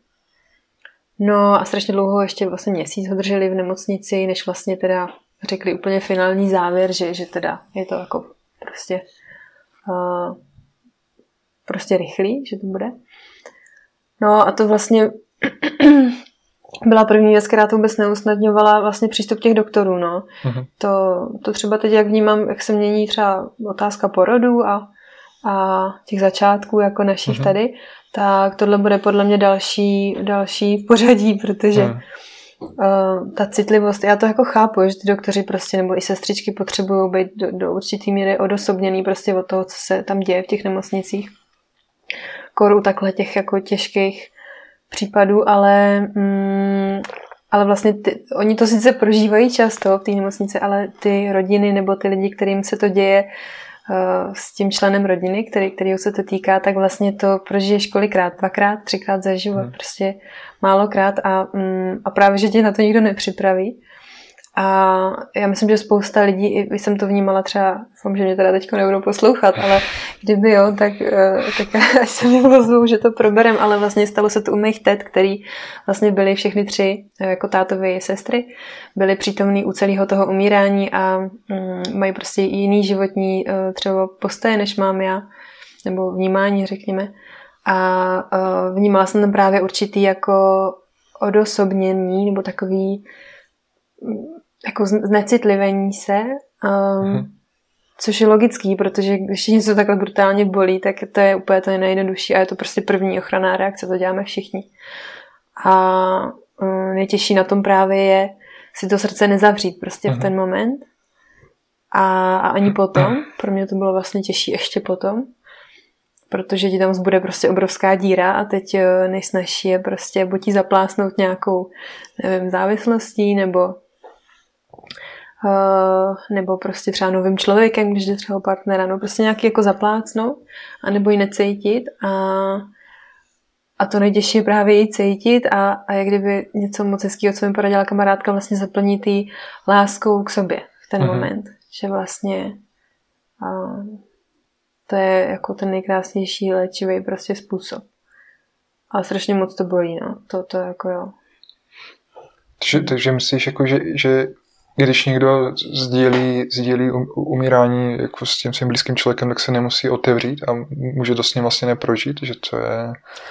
No a strašně dlouho, ještě vlastně měsíc ho drželi v nemocnici, než vlastně teda řekli úplně finální závěr, že, že teda je to jako prostě uh, prostě rychlý, že to bude. No a to vlastně byla první věc, která to vůbec neusnadňovala vlastně přístup těch doktorů, no. Mm-hmm. To, to třeba teď, jak vnímám, jak se mění třeba otázka porodu a, a těch začátků jako našich mm-hmm. tady, tak tohle bude podle mě další, další v pořadí, protože mm. uh, ta citlivost, já to jako chápu, že ty doktoři prostě, nebo i sestřičky potřebují být do, do určitý míry odosobněný prostě od toho, co se tam děje v těch nemocnicích. Koru takhle těch jako těžkých případů, ale, mm, ale vlastně ty, oni to sice prožívají často v té nemocnici, ale ty rodiny nebo ty lidi, kterým se to děje uh, s tím členem rodiny, který, kterýho se to týká, tak vlastně to prožiješ kolikrát, dvakrát, třikrát za život, hmm. prostě málokrát a, um, a právě, že tě na to nikdo nepřipraví. A já myslím, že spousta lidí, i jsem to vnímala třeba, doufám, že mě teda teďko nebudou poslouchat, ale kdyby jo, tak, tak až se mi pozvou, že to proberem, ale vlastně stalo se to u mých tet, který vlastně byli všechny tři, jako tátovy sestry, byli přítomní u celého toho umírání a mm, mají prostě jiný životní třeba postoje, než mám já, nebo vnímání, řekněme. A vnímala jsem tam právě určitý jako odosobnění, nebo takový jako znecitlivení se, um, hmm. což je logický, protože když něco takhle brutálně bolí, tak to je úplně to nejjednodušší a je to prostě první ochranná reakce, to děláme všichni. A um, nejtěžší na tom právě je si to srdce nezavřít prostě hmm. v ten moment a, a ani potom, pro mě to bylo vlastně těžší ještě potom, protože ti tam zbude prostě obrovská díra a teď nejsnažší je prostě buď jí zaplásnout nějakou, nevím, závislostí, nebo Uh, nebo prostě třeba novým člověkem, když jde třeba partnera, no prostě nějaký jako zaplácnout, anebo ji necítit a, a to nejtěžší je právě ji cítit a, a jak kdyby něco moc hezkýho, co mi poradila kamarádka, vlastně zaplní tý láskou k sobě v ten uh-huh. moment, že vlastně uh, to je jako ten nejkrásnější léčivý prostě způsob. Ale strašně moc to bolí, no, to, to jako jo. Takže, takže myslíš, jako, že, že když někdo sdílí, sdílí umírání jako s tím svým blízkým člověkem, tak se nemusí otevřít a může to s ním vlastně neprožít, že to je...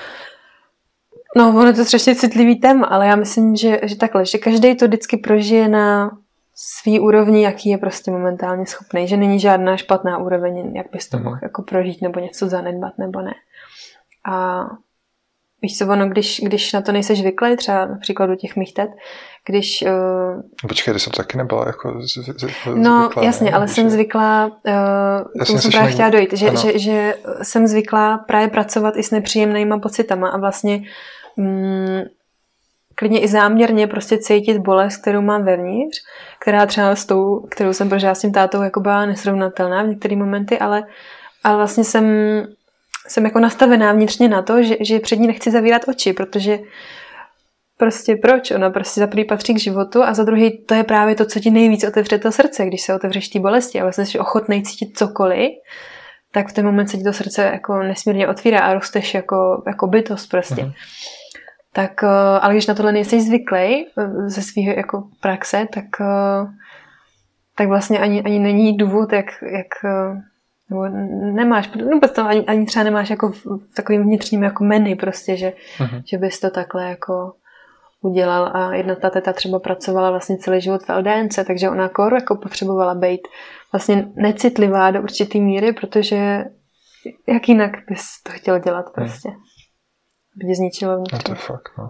No, ono je to strašně citlivý téma, ale já myslím, že, že takhle, že každý to vždycky prožije na svý úrovni, jaký je prostě momentálně schopný, že není žádná špatná úroveň, jak bys to mohl jako prožít nebo něco zanedbat nebo ne. A víš co, ono, když, když na to nejseš zvyklý, třeba například u těch mých tet, když... Uh... Počkej, ty jsem taky nebyla jako z, z, z, No zvyklá, jasně, ne? ale jsem zvyklá, uh, tomu jsem právě chtěla dojít, že, že, že jsem zvyklá právě pracovat i s nepříjemnýma pocitama a vlastně mm, klidně i záměrně prostě cítit bolest, kterou mám vevnitř, která třeba s tou, kterou jsem prožila s tím tátou, jako byla nesrovnatelná v některé momenty, ale, ale vlastně jsem... jsem jako nastavená vnitřně na to, že, že před ní nechci zavírat oči, protože prostě proč? Ona prostě za prvý patří k životu a za druhý to je právě to, co ti nejvíc otevře to srdce, když se otevřeš té bolesti a vlastně jsi ochotnej cítit cokoliv, tak v ten moment se ti to srdce jako nesmírně otvírá a rosteš jako, jako bytost prostě. Mm-hmm. Tak, ale když na tohle nejsi zvyklý ze svého jako praxe, tak, tak vlastně ani, ani není důvod, jak, jak nebo nemáš, no to ani, ani třeba nemáš jako v takovým vnitřním jako menu prostě, že, uh-huh. že bys to takhle jako udělal a jedna ta teta třeba pracovala vlastně celý život v el dé en cé, takže ona kor jako potřebovala být vlastně necitlivá do určitý míry, protože jak jinak bys to chtěl dělat prostě. Hmm. By tě zničilo vnitřně. No to je fakt, no.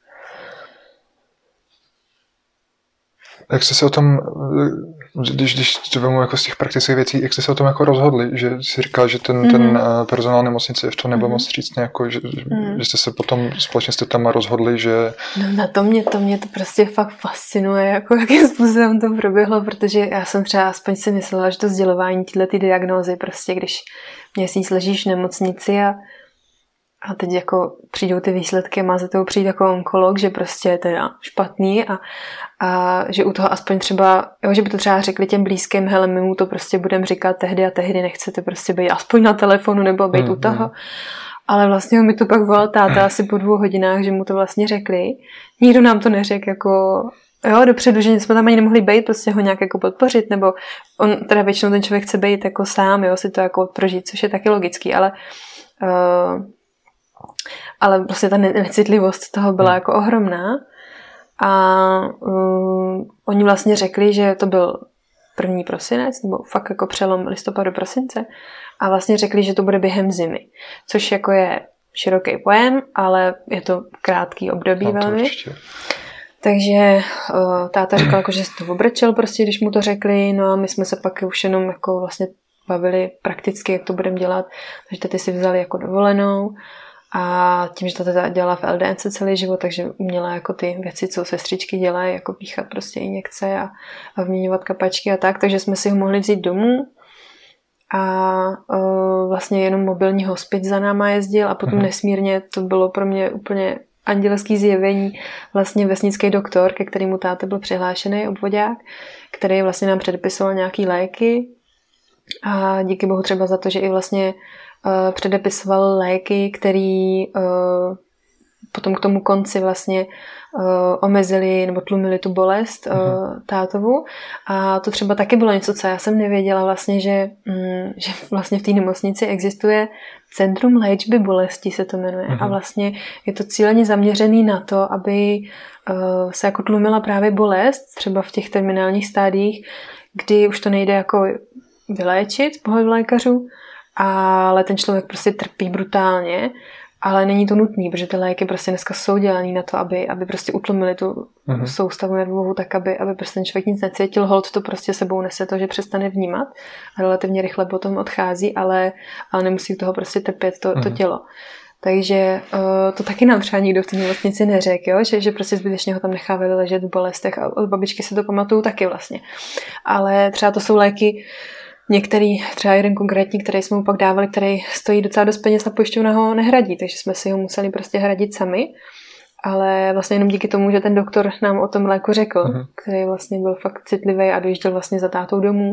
Jak jste se o tom, když, když to vemu jako z těch praktických věcí, jak jste se o tom jako rozhodli, že jsi říkal, že ten, mm-hmm. ten personál nemocnice v tom nebyl mm-hmm. moc střícný, jako, že, mm. že jste se potom společně s tětama rozhodli, že... No na to mě, to mě to prostě fakt fascinuje, jako jakým způsobem to proběhlo, protože já jsem třeba aspoň si myslela, že to sdělování tyhle diagnózy, prostě když měsíc ležíš v nemocnici a A teď jako přijdou ty výsledky, má za to přijít jako onkolog, že prostě je teda špatný a, a že u toho aspoň třeba, jo, že by to třeba řekli těm blízkým, hele, my mu to prostě budeme říkat tehdy a tehdy, nechcete prostě být aspoň na telefonu nebo být mm, u toho. Mm. Ale vlastně mi to pak volal táta asi po dvou hodinách, že mu to vlastně řekli. Nikdo nám to neřekl jako, jo, dopředu, že jsme tam ani nemohli být, prostě ho nějak jako podpořit, nebo on, teda většinou ten člověk chce být jako sám, jo, si to jako prožít, což je taky logický, ale uh, ale vlastně ta necitlivost toho byla jako ohromná a um, oni vlastně řekli, že to byl první prosinec, nebo fakt jako přelom listopadu prosince a vlastně řekli, že to bude během zimy, což jako je široký pojem, ale je to krátký období no, velmi. Určitě. Takže uh, táta říkal, jako, že se to obrčel prostě, když mu to řekli, no a my jsme se pak už jenom jako vlastně bavili prakticky, jak to budeme dělat, takže ty si vzali jako dovolenou. A tím, že to teda dělala v el dé ence celý život, takže uměla jako ty věci, co sestřičky dělají, jako píchat prostě injekce a, a vyměňovat kapačky a tak, takže jsme si ho mohli vzít domů. A uh, vlastně jenom mobilní hospic za náma jezdil a potom mm. nesmírně to bylo pro mě úplně andělský zjevení, vlastně vesnický doktor, ke kterému táta byl přihlášený, obvodák, který vlastně nám předepisoval nějaký léky a díky bohu třeba za to, že i vlastně uh, předepisoval léky, který uh, potom k tomu konci vlastně uh, omezili nebo tlumili tu bolest uh, tátovu. A to třeba taky bylo něco, co já jsem nevěděla vlastně, že, mm, že vlastně v té nemocnici existuje Centrum léčby bolesti, se to jmenuje. Uh-huh. A vlastně je to cíleně zaměřený na to, aby uh, se jako tlumila právě bolest, třeba v těch terminálních stádiích, kdy už to nejde jako vyléčit z pohledu lékařů, ale ten člověk prostě trpí brutálně. Ale není to nutný, protože ty léky prostě dneska jsou dělaný na to, aby, aby prostě utlumili tu mm-hmm. soustavu nervovou tak, aby, aby prostě ten člověk nic necítil. Holt to prostě sebou nese to, že přestane vnímat a relativně rychle potom odchází, ale, ale nemusí toho prostě trpět to, mm-hmm. to tělo. Takže uh, to taky nám třeba nikdo v té nemocnici neřekl, jo? Že, že prostě zbytečně ho tam nechávali ležet v bolestech a od babičky se to pamatuju taky vlastně. Ale třeba to jsou léky, některý, třeba jeden konkrétní, který jsme mu pak dávali, který stojí docela dost peněz a pojišťovna ho nehradí, takže jsme si ho museli prostě hradit sami. Ale vlastně jenom díky tomu, že ten doktor nám o tom léku řekl, uh-huh. který vlastně byl fakt citlivý a dojížděl vlastně za tátou domů.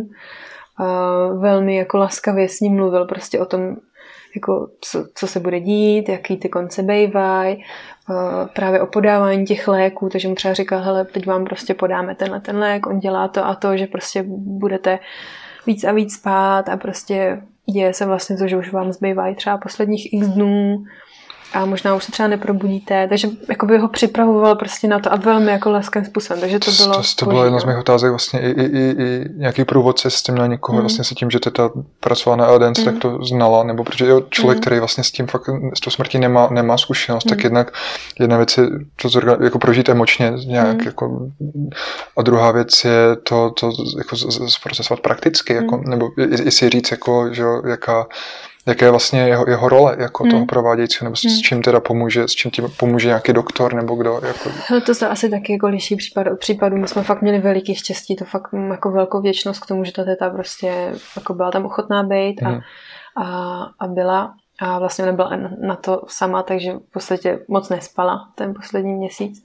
Uh, velmi jako laskavě s ním mluvil prostě o tom, jako co, co se bude dít, jaký ty konce bejvají, uh, právě o podávání těch léků, takže mu třeba říkal, hele, teď vám prostě podáme tenhle ten lék, on dělá to a to, že prostě budete víc a víc spát a prostě děje se vlastně to, že už vám zbývají třeba posledních x dnů a možná už se třeba neprobudíte, takže jakoby ho připravoval prostě na to a velmi jako laskavým způsobem, takže to bylo... To, to, to byla jedna z mých otázek vlastně i, i, i, i nějaký průvodce s tím na někoho, mm. vlastně se tím, že teta pracovala na el dé ence, mm. tak to znala, nebo protože je člověk, mm. který vlastně s tím fakt, s tou smrtí nemá, nemá zkušenost, mm. tak jednak jedna věc je to jako prožít emočně nějak, mm. jako, a druhá věc je to, to jako zprocesovat prakticky, jako, mm. nebo i, i si říct, jako, že jaká jaké je vlastně jeho, jeho role jako hmm. toho provádějícího, nebo s, hmm. s čím teda pomůže, s čím tím pomůže nějaký doktor, nebo kdo? Jako... Hele, to se asi taky jako liší případ od případů. My jsme fakt měli veliký štěstí, to fakt jako velkou vděčnost k tomu, že ta teta prostě jako byla tam ochotná být a, hmm. a, a byla. A vlastně nebyla na to sama, takže v podstatě moc nespala ten poslední měsíc.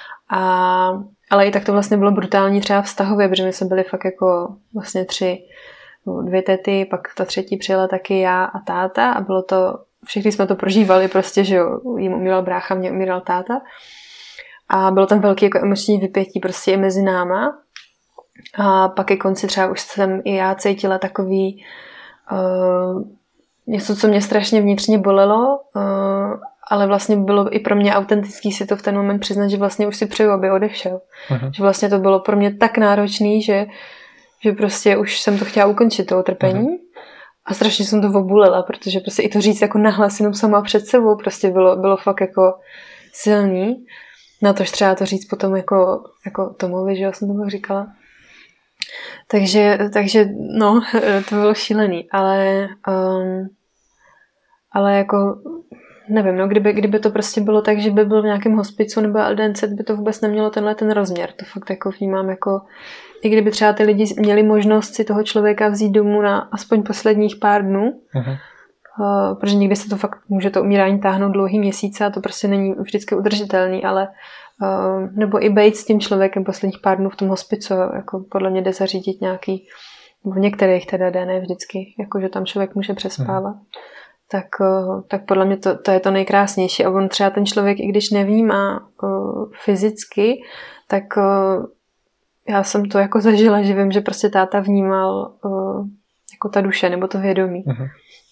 A, ale i tak to vlastně bylo brutální třeba vztahově, protože my jsme byli fakt jako vlastně tři dvě tety, pak ta třetí přijela taky já a táta a bylo to, všichni jsme to prožívali prostě, že jo, jim umíral brácha, mě umíral táta a bylo tam velký jako emoční vypětí prostě i mezi náma a pak ke konci třeba už jsem i já cítila takový uh, něco, co mě strašně vnitřně bolelo, uh, ale vlastně bylo i pro mě autentický si to v ten moment přiznat, že vlastně už si přeju, aby odešel. Uh-huh. Že vlastně to bylo pro mě tak náročný, že že prostě už jsem to chtěla ukončit, to utrpení. Mm-hmm. A strašně jsem to obulela, protože prostě i to říct jako nahlas jenom sama před sebou prostě bylo, bylo fakt jako silný. Na tož třeba to říct potom jako, jako Tomovi, že jo, jsem tomu říkala. Takže, takže no, to bylo šílený, ale um, ale jako nevím, no, kdyby, kdyby to prostě bylo tak, že by byl v nějakém hospicu nebo el dé ence, by to vůbec nemělo tenhle ten rozměr. To fakt jako vnímám jako, i kdyby třeba ty lidi měli možnost si toho člověka vzít domů na aspoň posledních pár dnů, uh-huh. uh, protože někdy se to fakt může to umírání táhnout dlouhý měsíce a to prostě není vždycky udržitelný, ale uh, nebo i bejt s tím člověkem posledních pár dnů v tom hospicu, jako podle mě jde zařídit nějaký, v některých teda jde, ne vždycky, jako že tam člověk může přespávat. Uh-huh. Tak, tak podle mě to, to je to nejkrásnější. A on třeba ten člověk, i když nevnímá uh, fyzicky, tak uh, já jsem to jako zažila, že vím, že prostě táta vnímal uh, jako ta duše, nebo to vědomí. Uh-huh.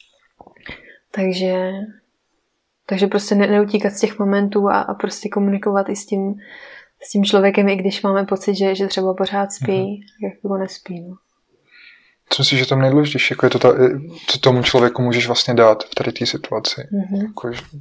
Takže, takže prostě ne, neutíkat z těch momentů a, a prostě komunikovat i s tím, s tím člověkem, i když máme pocit, že, že třeba pořád spí, uh-huh. jak jako nespí. No. Co myslíš, že tam nejdůležitější? Jako je to ta, co tomu člověku můžeš vlastně dát v tady té situaci? Mm-hmm. Jako, že...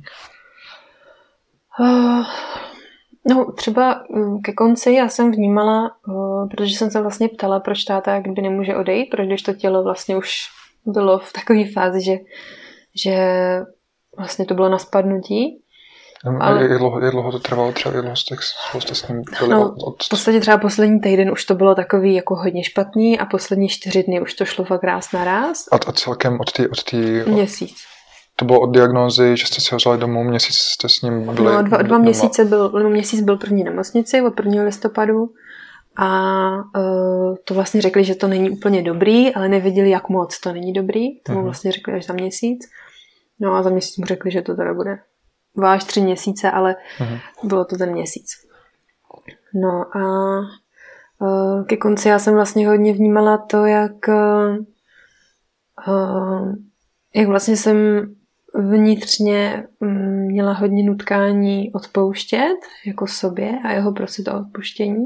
uh, no třeba ke konci já jsem vnímala, uh, protože jsem se vlastně ptala, proč táta kdyby nemůže odejít, proč když to tělo vlastně už bylo v takové fázi, že, že vlastně to bylo na spadnutí. Ale... Jak, dlouho, jak dlouho to trvalo? Třeba jak dlouho jste, jste s ním byli no, od, od... v podstatě třeba poslední týden už to bylo takový jako hodně špatný a poslední čtyři dny už to šlo fakt ráz na ráz. A, a celkem od té... Od tý, od... Měsíc. To bylo od diagnózy, že jste si ho vzali domů, měsíc jste s ním byli... No, dva, dva měsíce byl, no, měsíc byl první nemocnici od prvního listopadu a uh, to vlastně řekli, že to není úplně dobrý, ale nevěděli, jak moc to není dobrý. To mu vlastně řekli až za měsíc. No a za měsíc mu řekli, že to teda bude dva až tři měsíce, ale uh-huh. bylo to ten měsíc. No a uh, ke konci já jsem vlastně hodně vnímala to, jak uh, uh, jak vlastně jsem vnitřně měla hodně nutkání odpouštět jako sobě a jeho prosit o odpuštění.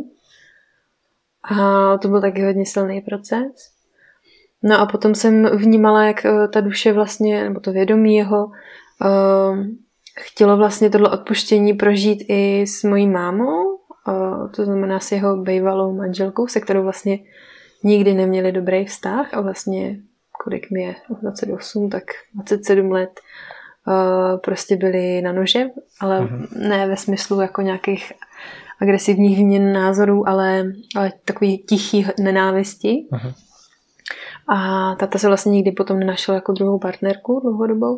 A to byl taky hodně silný proces. No a potom jsem vnímala, jak ta duše vlastně, nebo to vědomí jeho, uh, chtělo vlastně tohle odpuštění prožít i s mojí mámou, uh, to znamená s jeho bývalou manželkou, se kterou vlastně nikdy neměli dobrý vztah a vlastně kolik mi je, dvacet osm, tak dvacet sedm let uh, prostě byli na nože, ale mm-hmm. ne ve smyslu jako nějakých agresivních výměn názorů, ale, ale takový tichý nenávisti. Mm-hmm. A tata se vlastně nikdy potom nenašel jako druhou partnerku dlouhodobou.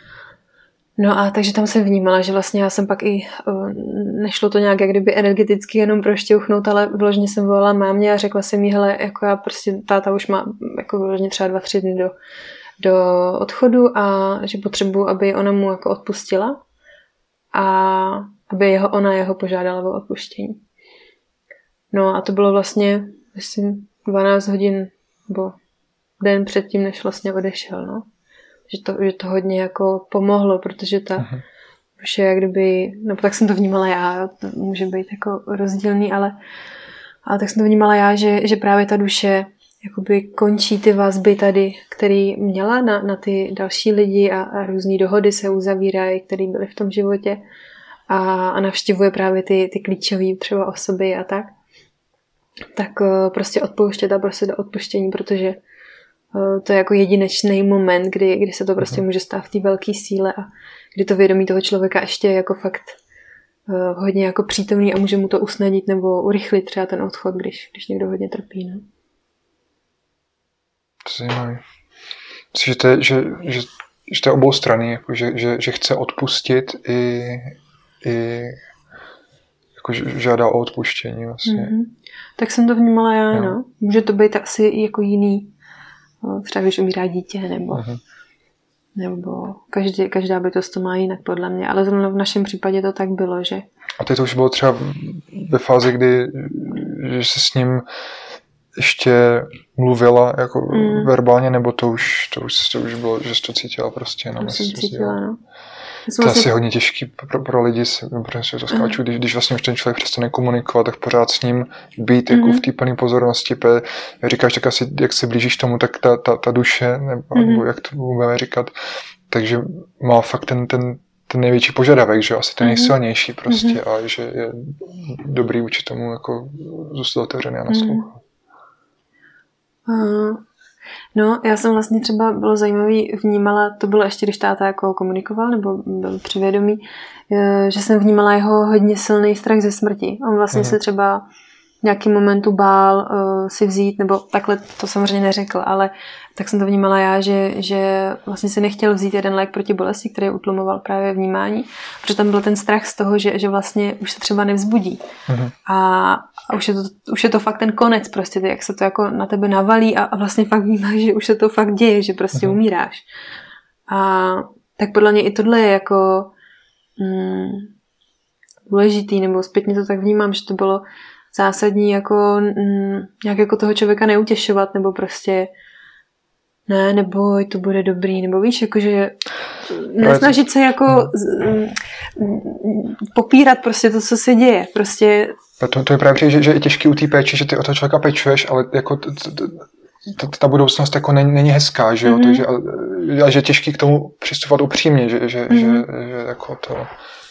No a takže tam jsem vnímala, že vlastně já jsem pak i, uh, nešlo to nějak jak kdyby energeticky jenom prošťouchnout, ale vyloženě jsem volala mámě a řekla jsem jí, hele, jako já prostě, táta už má jako vyloženě třeba dva, tři dny do, do odchodu a že potřebuji, aby ona mu jako odpustila a aby jeho, ona jeho požádala o odpuštění. No a to bylo vlastně, myslím, dvanáct hodin, nebo den předtím, než vlastně odešel, no. Že to, že to hodně jako pomohlo, protože ta uh-huh. už je jak kdyby, no tak jsem to vnímala já, to může být jako rozdílný, ale, ale tak jsem to vnímala já, že, že právě ta duše jakoby končí ty vazby tady, který měla na, na ty další lidi a, a různý dohody se uzavírají, které byly v tom životě a, a navštěvuje právě ty, ty klíčové třeba osoby a tak. Tak uh, prostě odpouštět a prostě do odpuštění, protože to je jako jedinečný moment, kdy, kdy se to prostě může stát v té velké síle a kdy to vědomí toho člověka ještě je jako fakt uh, hodně jako přítomný a může mu to usnadnit nebo urychlit třeba ten odchod, když, když někdo hodně trpí. No? To je zajímavé. Myslím, že to je, že, že, že to je obou strany, jako že, že, že chce odpustit i, i jako žádá o odpuštění vlastně. Mm-hmm. Tak jsem to vnímala já, no. no. Může to být asi jako jiný, třeba když umírá dítě, nebo, uh-huh. nebo každý, každá bytost to má jinak podle mě, ale zrovna v našem případě to tak bylo, že... A teď to už bylo třeba ve fázi, kdy že se s ním ještě mluvila jako mm. verbálně, nebo to už, to už, to už bylo, že jsi to cítila prostě? No, to jsem cítila, no. To je asi hodně těžký pro, pro lidi, protože to skáču, když, když vlastně už ten člověk přestane komunikovat, tak pořád s ním být mm-hmm. jako v té plné pozornosti. Jak říkáš, tak asi jak se blížíš tomu, tak ta, ta, ta duše, nebo, mm-hmm. nebo jak to budeme říkat, takže má fakt ten, ten, ten největší požadavek, že asi ten nejsilnější prostě mm-hmm. a že je dobrý vůči tomu jako zůstat otevřený a naslouchat. Mm-hmm. No, já jsem vlastně třeba, bylo zajímavý, vnímala, to bylo ještě, když táta jako komunikoval, nebo byl při vědomí, že jsem vnímala jeho hodně silný strach ze smrti. On vlastně mm. se třeba v nějakým momentu bál uh, si vzít, nebo takhle to samozřejmě neřekl, ale tak jsem to vnímala já, že, že vlastně si nechtěl vzít jeden lék proti bolesti, který utlumoval právě vnímání, protože tam byl ten strach z toho, že, že vlastně už se třeba nevzbudí. Mm. A, a už, je to, už je to fakt ten konec, prostě, jak se to jako na tebe navalí a, a vlastně fakt vnímáš, že už se to fakt děje, že prostě mm. umíráš. A tak podle mě i tohle je jako mm, důležitý, nebo zpětně to tak vnímám, že to bylo zásadní jako mm, nějak jako toho člověka neutěšovat, nebo prostě ne, neboj, to bude dobrý, nebo víš, jakože nesnažit se jako z, popírat prostě to, co se děje, prostě. To, to je právě, že, že je těžký u té péči, že ty o toho člověka pečuješ, ale jako t, t, t, ta budoucnost jako není, není hezká, že jo, mm-hmm. takže a, a že je těžký k tomu přistupovat upřímně, že, že, mm-hmm. že, že jako to.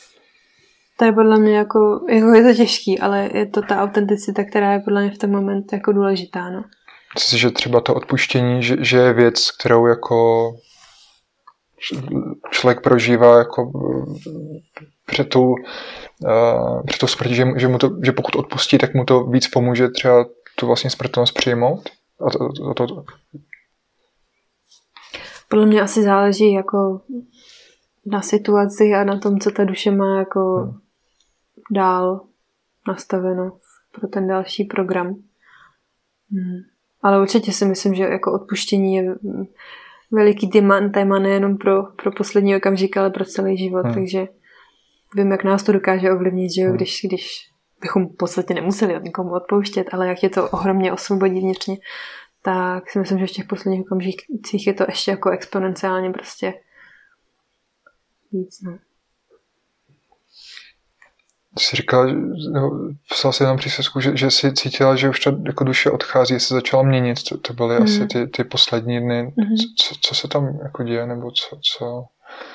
To je podle mě jako, jako je to těžký, ale je to ta autenticita, která je podle mě v ten moment jako důležitá, no. Myslím si, že třeba to odpuštění, že, že je věc, kterou jako člověk prožívá jako před tou, uh, před tou smrtí, že, že, mu to, že pokud odpustí, tak mu to víc pomůže třeba tu vlastně smrtelnost přijmout? A to, a to, to. Podle mě asi záleží jako na situaci a na tom, co ta duše má jako hmm. dál nastaveno pro ten další program. Hmm. Ale určitě si myslím, že jako odpuštění je veliký téma nejenom pro, pro poslední okamžik, ale pro celý život. Hmm. Takže vím, jak nás to dokáže ovlivnit, že jo, hmm. když, když bychom v podstatě nemuseli od nikomu odpouštět, ale jak je to ohromně osvobodí vnitřně, tak si myslím, že v těch posledních okamžicích je to ještě jako exponenciálně prostě víc. No. Jsi říkala, no, psala jsi tam přísvědku, že, že jsi cítila, že už ta jako duše odchází, se začala měnit. To, to byly mm. asi ty, ty poslední dny. Mm. Co, co se tam jako děje, nebo co? co?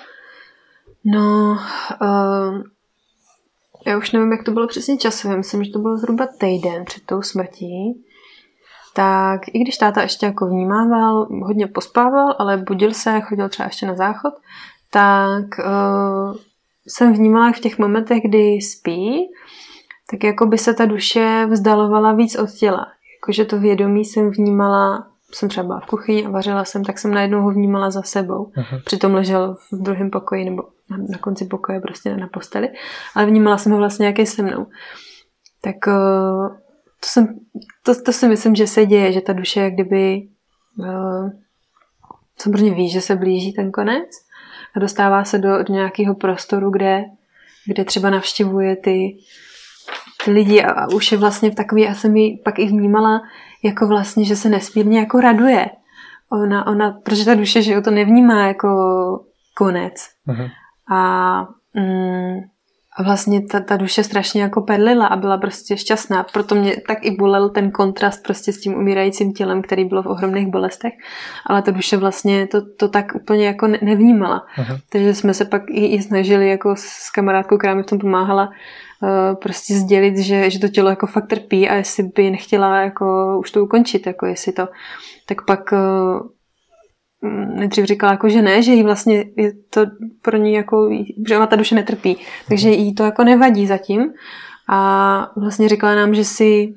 No, uh, já už nevím, jak to bylo přesně časově. Myslím, že to bylo zhruba týden před tou smrtí. Tak i když táta ještě jako vnímával, hodně pospával, ale budil se, chodil třeba ještě na záchod, tak uh, jsem vnímala v těch momentech, kdy spí, tak jako by se ta duše vzdalovala víc od těla. Jakože to vědomí jsem vnímala, jsem třeba byla v kuchyni a vařila jsem, tak jsem najednou ho vnímala za sebou. Uh-huh. Přitom ležel v druhém pokoji nebo na, na konci pokoje, prostě na posteli, ale vnímala jsem ho vlastně, jak je se mnou. Tak uh, to, jsem, to, to si myslím, že se děje, že ta duše jak kdyby uh, samozřejmě ví, že se blíží ten konec a dostává se do, do nějakého prostoru, kde, kde třeba navštěvuje ty, ty lidi a, a už je vlastně v takový, já jsem ji pak i vnímala jako vlastně, že se nesmírně jako raduje. Ona, ona, protože ta duše, že jo, to nevnímá jako konec. Uh-huh. A mm, A vlastně ta, ta duše strašně jako perlila a byla prostě šťastná. Proto mě tak i bolel ten kontrast prostě s tím umírajícím tělem, který bylo v ohromných bolestech. Ale ta duše vlastně to, to tak úplně jako nevnímala. Aha. Takže jsme se pak i, i snažili jako s kamarádkou, která mi v tom pomáhala, uh, prostě sdělit, že, že to tělo jako fakt trpí a jestli by nechtěla jako už to ukončit, jako jestli to. Tak pak uh, nejdřív říkala jako, že ne, že jí vlastně je to pro ní jako, že ona ta duše netrpí, takže jí to jako nevadí zatím a vlastně říkala nám, že si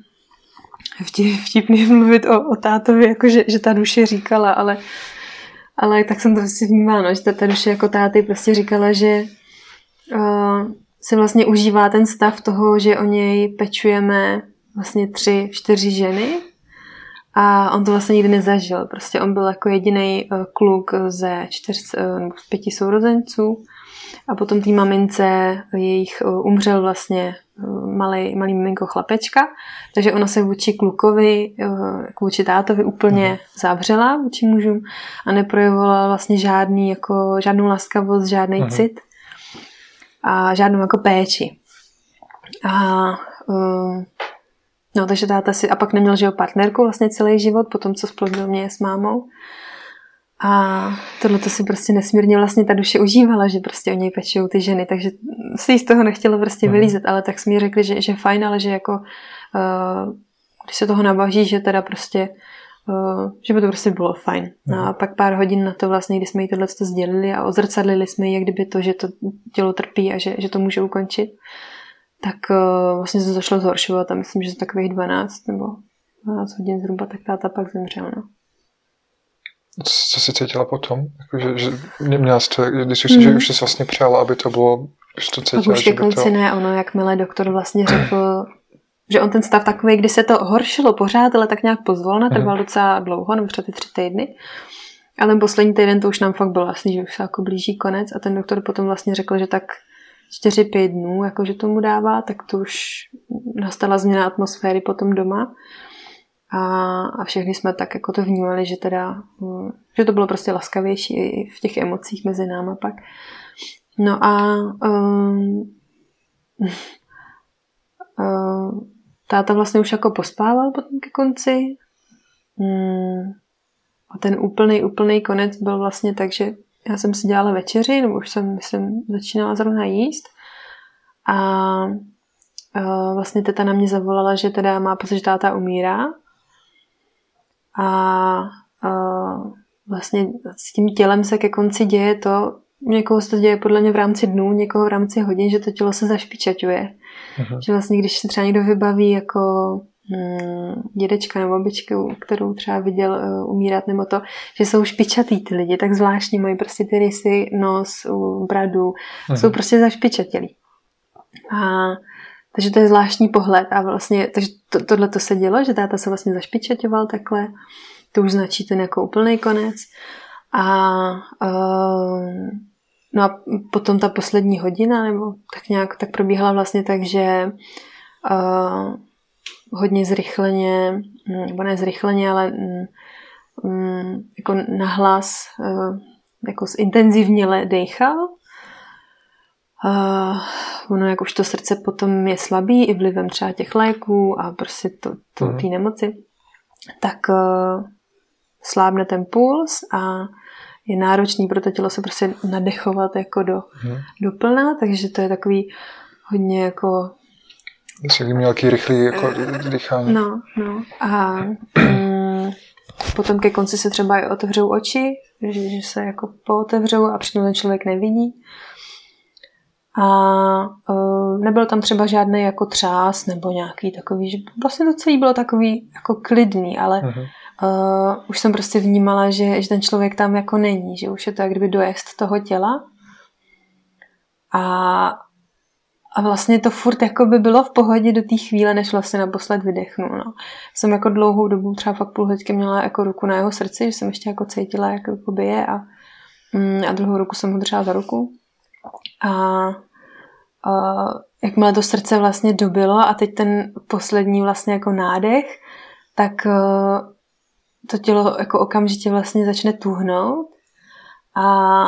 vtipně mluvit o, o tátovi, jako že, že ta duše říkala, ale, ale tak jsem to si vnímala, no, že ta, ta duše jako táty prostě říkala, že uh, si vlastně užívá ten stav toho, že o něj pečujeme vlastně tři, čtyři ženy. A on to vlastně nikdy nezažil. Prostě on byl jako jediný kluk ze čtyř nebo z pěti sourozenců. A potom tý mamince jejich umřel vlastně malý, malý miminko chlapečka. Takže ona se vůči klukovi, jako vůči tátovi úplně zavřela vůči mužům a neprojevovala vlastně žádný, jako, žádnou laskavost, žádný cit a žádnou jako péči. A um, No, takže táta si, a pak neměl, že jo, partnerku vlastně celý život, potom co splodil mě s mámou. A tohle to si prostě nesmírně vlastně ta duše užívala, že prostě o něj pečujou ty ženy, takže si z toho nechtělo prostě vylízet, ale tak jsme jí řekli, že, že fajn, ale že jako, uh, když se toho nabaží, že teda prostě, uh, že by to prostě bylo fajn. No a pak pár hodin na to vlastně, kdy jsme jí tohle sdělili a ozrcadlili jsme jí, jak kdyby to, že to tělo trpí a že, že to může ukončit, tak uh, vlastně se začalo zhoršovat a myslím, že za takových dvanáct nebo dvanáct hodin zhruba, tak táta pak zemřel. No. Co jsi cítila potom? Jako, že, že měla jsi to, když už, mm. že už jsi vlastně přála, aby to bylo, už to cítila, tak už ke konci to... ne, ono, jakmile doktor vlastně řekl, že on ten stav takový, kdy se to horšilo pořád, ale tak nějak pozvolna, trval mm. docela dlouho, nebo třeba ty tři týdny. A ten poslední týden to už nám fakt bylo vlastně, že už se jako blíží konec a ten doktor potom vlastně řekl, že tak čtyři, pět dnů, jakože tomu dává, tak to už nastala změna atmosféry potom doma. A, a všechny jsme tak jako to vnímali, že teda, že to bylo prostě laskavější i v těch emocích mezi náma pak. No a um, uh, táta vlastně už jako pospával potom ke konci. Um, a ten úplný, úplný konec byl vlastně tak, že já jsem si dělala večeři, nebo už jsem, myslím, začínala zrovna jíst. A uh, vlastně teta na mě zavolala, že teda má pocit, že táta umírá. A uh, vlastně s tím tělem se ke konci děje to, někoho se to děje podle mě v rámci dnů, někoho v rámci hodin, že to tělo se zašpičaťuje. Uh-huh. Že vlastně, když se třeba někdo vybaví jako hmm, dědečka nebo babičku, kterou třeba viděl uh, umírat, nebo to, že jsou špičatý ty lidi, tak zvláštní mají prostě ty rysy, nos, uh, bradu, uh-huh. jsou prostě zašpičatělí. A takže to je zvláštní pohled a vlastně, takže to, tohle to se dělo, že táta se vlastně zašpičaťoval takhle, to už značí ten jako úplný konec. A uh, no a potom ta poslední hodina, nebo tak nějak tak probíhala vlastně tak, že uh, hodně zrychleně, nebo ne zrychleně, ale um, jako nahlas, uh, jako zintenzivněle dejchal. Uh, ono, jak už to srdce potom je slabý i vlivem třeba těch léků a prostě to, to, mm. té nemoci, tak uh, slábne ten puls a je náročný pro to tělo se prostě nadechovat jako do, mm. do plna, takže to je takový hodně jako... Jsi měl nějaký rychlý jako dýchání. No, no. A um, potom ke konci se třeba i otevřou oči, že, že se jako pootevřou a přitom ten člověk nevidí. A uh, nebyl tam třeba žádný jako třás nebo nějaký takový, že vlastně to celé bylo takový jako klidný, ale uh-huh. uh, už jsem prostě vnímala, že, že ten člověk tam jako není, že už je to jak kdyby dojezd toho těla a, a vlastně to furt jako by bylo v pohodě do té chvíle, než vlastně naposled vydechnu. No. Jsem jako dlouhou dobu, třeba fakt půl hoďky měla jako ruku na jeho srdci, že jsem ještě jako cítila, jak jako bije a, mm, a druhou ruku jsem ho držela za ruku. A, a jakmile to srdce vlastně dobilo a teď ten poslední vlastně jako nádech, tak a, to tělo jako okamžitě vlastně začne tuhnout a,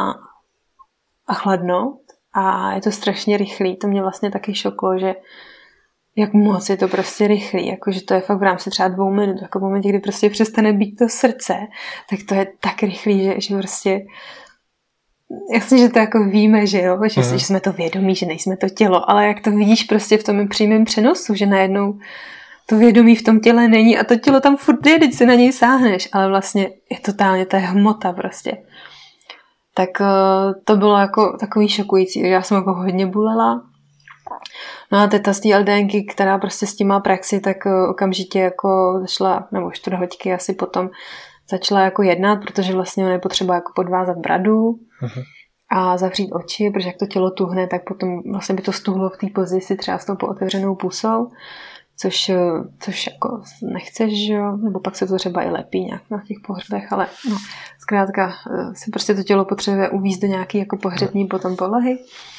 a chladnout a je to strašně rychlý. To mě vlastně taky šoklo, že jak moc je to prostě rychlý, jakože to je fakt v rámci třeba dvou minut, jako v momentě, kdy prostě přestane být to srdce, tak to je tak rychlý, že, že prostě jasně, že to jako víme, že jo, že, mm. že jsme to vědomí, že nejsme to tělo, ale jak to vidíš prostě v tom přímém přenosu, že najednou to vědomí v tom těle není a to tělo tam furt je, když si na něj sáhneš, ale vlastně je totálně, to je hmota prostě. Tak to bylo jako takový šokující, já jsem jako hodně bulela. No a teta z té LDNky, která prostě s tím má praxi, tak okamžitě jako zašla, nebo čtvrt hoďky asi potom, začala jako jednat, protože vlastně je potřeba jako podvázat bradu uh-huh. a zavřít oči, protože jak to tělo tuhne, tak potom vlastně by to stuhlo v té pozici třeba s tou pootevřenou pusou, což, což jako nechceš, že jo, nebo pak se to třeba i lepí nějak na těch pohřbech, ale no, zkrátka si prostě to tělo potřebuje uvízt do nějaký jako pohřební potom polohy.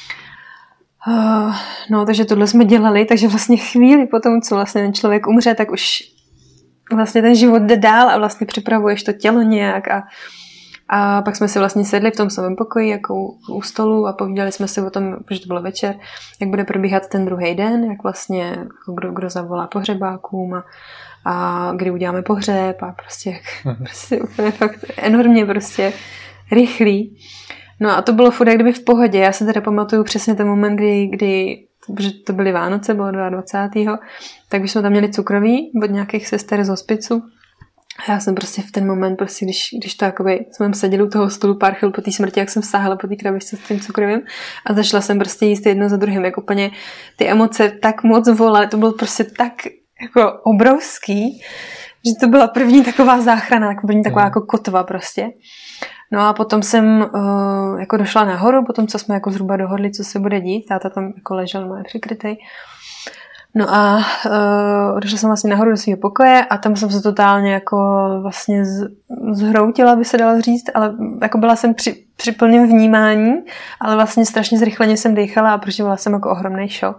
Uh, no, takže tohle jsme dělali, takže vlastně chvíli potom, co vlastně ten člověk umře, tak už vlastně ten život jde dál a vlastně připravuješ to tělo nějak a, a pak jsme si vlastně sedli v tom samém pokoji jako u, u stolu a povídali jsme si o tom, protože to bylo večer, jak bude probíhat ten druhý den, jak vlastně jako kdo, kdo zavolá pohřebákům a, a kdy uděláme pohřeb a prostě, jak, prostě úplně fakt enormně prostě rychlý. No a to bylo furt jak kdyby v pohodě. Já se teda pamatuju přesně ten moment, kdy, kdy protože to byly Vánoce, bylo dvacátého druhého tak už jsme tam měli cukroví od nějakých sester z hospicu. A já jsem prostě v ten moment, prostě, když, když to jakoby, jsme seděli u toho stolu pár chvil po té smrti, jak jsem sáhla po té krabičce s tím cukrovým a začala jsem prostě jíst jedno za druhým, jak úplně ty emoce tak moc volaly, to bylo prostě tak jako obrovský, že to byla první taková záchrana, tak první taková jako kotva prostě. No a potom jsem uh, jako došla nahoru, potom co jsme jako zhruba dohodli, co se bude dít, táta tam jako ležel moje přikrytej. No a uh, došla jsem vlastně nahoru do svého pokoje a tam jsem se totálně jako vlastně z, zhroutila, by se dalo říct, ale jako byla jsem při, při plném vnímání, ale vlastně strašně zrychleně jsem dýchala a prožívala jsem jako ohromný šok.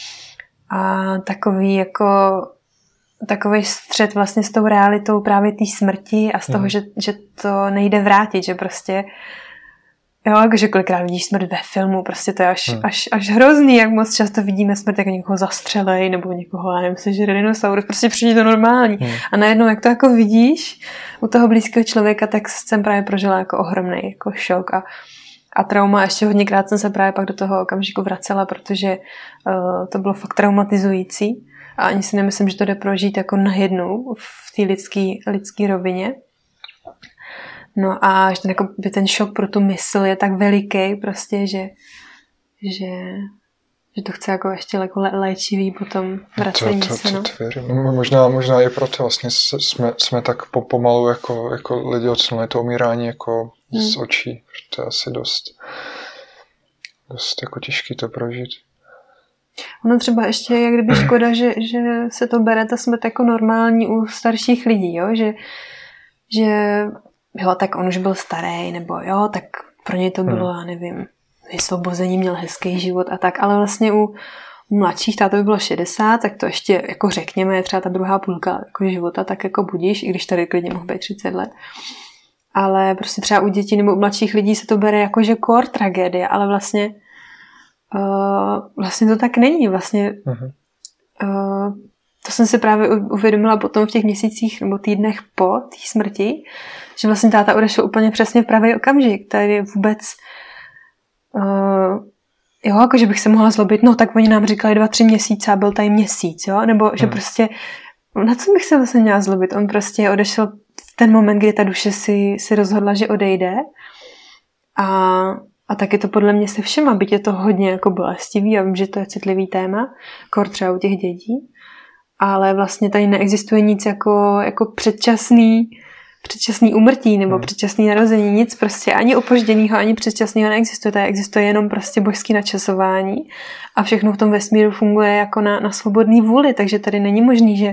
A takový jako takový střet vlastně s tou realitou právě té smrti a z toho, mm. že, že to nejde vrátit, že prostě jo, jakože kolikrát vidíš smrt ve filmu, prostě to je až, mm. až, až hrozný, jak moc často vidíme smrt, jak někoho zastřelej, nebo někoho, já nevím, sežere dinosaurus, prostě přijde to normální. Mm. A najednou, jak to jako vidíš u toho blízkého člověka, tak jsem právě prožila jako ohromný jako šok a, a trauma. Ještě hodněkrát jsem se právě pak do toho okamžiku vracela, protože uh, to bylo fakt traumatizující. A ani si nemyslím, že to jde prožít jako najednou v té lidské lidský rovině. No a že ten, jako, by ten šok pro tu mysl je tak veliký prostě, že, že, že to chce jako ještě jako léčivý potom vracení to, to, se. to, No. to věřím. Možná, možná i proto vlastně jsme, jsme tak pomalu jako, jako lidi odsunuli to umírání jako hmm. z očí. To je asi dost, dost jako těžký to prožít. Ono třeba ještě je kdyby škoda, že, že se to bere ta smrt jako normální u starších lidí, jo? Že, že jo, tak on už byl starý, nebo jo, tak pro něj to bylo, hmm. já nevím, vysvobození, měl hezký život a tak, ale vlastně u, u mladších, táto by bylo šedesát, tak to ještě jako řekněme, je třeba ta druhá půlka jako života, tak jako budíš, i když tady klidně mohl být třicet let. Ale prostě třeba u dětí nebo u mladších lidí se to bere jako, že kor tragédie, ale vlastně Uh, vlastně to tak není. Vlastně uh-huh. uh, to jsem si právě uvědomila potom v těch měsících nebo týdnech po té smrti, že vlastně táta odešel úplně přesně v pravý okamžik. Tady vůbec uh, jo, jako že bych se mohla zlobit, no tak oni nám říkali dva, tři měsíce a byl tady měsíc, jo, nebo uh-huh. že prostě na co bych se vlastně měla zlobit? On prostě odešel v ten moment, kdy ta duše si, si rozhodla, že odejde a A tak je to podle mě se všema, byť je to hodně jako bolestivý, já vím, že to je citlivý téma, kor třeba u těch dětí, ale vlastně tady neexistuje nic jako, jako předčasný, předčasný úmrtí nebo hmm. předčasný narození, nic prostě ani opožděnýho, ani předčasného neexistuje, tady existuje jenom prostě božský načasování a všechno v tom vesmíru funguje jako na, na svobodný vůli, takže tady není možný, že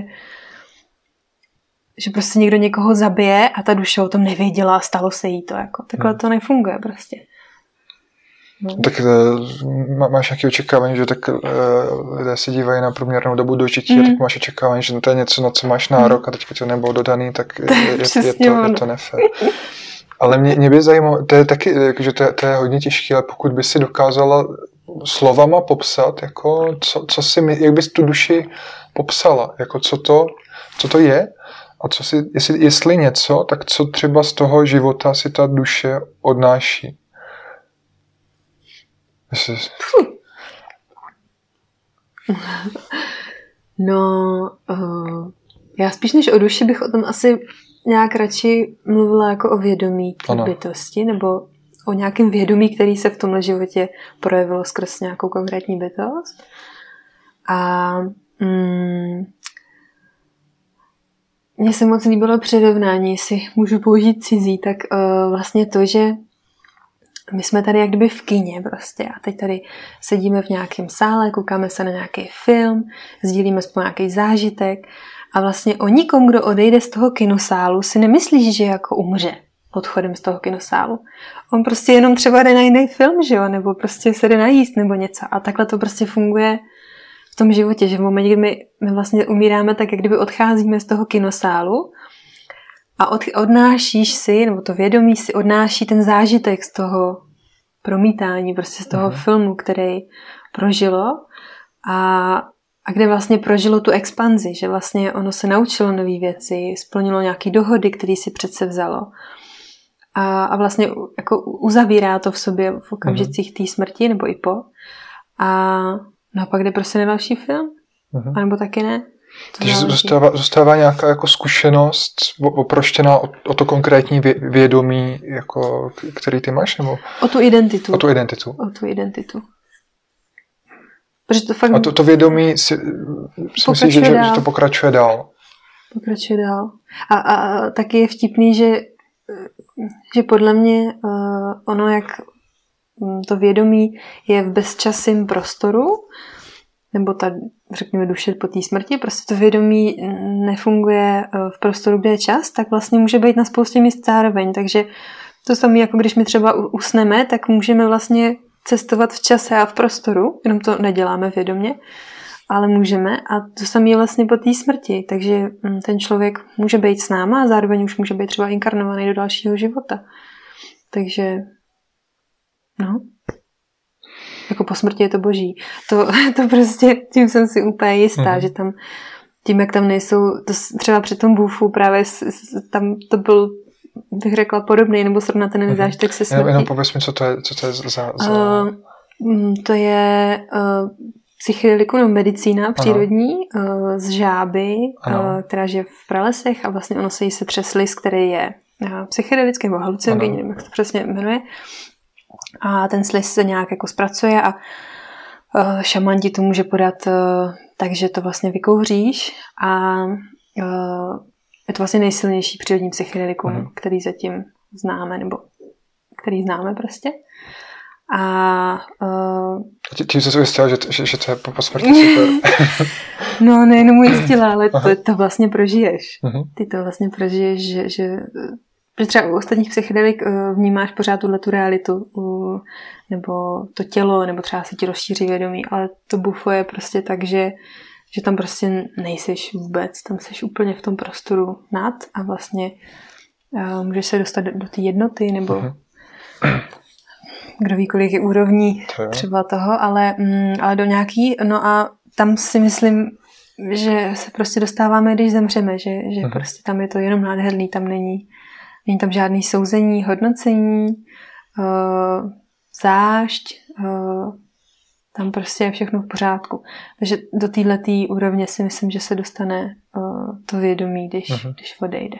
že prostě někdo někoho zabije a ta duše o tom nevěděla a stalo se jí to, jako takhle hmm. to nefunguje prostě. No. Tak máš nějaké očekávání, že tak lidé se dívají na průměrnou dobu dožití mm. a tak máš očekávání, že to je něco, na co máš nárok a teďka to nebylo dodaný, tak je, je, je, to, je to nefér. Ale mě, mě by zajímalo, to je taky, že to je, to je hodně těžké, ale pokud by si dokázala slovama popsat, jako co, co si, jak bys tu duši popsala, jako co to, co to je a co si, jestli, jestli něco, tak co třeba z toho života si ta duše odnáší. No, uh, já spíš než o duši bych o tom asi nějak radši mluvila jako o vědomí té bytosti, nebo o nějakém vědomí, který se v tomhle životě projevilo skrz nějakou konkrétní bytost. A mm, mně se moc líbilo přirovnání, jestli můžu použít cizí, tak uh, vlastně to, že my jsme tady jak kdyby v kině prostě a teď tady sedíme v nějakém sále, koukáme se na nějaký film, sdílíme spolu nějaký zážitek a vlastně o nikom, kdo odejde z toho kinosálu, si nemyslíš, že jako umře odchodem z toho kinosálu. On prostě jenom třeba jde na jiný film, že jo, nebo prostě se jde najíst nebo něco a takhle to prostě funguje v tom životě, že v momentě, kdy my, my vlastně umíráme, tak jak kdyby odcházíme z toho kinosálu a od, odnášíš si, nebo to vědomí si odnáší ten zážitek z toho promítání, prostě z toho uh-huh. filmu, který prožilo a, a kde vlastně prožilo tu expanzi, že vlastně ono se naučilo nové věci, splnilo nějaké dohody, které si přece vzalo a, a vlastně jako uzavírá to v sobě v okamžicích té smrti nebo i po a no a pak jde prostě na další film, uh-huh. anebo taky ne. Takže zůstává, zůstává nějaká jako zkušenost oproštěná o, o to konkrétní vědomí, jako, který ty máš? Nebo? O tu identitu. O tu identitu. O tu identitu. Protože to fakt... A to, to vědomí si, si myslíš, že, že to pokračuje dál? Pokračuje dál. A, a taky je vtipný, že, že podle mě uh, ono, jak to vědomí je v bezčasím prostoru, nebo ta, řekněme, duše po té smrti, prostě to vědomí nefunguje v prostoru, kde je čas, tak vlastně může být na spoustě míst zároveň. Takže to samé, jako když my třeba usneme, tak můžeme vlastně cestovat v čase a v prostoru, jenom to neděláme vědomě, ale můžeme a to samé je vlastně po té smrti. Takže ten člověk může být s náma a zároveň už může být třeba inkarnovaný do dalšího života. Takže no... Jako po smrti je to boží. To, to prostě, tím jsem si úplně jistá, mm. že tam, tím, jak tam nejsou, to třeba při tom bůfu právě tam to byl, bych řekla, podobný nebo srovnatelný mm. zážitek se smrtí. Jenom pověz mi, co to je, co to je za... za... Uh, to je uh, psychedeliku nebo medicína přírodní uh, z žáby, uh, která žije v pralesech a vlastně ono se jí se třes list, který je psychedelický nebo halucinogenní, nevím, jak se to přesně jmenuje. A ten sliz se nějak jako zpracuje a uh, šaman ti to může podat uh, takže to vlastně vykouříš a uh, je to vlastně nejsilnější přírodní psychedelikum, mm. který zatím známe, nebo který známe prostě. A uh, tím jsi se ujistila, že, že, že to je po, po smrti super. No, nejenom ujistila, ale to, to vlastně prožiješ. Uh-huh. Ty to vlastně prožiješ, že, že, že třeba u ostatních psychedelik uh, vnímáš pořád tuhle tu realitu, uh, nebo to tělo, nebo třeba si ti rozšíří vědomí, ale to bufo je prostě tak, že, že tam prostě nejseš vůbec, tam jsi úplně v tom prostoru nad a vlastně uh, můžeš se dostat do, do té jednoty, nebo uh-huh. kdo ví, kolik je úrovní třeba toho, ale, mm, ale do nějaký, no a tam si myslím, že se prostě dostáváme, když zemřeme, že, že uh-huh. prostě tam je to jenom nádherný, tam není, není tam žádný souzení, hodnocení, uh, zášť, uh, tam prostě je všechno v pořádku. Takže do této úrovně si myslím, že se dostane uh, to vědomí, když, uh-huh. když odejde.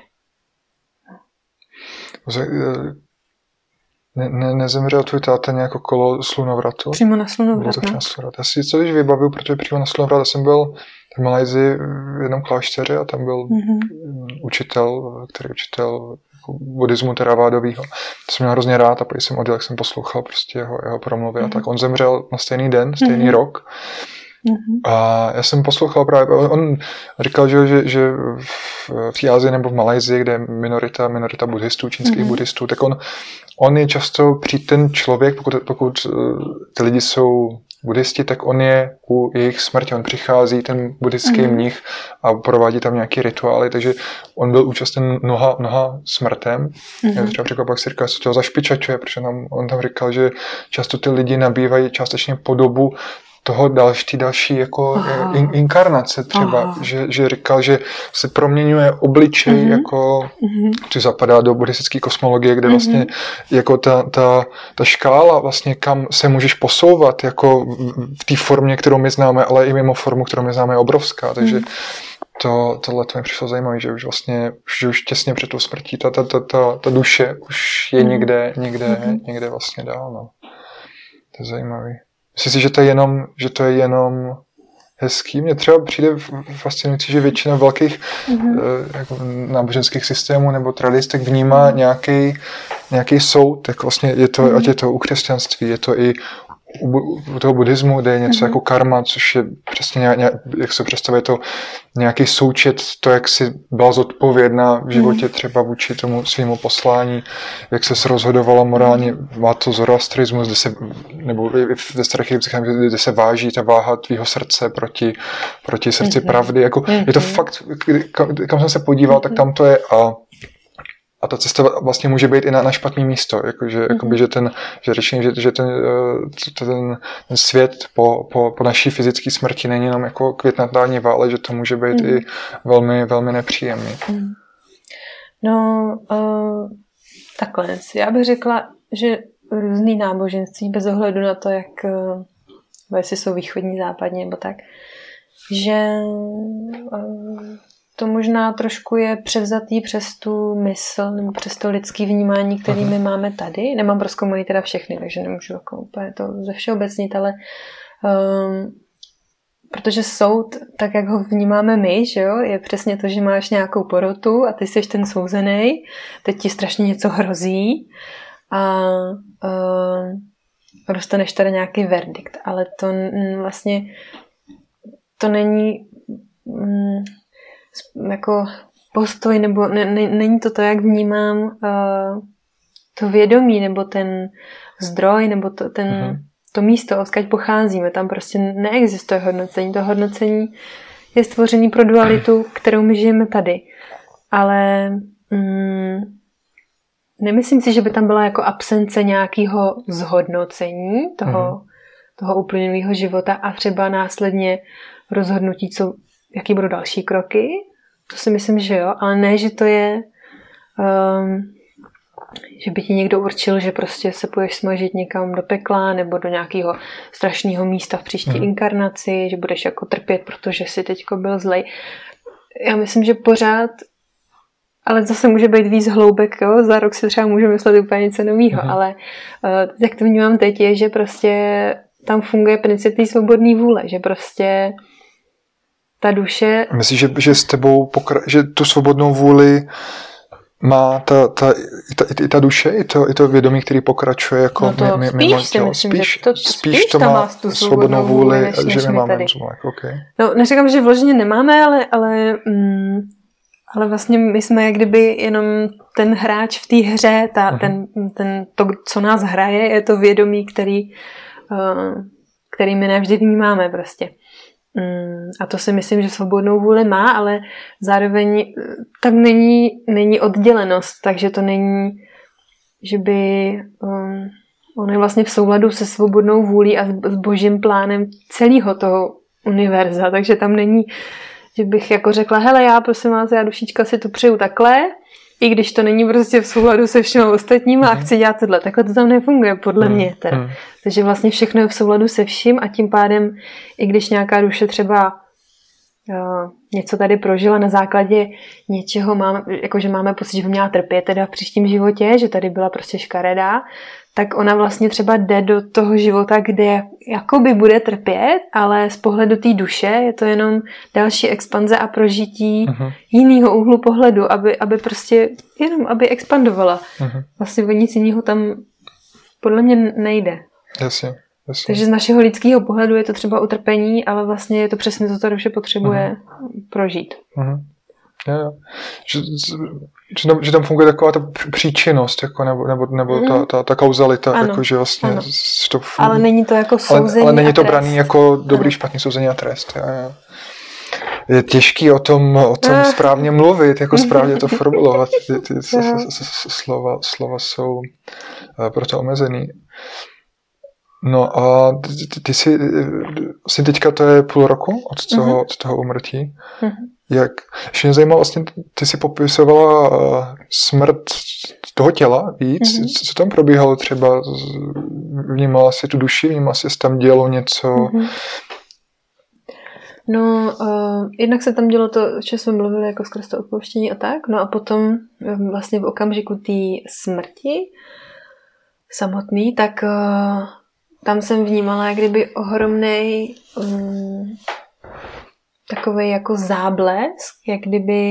Ne, ne, nezemřel tvůj táta nějak okolo slunovratu? Přímo na slunovrat, no. Na slunovrat. Já si to když vybavuju, protože přímo na slunovrat, já jsem byl v Malajsii v jednom klášteře a tam byl mm-hmm. učitel, který učitel buddhismu teravádovýho. To jsem měl hrozně rád a když jsem odjel, jak jsem poslouchal prostě jeho, jeho promluvy mm-hmm. a tak. On zemřel na stejný den, stejný mm-hmm. rok. Mm-hmm. A já jsem poslouchal právě, on říkal, že, že, že v, v té Asii nebo v Malajsii, kde je minorita, minorita buddhistů, čínských mm-hmm. buddhistů, tak on, on je často při ten člověk, pokud, pokud ty lidi jsou buddhisti, tak on je u jejich smrti, on přichází, ten buddhistický mm-hmm. mnich a provádí tam nějaký rituály, takže on byl účasten mnoha, mnoha smrtem. Mm-hmm. Já třeba řekl, pak si říkal, že se toho zašpičačuje, protože tam, on tam říkal, že často ty lidi nabývají částečně podobu toho další, ty další jako in, inkarnace třeba, že, že říkal, že se proměňuje obličej, mm-hmm. jako, mm-hmm. což zapadá do buddhistické kosmologie, kde mm-hmm. vlastně jako ta, ta, ta škála vlastně, kam se můžeš posouvat, jako v té formě, kterou my známe, ale i mimo formu, kterou my známe, je obrovská, takže mm-hmm. to, tohle to mi přišlo zajímavé, že už vlastně, že už těsně před tou smrtí ta, ta, ta, ta, ta duše už je mm-hmm. někde, někde, mm-hmm. někde vlastně dál, no. To je zajímavý. Myslím si, že to je jenom, že to je jenom hezký. Mně třeba přijde fascinující, že většina velkých mm-hmm. eh, jako náboženských systémů nebo tradic tak vnímá nějaký, nějaký soud, tak vlastně je to, mm-hmm. ať je to u křesťanství, je to i u, u toho buddhismu, kde je něco mm-hmm. jako karma, což je přesně nějak, nějak, jak se představuje to nějaký součet, to, jak jsi byla zodpovědná v životě mm-hmm. třeba vůči tomu svému poslání, jak se rozhodovala morálně, má to zoroastrismus, kde se, nebo ve starých egyptských, kde se váží ta váha tvýho srdce proti, proti srdci mm-hmm. pravdy. Jako, mm-hmm. Je to fakt, kam, kam jsem se podíval, mm-hmm. tak tam to je a A ta cesta vlastně může být i na, na špatné místo, jakože, mm-hmm. jakoby, že ten, že řešení, že, že ten, ten, ten svět po, po, po naší fyzické smrti není jenom jako květnatá niva, ale že to může být mm-hmm. i velmi, velmi nepříjemný. Mm. No, uh, takhle. Já bych řekla, že různý náboženství, bez ohledu na to, jak, uh, jestli jsou východní, západní nebo tak, že uh, to možná trošku je převzatý přes tu mysl nebo přes to lidské vnímání, které my máme tady. Nemám prozkoumaný teda všechny, takže nemůžu jako úplně to ze všeobecnit, ale um, protože soud, tak jak ho vnímáme my, že jo, je přesně to, že máš nějakou porotu a ty jsi ten souzenej, teď ti strašně něco hrozí a um, dostaneš tady nějaký verdikt, ale to vlastně to není um, jako postoj, nebo ne, ne, není to to, jak vnímám uh, to vědomí, nebo ten zdroj, nebo to, ten, mm-hmm. to místo, odkud pocházíme. Tam prostě neexistuje hodnocení. To hodnocení je stvořený pro dualitu, kterou my žijeme tady. Ale mm, nemyslím si, že by tam byla jako absence nějakého zhodnocení toho, mm-hmm. toho uplynulého života a třeba následně rozhodnutí, co jaký budou další kroky, to si myslím, že jo, ale ne, že to je, um, že by ti někdo určil, že prostě se půjdeš smažit někam do pekla nebo do nějakého strašného místa v příští hmm. inkarnaci, že budeš jako trpět, protože jsi teďko byl zlej. Já myslím, že pořád ale zase může být víc hloubek, jo? Za rok si třeba můžu myslet úplně něco nového, mm-hmm. ale uh, jak to vnímám teď je, že prostě tam funguje princip té svobodné vůle, že prostě ta duše... Myslíš, že, že s tebou, pokra- že tu svobodnou vůli má ta, ta, i, ta, i ta duše, i to, i to vědomí, který pokračuje jako no to mi, spíš mimo si tělo. myslím, Spíš, že to, spíš, spíš to má má tu svobodnou vůli, než, že než my máme tady. zmluvek, okay. No, neříkám, že vloženě nemáme, ale, ale, mm, ale vlastně my jsme jak kdyby jenom ten hráč v té hře, ta, uh-huh. ten, ten, to, co nás hraje, je to vědomí, který, uh, který my nevždy vnímáme prostě. Mm, a to si myslím, že svobodnou vůli má, ale zároveň tam není, není oddělenost, takže to není, že by um, on je vlastně v souladu se svobodnou vůlí a s božím plánem celého toho univerza, takže tam není, že bych jako řekla, hele, já prosím vás, já dušička si to přeju takhle, i když to není prostě v souladu se všemi ostatníma mm. a chci dělat tohle. Takhle to tam nefunguje, podle mm. mě teda. Mm. Takže vlastně všechno je v souladu se vším a tím pádem, i když nějaká duše třeba uh, něco tady prožila na základě něčeho, máme, jakože máme pocit, že by měla trpět teda v příštím životě, že tady byla prostě škaredá, tak ona vlastně třeba jde do toho života, kde jakoby bude trpět, ale z pohledu té duše je to jenom další expanze a prožití uh-huh. jiného úhlu pohledu, aby, aby prostě jenom, aby expandovala. Uh-huh. Vlastně o nic jiného tam podle mě nejde. Jasně, jasně. Takže z našeho lidského pohledu je to třeba utrpení, ale vlastně je to přesně to, co ta duše potřebuje uh-huh. prožít. Uh-huh. Jo, jo. Že, že, tam, že tam funguje taková ta příčinnost, jako, nebo, nebo, nebo mm. ta, ta, ta kauzalita, ano, jako, že vlastně to funguje. Ale není to jako souzení ale, ale není a to trest. braný jako dobrý, ano. špatný souzení a trest. Jo, jo. Je těžký o tom, o tom ah. správně mluvit, jako správně to formulovat. Ty, ty slova, slova jsou proto omezený. No a ty, ty jsi, jsi teďka to je půl roku od toho, mm-hmm. od toho umrtí. Mm-hmm. Jak, ještě mě zajímalo, vlastně ty jsi popisovala smrt toho těla víc, mm-hmm. co tam probíhalo třeba, vnímala jsi tu duši, vnímala jsi, jestli tam dělo něco? Mm-hmm. No, uh, jednak se tam dělo to, že jsme mluvili jako skrz to odpouštění a tak, no a potom vlastně v okamžiku té smrti samotný, tak uh, tam jsem vnímala jak kdyby ohromnej um, takový jako záblesk, jak kdyby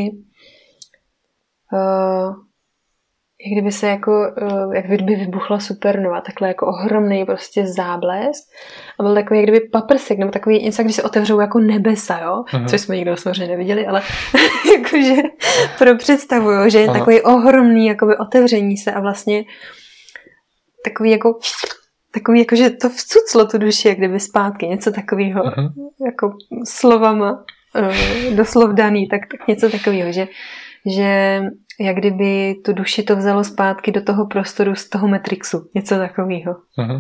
uh, jak kdyby se jako, uh, jak kdyby vybuchla supernova, takhle jako ohromný prostě záblesk a byl takový jak kdyby paprsek, nebo takový něco, když se otevřou jako nebesa, jo, uh-huh. což jsme nikdo samozřejmě neviděli, ale jakože pro představu, jo, že je uh-huh. takový ohromný jakoby otevření se a vlastně takový jako takový jako, že to vcuclo tu duši jak kdyby zpátky, něco takového, uh-huh. jako slovama doslov daný, tak, tak něco takového, že, že jak kdyby tu duši to vzalo zpátky do toho prostoru z toho Matrixu, něco takového. Uh-huh.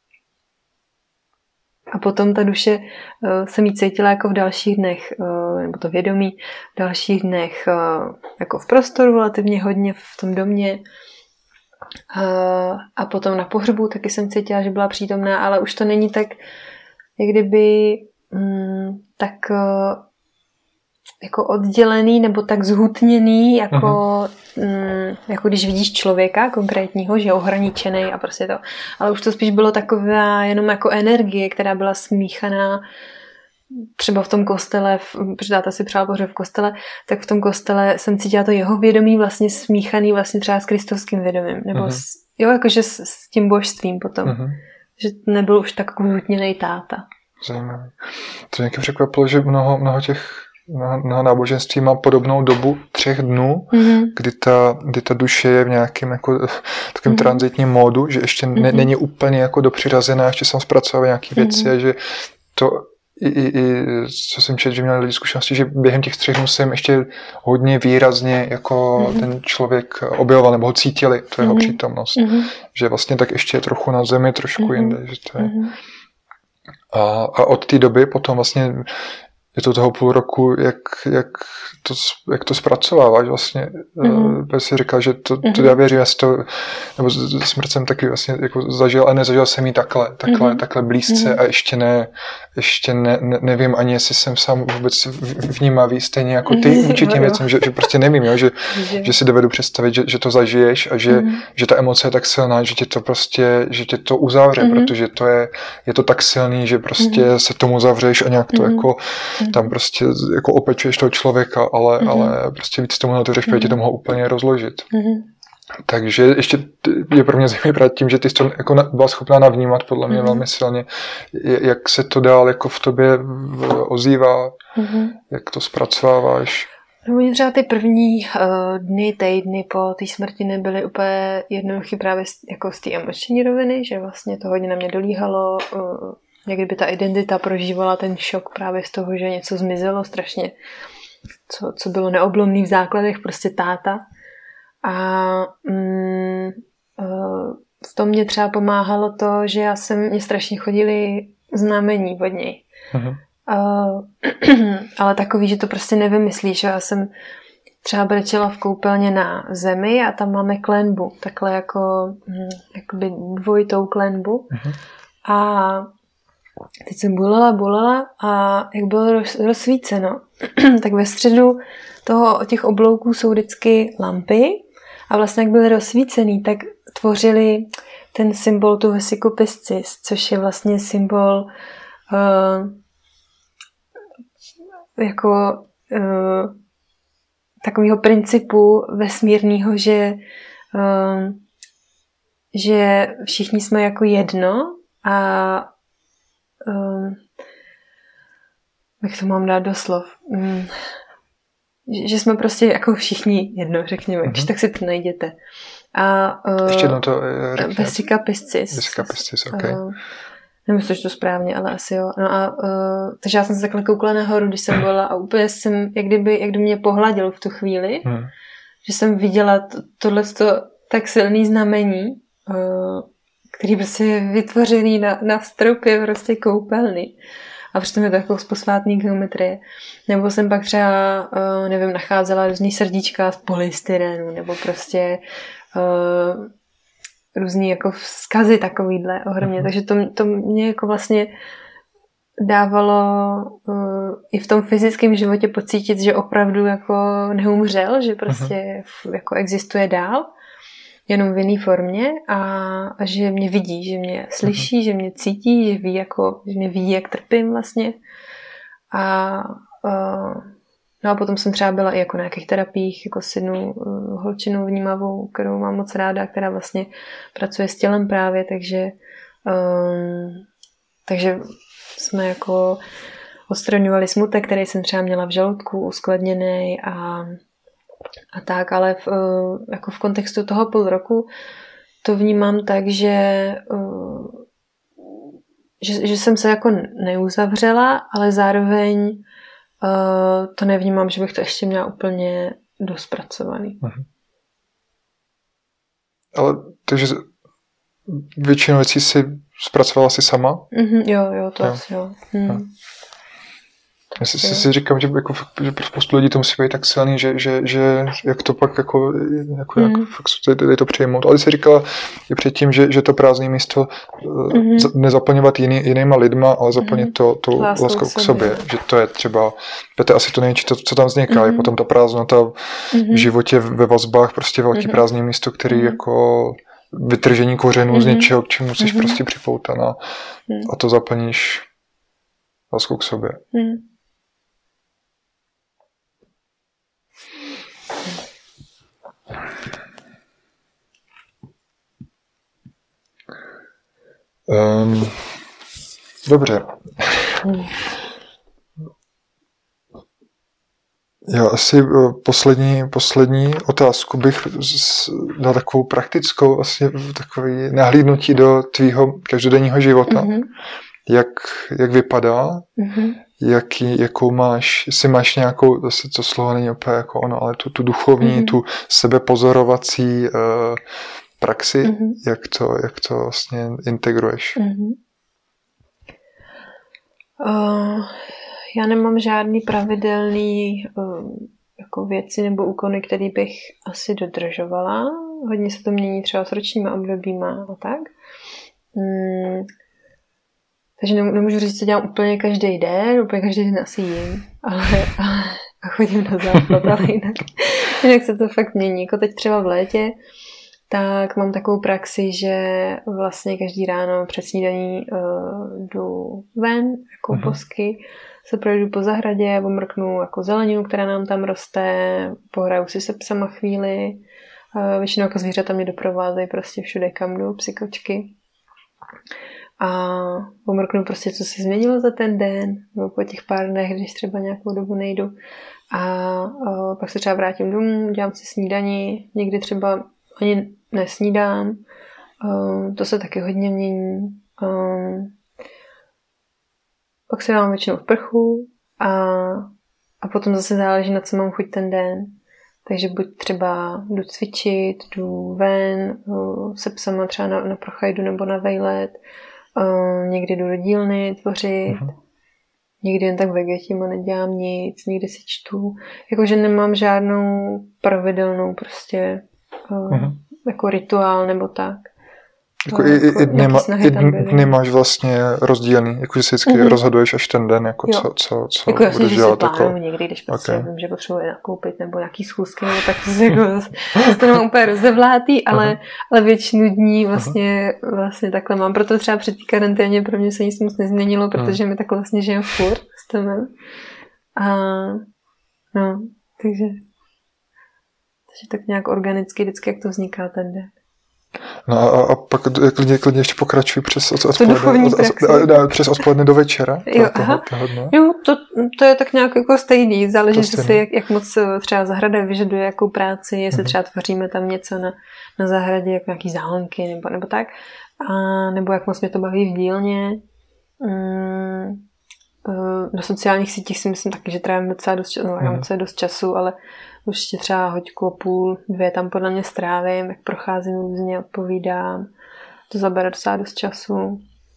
A potom ta duše uh, se mi cítila jako v dalších dnech, uh, nebo to vědomí, v dalších dnech uh, jako v prostoru relativně hodně v tom domě. Uh, a potom na pohřbu taky jsem cítila, že byla přítomná, ale už to není tak, jak kdyby um, tak uh, jako oddělený nebo tak zhutněný, jako, uh-huh. mm, jako když vidíš člověka konkrétního, že je ohraničený a prostě to. Ale už to spíš bylo taková jenom jako energie, která byla smíchaná třeba v tom kostele, protože táta si přál pohřeb v kostele, tak v tom kostele jsem cítila to jeho vědomí vlastně smíchaný vlastně třeba s kristovským vědomím. Nebo uh-huh. s, jo, jakože s, s tím božstvím potom. Uh-huh. Že nebyl už tak zhutněný táta. Zajímavé. To mě překvapilo, že mnoho, mnoho těch mnoho náboženství má podobnou dobu třech dnů, mm-hmm. kdy, ta, kdy ta duše je v nějakém jako, takovém mm-hmm. tranzitním módu, že ještě ne, mm-hmm. není úplně jako dopřirazená, ještě jsem zpracoval nějaké věci mm-hmm. a že to i, i, i co jsem četl, že měli lidi zkušenosti, že během těch třech dnů jsem ještě hodně výrazně jako mm-hmm. ten člověk objevoval, nebo ho cítili, to jeho mm-hmm. přítomnost. Mm-hmm. Že vlastně tak ještě je trochu na zemi, trošku mm-hmm. jinde. Že to je. Mm-hmm. A, a od té doby potom vlastně je to toho půl roku, jak, jak, to, jak to zpracováváš vlastně. Mm-hmm. Uh, si říkal, že to, to já věřím, já si to, nebo smrt jsem taky vlastně jako zažil, a nezažil jsem ji takhle, takhle, mm-hmm. takhle blízce mm-hmm. a ještě ne, ještě ne, ne, nevím ani, jestli jsem sám vůbec vnímavý, stejně jako ty určitě no, věcem, že, že prostě nevím, jo, že, že si dovedu představit, že, že to zažiješ a že, mm-hmm. že ta emoce je tak silná, že tě to prostě, že tě to uzavře, mm-hmm. protože to je, je to tak silný, že prostě mm-hmm. se tomu zavřeš a nějak to mm-hmm. jako tam prostě jako opečuješ toho člověka, ale, mm-hmm. ale prostě víc tomu otevřeš, protože mm-hmm. to mohlo úplně rozložit. Mm-hmm. Takže ještě je pro mě zajímavé právě tím, že ty jsi to jako byla schopná navnímat podle mě mm-hmm. velmi silně, jak se to dál jako v tobě ozývá, mm-hmm. jak to zpracováváš. No, oni třeba ty první uh, dny, týdny po té smrti nebyly úplně jednoduchý právě z, jako z té emoční roviny, že vlastně to hodně na mě dolíhalo, uh, jak kdyby ta identita prožívala ten šok právě z toho, že něco zmizelo strašně, co, co bylo neoblomný v základech, prostě táta. A mm, uh, v tom mě třeba pomáhalo to, že já jsem, mě strašně chodili znamení od něj. Mhm. Uh, ale takový, že to prostě nevymyslíš. Já jsem třeba brečela v koupelně na zemi a tam máme klenbu, takhle jako hm, jakoby dvojitou klenbu. Uh-huh. A teď jsem bulela, bulela a jak bylo roz, rozsvíceno, tak ve středu toho, těch oblouků jsou vždycky lampy a vlastně jak byly rozsvícený, tak tvořili ten symbol tu Vesica Piscis, což je vlastně symbol uh, jako uh, takového principu vesmírného, že, uh, že všichni jsme jako jedno a uh, jak to mám dát do slov? Um, že jsme prostě jako všichni jedno, řekněme, mm-hmm. když tak si to najděte. A uh, ještě jedno to řekněte. Vesica Piscis. Vesica Piscis, ok. Uh, Nevím, jestli to špatně, ale asi jo. No a uh, takže já jsem se takhle koukla nahoru, když jsem byla a úplně jsem, jak kdyby, jak kdyby mě pohladil v tu chvíli, hmm. že jsem viděla to, tohleto tak silný znamení, uh, který prostě je vytvořený na, na stropě prostě koupelny. A přitom je to jako z posvátný geometrie. Nebo jsem pak třeba, uh, nevím, nacházela různý srdíčka z polystyrenu, nebo prostě uh, různý jako vzkazy takovýhle ohromně. Uh-huh. Takže to, to mě jako vlastně dávalo uh, i v tom fyzickém životě pocítit, že opravdu jako neumřel, že prostě uh-huh. jako existuje dál, jenom v jiný formě a, a že mě vidí, že mě slyší, uh-huh. že mě cítí, že ví jako, že mě ví, jak trpím vlastně. A uh, no a potom jsem třeba byla i jako na nějakých terapiích, jako s jednou uh, holčinou vnímavou, kterou mám moc ráda, která vlastně pracuje s tělem právě, takže um, takže jsme jako odstraňovali smutek, který jsem třeba měla v žaludku uskladněný a, a tak, ale v, uh, jako v kontextu toho půl roku to vnímám tak, že, uh, že, že jsem se jako neuzavřela, ale zároveň Uh, to nevnímám, že bych to ještě měla úplně dospracovaný. Uh-huh. Ale takže většinu věcí si zpracovala si sama? Uh-huh, jo, jo, to jo. asi jo. Hmm. Já si, si, si říkám, že, jako, že pro spoustu lidí to musí být tak silný, že, že, že jak to pak jako, jako mm. jak fakt je to přejmout. Ale jsi říkala i předtím, že, že to prázdné místo mm. nezaplňovat jiný, jinýma lidma, ale zaplnit mm. to, to láskou, láskou k sobě. Že to je třeba, to je asi to největší, to, co tam vzniká, mm. je potom ta prázdnota mm. v životě ve vazbách, prostě velký mm. prázdné místo, který mm. jako vytržení kořenů mm. z něčeho, k čemu jsi mm. prostě připoutaná mm. a to zaplníš láskou k sobě. Mm. Um, dobře. Já asi poslední, poslední otázku bych dal takovou praktickou, vlastně takový nahlídnutí do tvýho každodenního života. Mm-hmm. Jak, jak vypadá, mm-hmm. jaký, jakou máš, jestli máš nějakou, zase to slovo není úplně jako ono, ale tu, tu duchovní, mm-hmm. tu sebepozorovací uh, praxi, mm-hmm. jak, to, jak to vlastně integruješ? Mm-hmm. Uh, já nemám žádný pravidelný um, jako věci nebo úkony, který bych asi dodržovala. Hodně se to mění třeba s ročníma obdobíma a tak. Hmm. Takže nemůžu říct, co dělám úplně každý den, úplně každý den asi jim, ale, ale a chodím na základ, ale jinak, jinak se to fakt mění. Jako teď třeba v létě, tak mám takovou praxi, že vlastně každý ráno před snídaní uh, jdu ven, jako uh-huh. bosky, se projdu po zahradě, omrknu jako zeleninu, která nám tam roste, pohraju si se psama chvíli, uh, většinou jako zvířata mě doprovázejí prostě všude, kam jdu, psy, kočky. A pomrknu prostě, co se změnilo za ten den, nebo po těch pár dnech, když třeba nějakou dobu nejdu. A, a pak se třeba vrátím domů, dělám si snídani, někdy třeba ani nesnídám. A, to se taky hodně mění. A, pak se dám většinou v prchu a, a potom zase záleží, na co mám chuť ten den. Takže buď třeba jdu cvičit, jdu ven, se psama třeba na, na prochajdu nebo na vejlet, Uh, někdy jdu do dílny tvořit, uh-huh. někdy jen tak vegetím a nedělám nic, někdy si čtu. Jakože nemám žádnou pravidelnou prostě uh, uh-huh. jako rituál nebo tak. Jako, i, jako i, dny, ma, i dny máš vlastně rozdílný, jakože si vždycky mm-hmm. rozhoduješ až ten den, jako co, co, co jako budeš dělat. Jako plánuju někdy, když prostě okay. vím, že potřebuji nakoupit nebo nějaký schůzky, nebo tak to, jako, to nemám úplně rozevlátý, ale, uh-huh. ale většinu dní vlastně, uh-huh. vlastně takhle mám. Proto třeba před té karanténě pro mě se nic moc nezměnilo, protože uh-huh. my takhle vlastně žijeme furt s temem. A no, takže takže tak nějak organicky vždycky, jak to vzniká ten den. No a, a pak klidně, klidně ještě pokračuji přes odpoledne, od, od, přes odpoledne do večera. Jo, toho, toho jo to, to je tak nějak jako stejný. Záleží si, jak, jak moc třeba zahrada vyžaduje, jakou práci, jestli mm-hmm. třeba tvoříme tam něco na, na zahradě, jako nějaký záhonky nebo, nebo tak. A, nebo jak moc mě to baví v dílně. Mm, do sociálních sítích si myslím taky, že trávím docela dost, no, mm. docela dost času, ale určitě třeba hoďku a půl, dvě tam podle mě strávím, jak procházím různě, odpovídám. To zabere docela dost času.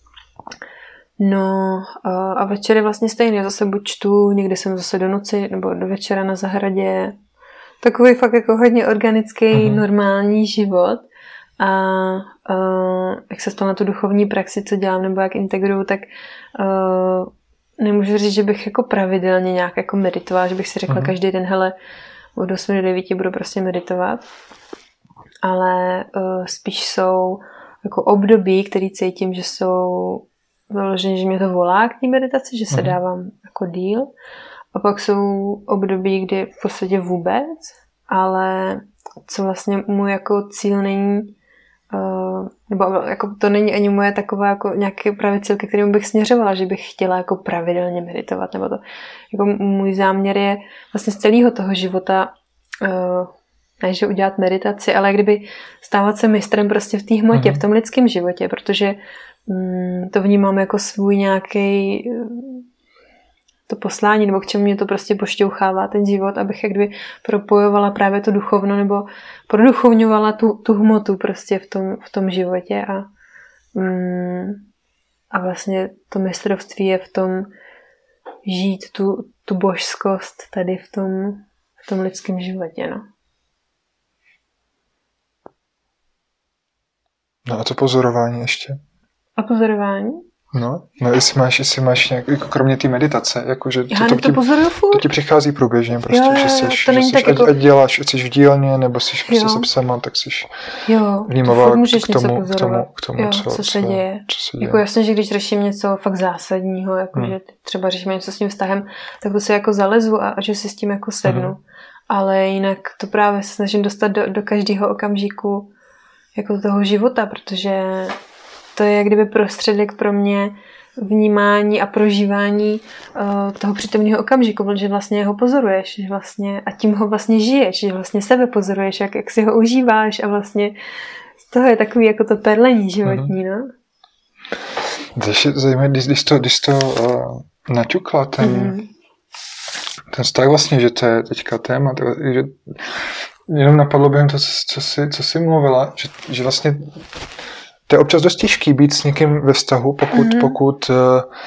No a večer je vlastně stejný. Zase buď čtu, někdy jsem zase do noci nebo do večera na zahradě. Takový fakt jako hodně organický, mm. normální život. A, a jak se stalo na tu duchovní praxi, co dělám nebo jak integruju, tak uh, nemůžu říct, že bych jako pravidelně nějak jako meditovala, že bych si řekla mm. každý den, hele, od osmi do devíti budu prostě meditovat, ale uh, spíš jsou jako období, které cítím, že jsou vyloženě, že mě to volá k té meditaci, že se mm. dávám jako díl, a pak jsou období, kdy v podstatě vůbec, ale co vlastně můj jako cíl není, uh, nebo jako to není ani moje taková jako nějaký právě cíl, ke kterému bych směřovala, že bych chtěla jako pravidelně meditovat, nebo to. Jako můj záměr je vlastně z celého toho života uh, ne, že udělat meditaci, ale kdyby stávat se mistrem prostě v té hmotě, mm-hmm. v tom lidském životě, protože um, to vnímám jako svůj nějaký to poslání, nebo k čemu mě to prostě pošťouchává ten život, abych jak kdyby propojovala právě to duchovno, nebo produchovňovala tu, tu hmotu prostě v tom, v tom životě a, mm, a vlastně to mistrovství je v tom žít tu, tu božskost tady v tom, v tom lidském životě, no. No a to pozorování ještě? A pozorování? No, no jestli máš, jestli máš nějak, jako kromě té meditace, jakože Já to, to, pozoruju furt. To ti přichází průběžně prostě, jo, že jsi, to že jsi ať, jako... ať děláš, ať jsi v dílně, nebo jsi prostě se psama, tak jsi vnímavá k tomu, k tomu, k tomu jo, co, co, se děje. co se děje. Jako jasně, že když řeším něco fakt zásadního, jakože hmm. třeba řešíme něco s tím vztahem, tak to se jako zalezu a, a že si s tím jako sednu. Hmm. Ale jinak to právě se snažím dostat do, do každého okamžiku jako toho života, protože to je jak kdyby prostředek pro mě vnímání a prožívání uh, toho přítomného okamžiku, protože vlastně ho pozoruješ, že vlastně, a tím ho vlastně žiješ, že vlastně sebe pozoruješ, jak, jak si ho užíváš a vlastně z toho je takový jako to perlení životní, no. Když, zajímavé, když, když to, když to uh, naťukla, ten, mm-hmm. ten vztah vlastně, že to je teďka téma, to, že jenom napadlo během to, co jsi, co jsi mluvila, že, že vlastně to je občas dost těžký být s někým ve vztahu, pokud, mm-hmm. pokud uh,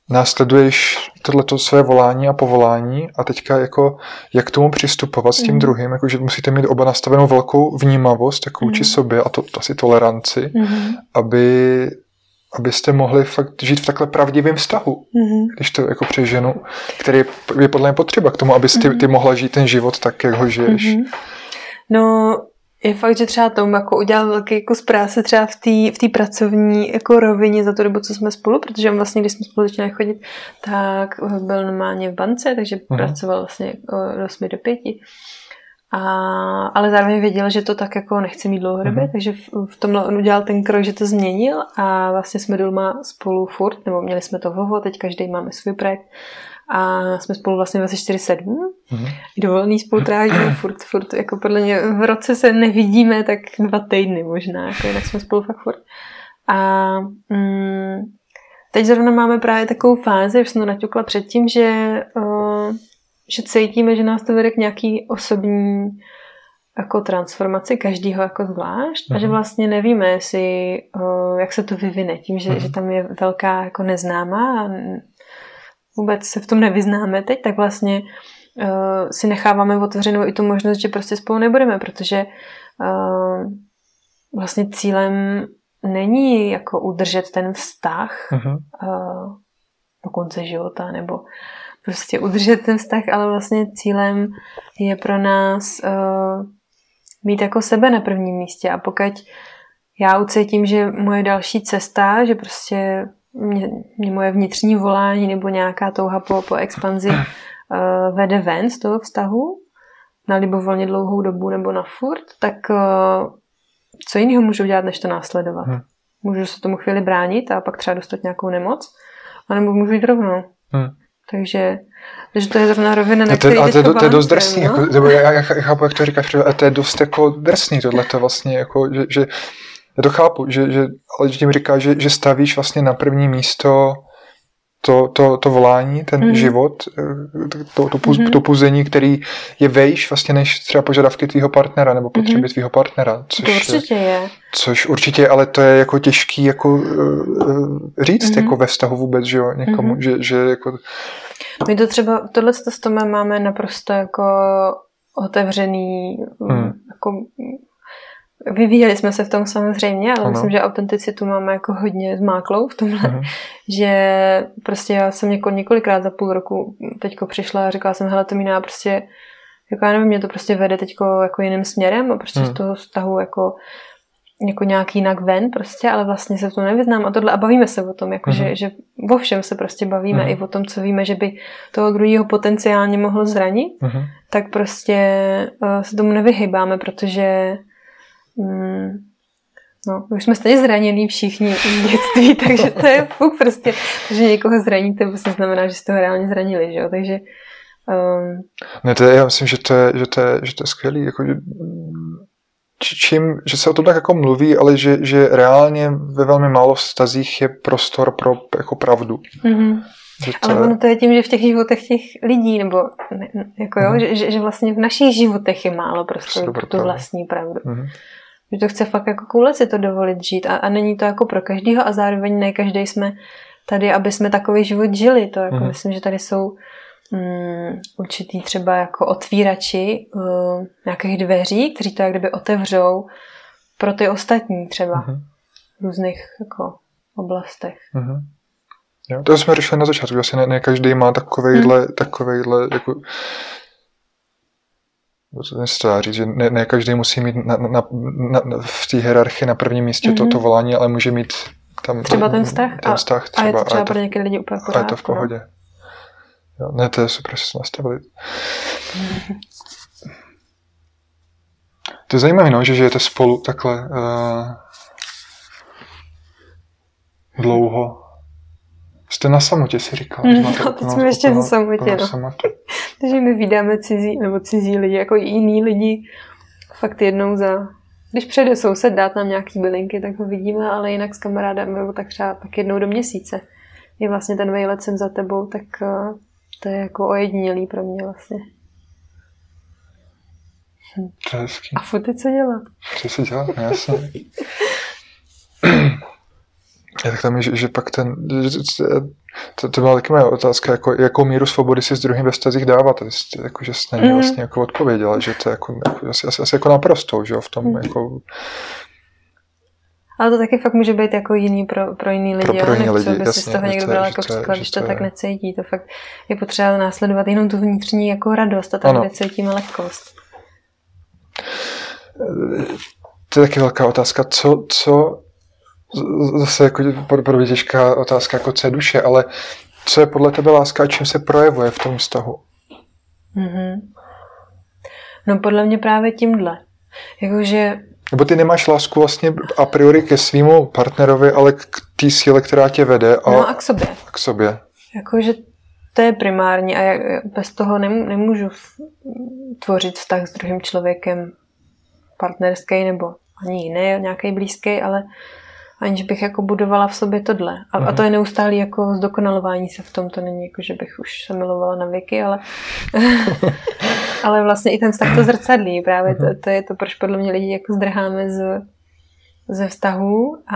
následuješ tohleto své volání a povolání a teďka jako jak k tomu přistupovat s tím mm. druhým, jakože musíte mít oba nastavenou velkou vnímavost jako vůči mm. sobě a to, to asi toleranci, mm. aby, abyste mohli fakt žít v takhle pravdivém vztahu, mm. když to jako přeženu, který je podle mě potřeba k tomu, abys ty, ty mohla žít ten život tak, jak ho žiješ. Mm. No, je fakt, že třeba Tom jako udělal velký kus práce třeba v té v té pracovní jako rovině za tu dobu, co jsme spolu, protože on vlastně, když jsme spolu začali chodit, tak byl normálně v bance, takže uh-huh. pracoval vlastně od osmi do pěti. A, ale zároveň věděl, že to tak jako nechce mít dlouhodobě, uh-huh. takže v, v tomhle on udělal ten krok, že to změnil a vlastně jsme doma spolu furt, nebo měli jsme to vovo, teď každý máme svůj projekt. A jsme spolu vlastně dvacet čtyři sedm. Mm-hmm. Dovolený spolu trávíme furt, furt, jako podle mě v roce se nevidíme tak dva týdny možná, jako jinak jsme spolu fakt furt. A mm, teď zrovna máme právě takovou fázi, už jsem to naťukla předtím, že, uh, že cítíme, že nás to vede k nějaký osobní jako transformaci každýho jako zvlášť mm-hmm. a že vlastně nevíme, jestli, uh, jak se to vyvine tím, že, mm-hmm. že tam je velká jako neznámá a vůbec se v tom nevyznáme teď, tak vlastně uh, si necháváme otevřenou i tu možnost, že prostě spolu nebudeme, protože uh, vlastně cílem není jako udržet ten vztah uh-huh. uh, do konce života, nebo prostě udržet ten vztah, ale vlastně cílem je pro nás uh, mít jako sebe na prvním místě a pokud já ucítím, že moje další cesta, že prostě Mě, mě moje vnitřní volání nebo nějaká touha po, po expanzi uh, vede ven z toho vztahu na libovolně dlouhou dobu nebo na furt, tak uh, co jiného můžu dělat, než to následovat? Hmm. Můžu se tomu chvíli bránit a pak třeba dostat nějakou nemoc, anebo můžu jít rovnou. Hmm. Takže, takže to je zrovna rovina, na který to, to, to, to je dost drsný, no? jako, já, já chápu, jak to říkáš, a to je dost jako drsný tohleto vlastně, jako, že, že já to chápu, že, že, ale tím říká, že, že stavíš vlastně na první místo to, to, to volání, ten mm. život, to, to, puz, mm. to puzení, který je vejš vlastně než třeba požadavky tvýho partnera nebo potřeby mm. tvýho partnera. Což, to určitě je. Což určitě, ale to je jako těžký jako uh, říct mm. jako ve vztahu vůbec, že jo, někomu, mm. že, že jako... My to třeba, tohle s Tomem máme naprosto jako otevřený, mm. jako... Vyvíjeli jsme se v tom samozřejmě, ale ano. myslím, že autenticitu máme jako hodně zmáklou v tomhle, uh-huh. že prostě já jsem něko, několikrát za půl roku teďko přišla a říkala jsem, hele, to mi prostě, jako já nevím, mě to prostě vede teďko jako jiným směrem a prostě uh-huh. z toho vztahu jako, jako nějak jinak ven prostě, ale vlastně se v tom nevyznám a tohle a bavíme se o tom, jako uh-huh. že, že o všem se prostě bavíme, uh-huh. i o tom, co víme, že by toho druhého potenciálně mohlo zranit, uh-huh. tak prostě uh, se tomu nevyhybáme, protože Hmm. No, už jsme stejně zranění všichni v dětství, takže to je fuk prostě, že někoho zraníte, prostě znamená, že jste ho reálně zranili, že jo, takže um... ne, to je, já myslím, že to je, že to je, že to je skvělý, jako, že, čím, že se o tom tak jako mluví, ale že, že reálně ve velmi málo vztazích je prostor pro jako pravdu. Mm-hmm. Ale ono to je tím, že v těch životech těch lidí, nebo ne, jako jo, mm-hmm. že, že vlastně v našich životech je málo prostoru pro tu vlastní pravdu. Mm-hmm. Že to chce fakt jako koule si to dovolit žít a, a není to jako pro každýho a zároveň ne každý jsme tady, aby jsme takový život žili. To jako mm-hmm. myslím, že tady jsou um, určitý třeba jako otvírači uh, nějakých dveří, kteří to jak kdyby otevřou pro ty ostatní třeba mm-hmm. v různých jako oblastech. Mm-hmm. Jo, to jsme řešili na začátku, že ne, ne každý má takovejhle, hmm. takovejhle jako, to dá říct, že ne, ne každý musí mít na, na, na, na, v té hierarchii na prvním místě mm-hmm. to, to volání, ale může mít tam třeba ten vztah, ten vztah a, třeba, a je to třeba pro některé lidi úplně v pořádku. A je to v pohodě. Jo, ne, to je super, že se nastavili. Mm-hmm. To je zajímavé, no, že žijete spolu takhle uh, dlouho. Jste na samotě, si říkal. Mm, no, teď jsme ještě na samotě, no. Takže my vídáme cizí, nebo cizí lidi, jako i jiný lidi. Fakt jednou za... Když přijde soused dát nám nějaký bylinky, tak ho vidíme, ale jinak s kamarádem, nebo tak třeba tak jednou do měsíce. Je vlastně ten vejlet jsem za tebou, tak uh, to je jako ojedinělý pro mě vlastně. Hm. To je hezký. A furt ty co dělat? Co se dělat, no, jasně. Já tak tam je, že, že pak ten... Že, To, to byla taky moje otázka, jako, jakou míru svobody si s druhým ve vztazích dávat. Jako, že jsi na mě vlastně jako odpověděla, že to je jako, jako, asi, asi jako naprostou, že jo, v tom mm. jako... Ale to taky fakt může být jako jiný pro, pro jiný lidi. Pro, pro jiný lidi, aby jasně, si z toho někdo bral jako příklad, když to, to tak necítí. To fakt je potřeba následovat jenom tu vnitřní jako radost a tam, kde cítíme lehkost. To je taky velká otázka. Co, co zase jako pro mě těžká otázka, jako co je duše, ale co je podle tebe láska a čím se projevuje v tom vztahu? Mm-hmm. No podle mě právě tímhle. Jakože... Nebo ty nemáš lásku vlastně a priori ke svýmu partnerovi, ale k té síle, která tě vede. A... No a k sobě. A k sobě. Jakože to je primární a já bez toho nemůžu tvořit vztah s druhým člověkem partnerský nebo ani jiný, nějaký blízký, ale aniž bych jako budovala v sobě tohle. A, mm. a to je neustálý jako zdokonalování se v tom, to není jako, že bych už se milovala na věky, ale, ale vlastně i ten vztah to zrcadlí. Právě to, to je to, proč podle mě lidi jako zdrháme z, ze vztahu a,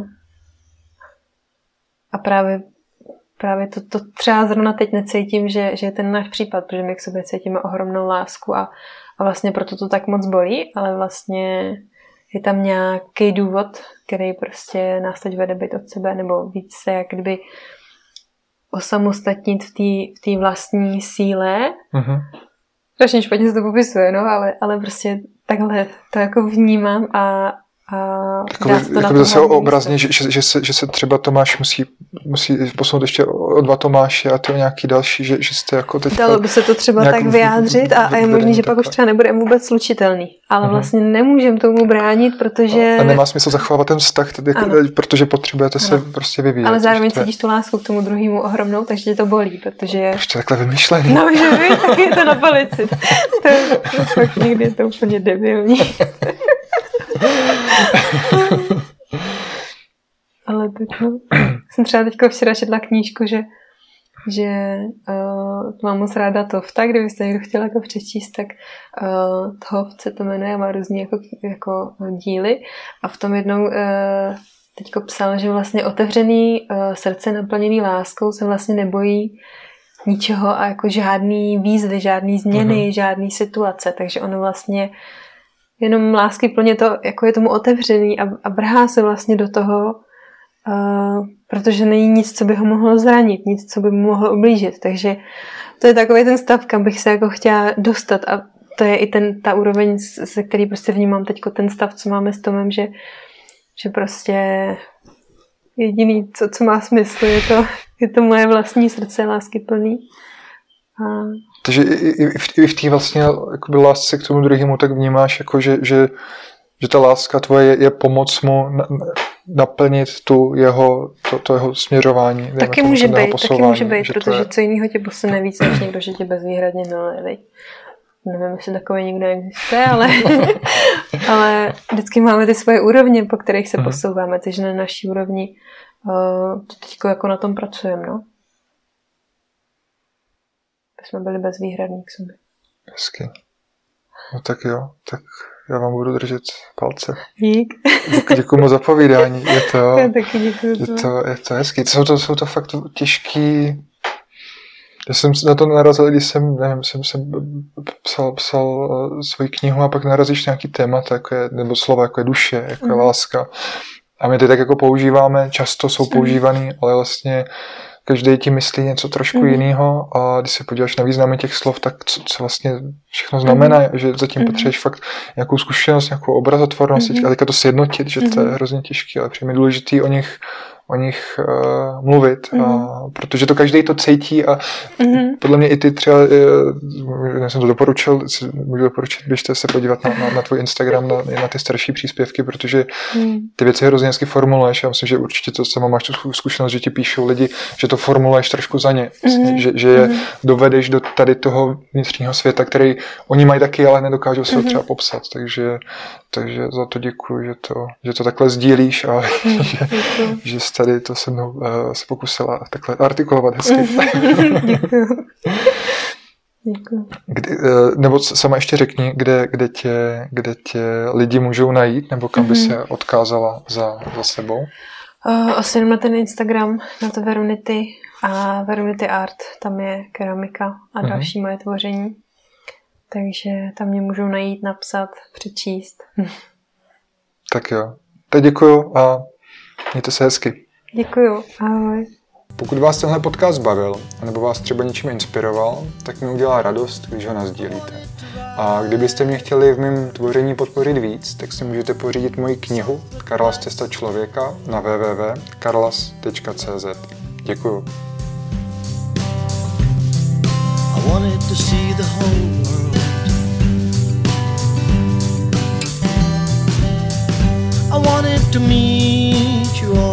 a právě, právě to, to třeba zrovna teď necítím, že, že je ten náš případ, protože my k sobě cítíme ohromnou lásku a, a vlastně proto to tak moc bolí, ale vlastně je tam nějaký důvod, který prostě nás teď vede být od sebe, nebo víc se jak kdyby osamostatnit v té v vlastní síle. Mm-hmm. Strašně špatně se to popisuje, no, ale, ale prostě takhle to jako vnímám a a jako zase obrazně, že, že, že, se, že se třeba Tomáš musí, musí posunout ještě o dva Tomáše a to nějaký další, že, že jste jako teď... Dalo by se to třeba tak vyjádřit a, a je možný, že pak už třeba nebude vůbec slučitelný. Ale uh-huh. vlastně nemůžeme tomu bránit, protože... A nemá smysl zachovávat ten vztah, tedy, protože potřebujete ano. se prostě vyvíjet. Ale zároveň cítíš tu lásku k tomu druhému ohromnou, takže tě to bolí, protože... Proč to takhle vymyšlený? No, že vy, tak je to na polici. To je fakt někdy je to úplně debilní. Ale tak no. Jsem třeba teďka včera četla knížku, že, že uh, mám moc ráda Tofta, kdybyste někdo chtěl jako přečíst, tak uh, Toft se to jmenuje, má různý jako, jako díly a v tom jednou uh, teďko psal, že vlastně otevřený uh, srdce naplněný láskou se vlastně nebojí ničeho a jako žádný výzvy, žádný změny, uh-huh. žádný situace, takže ono vlastně jenom lásky plně to, jako je tomu otevřený a, a vrhá se vlastně do toho, uh, protože není nic, co by ho mohlo zranit, nic, co by mu mohlo ublížit. Takže to je takový ten stav, kam bych se jako chtěla dostat a to je i ten, ta úroveň, se který prostě vnímám teďko ten stav, co máme s Tomem, že, že prostě jediný, co, co má smysl, je to, je to moje vlastní srdce lásky plný. A... Takže i, i, i v té vlastně jakoby lásce k tomu druhému tak vnímáš, jako že, že, že ta láska tvoje je, je pomoc mu na, naplnit tu jeho, to, to jeho směřování. Taky může být, taky může být, protože je... co jiného tě posune víc než někdo, že tě bezvýhradně miluje. Nevím, jestli takové nikdo existuje, ale, ale vždycky máme ty svoje úrovně, po kterých se mm. posouváme, takže na naší úrovni uh, to teď jako na tom pracujeme, no. Jsme byli bezvýhradní k sobě. Hezky. No tak jo, tak já vám budu držet palce. Dík. Děkuji, děkuji moc za povídání. Je to, já taky děkuji. Je to, je to hezký. Jsou to, jsou to fakt těžký... Já jsem na to narazil, když jsem, nevím, jsem, jsem psal, psal svoji knihu a pak narazíš nějaký témata, jako je, nebo slova, jako je duše, jako je mm. láska. A my ty tak jako používáme, často jsou používaný, mm. ale vlastně každý ti myslí něco trošku mm. jiného a když se podíváš na významy těch slov, tak co, co vlastně všechno znamená, mm. že zatím mm. potřebuješ fakt nějakou zkušenost, nějakou obrazotvornost mm. a teďka to sjednotit, že mm. to je hrozně těžké, ale přijme důležitý o nich o nich uh, mluvit, mm. a, protože to každý to cítí a mm. podle mě i ty třeba, já jsem to doporučil, můžu doporučit, běžte se podívat na, na, na tvůj Instagram, na, na ty starší příspěvky, protože mm. ty věci hrozně hezky formuluješ. Já myslím, že určitě to sama máš tu zkušenost, že ti píšou lidi, že to formuluješ trošku za ně, vlastně, mm. že, že je mm. dovedeš do tady toho vnitřního světa, který oni mají taky, ale nedokážou si mm. ho třeba popsat, takže, takže za to děkuji, že to, že to takhle sdílíš a mm. že, že tady to se mnou uh, se pokusila takhle artikulovat hezky. Děkuju. Děkuju. Kdy, uh, nebo sama ještě řekni, kde, kde, tě, kde tě lidi můžou najít, nebo kam by se odkázala za, za sebou? Uh, asi jenom na ten Instagram, na to Veronity a Veronity Art, tam je keramika a další mm-hmm. moje tvoření. Takže tam mě můžou najít, napsat, přečíst. Tak jo. Tak děkuju a mějte se hezky. Děkuju, ahoj. Pokud vás tenhle podcast bavil, nebo vás třeba něčím inspiroval, tak mi udělá radost, když ho nasdílíte. A kdybyste mě chtěli v mém tvoření podporit víc, tak si můžete pořídit moji knihu Karlas Cesta člověka na w w w tečka karlas tečka c z. Děkuju. I wanted to see the whole world. I wanted to meet you all.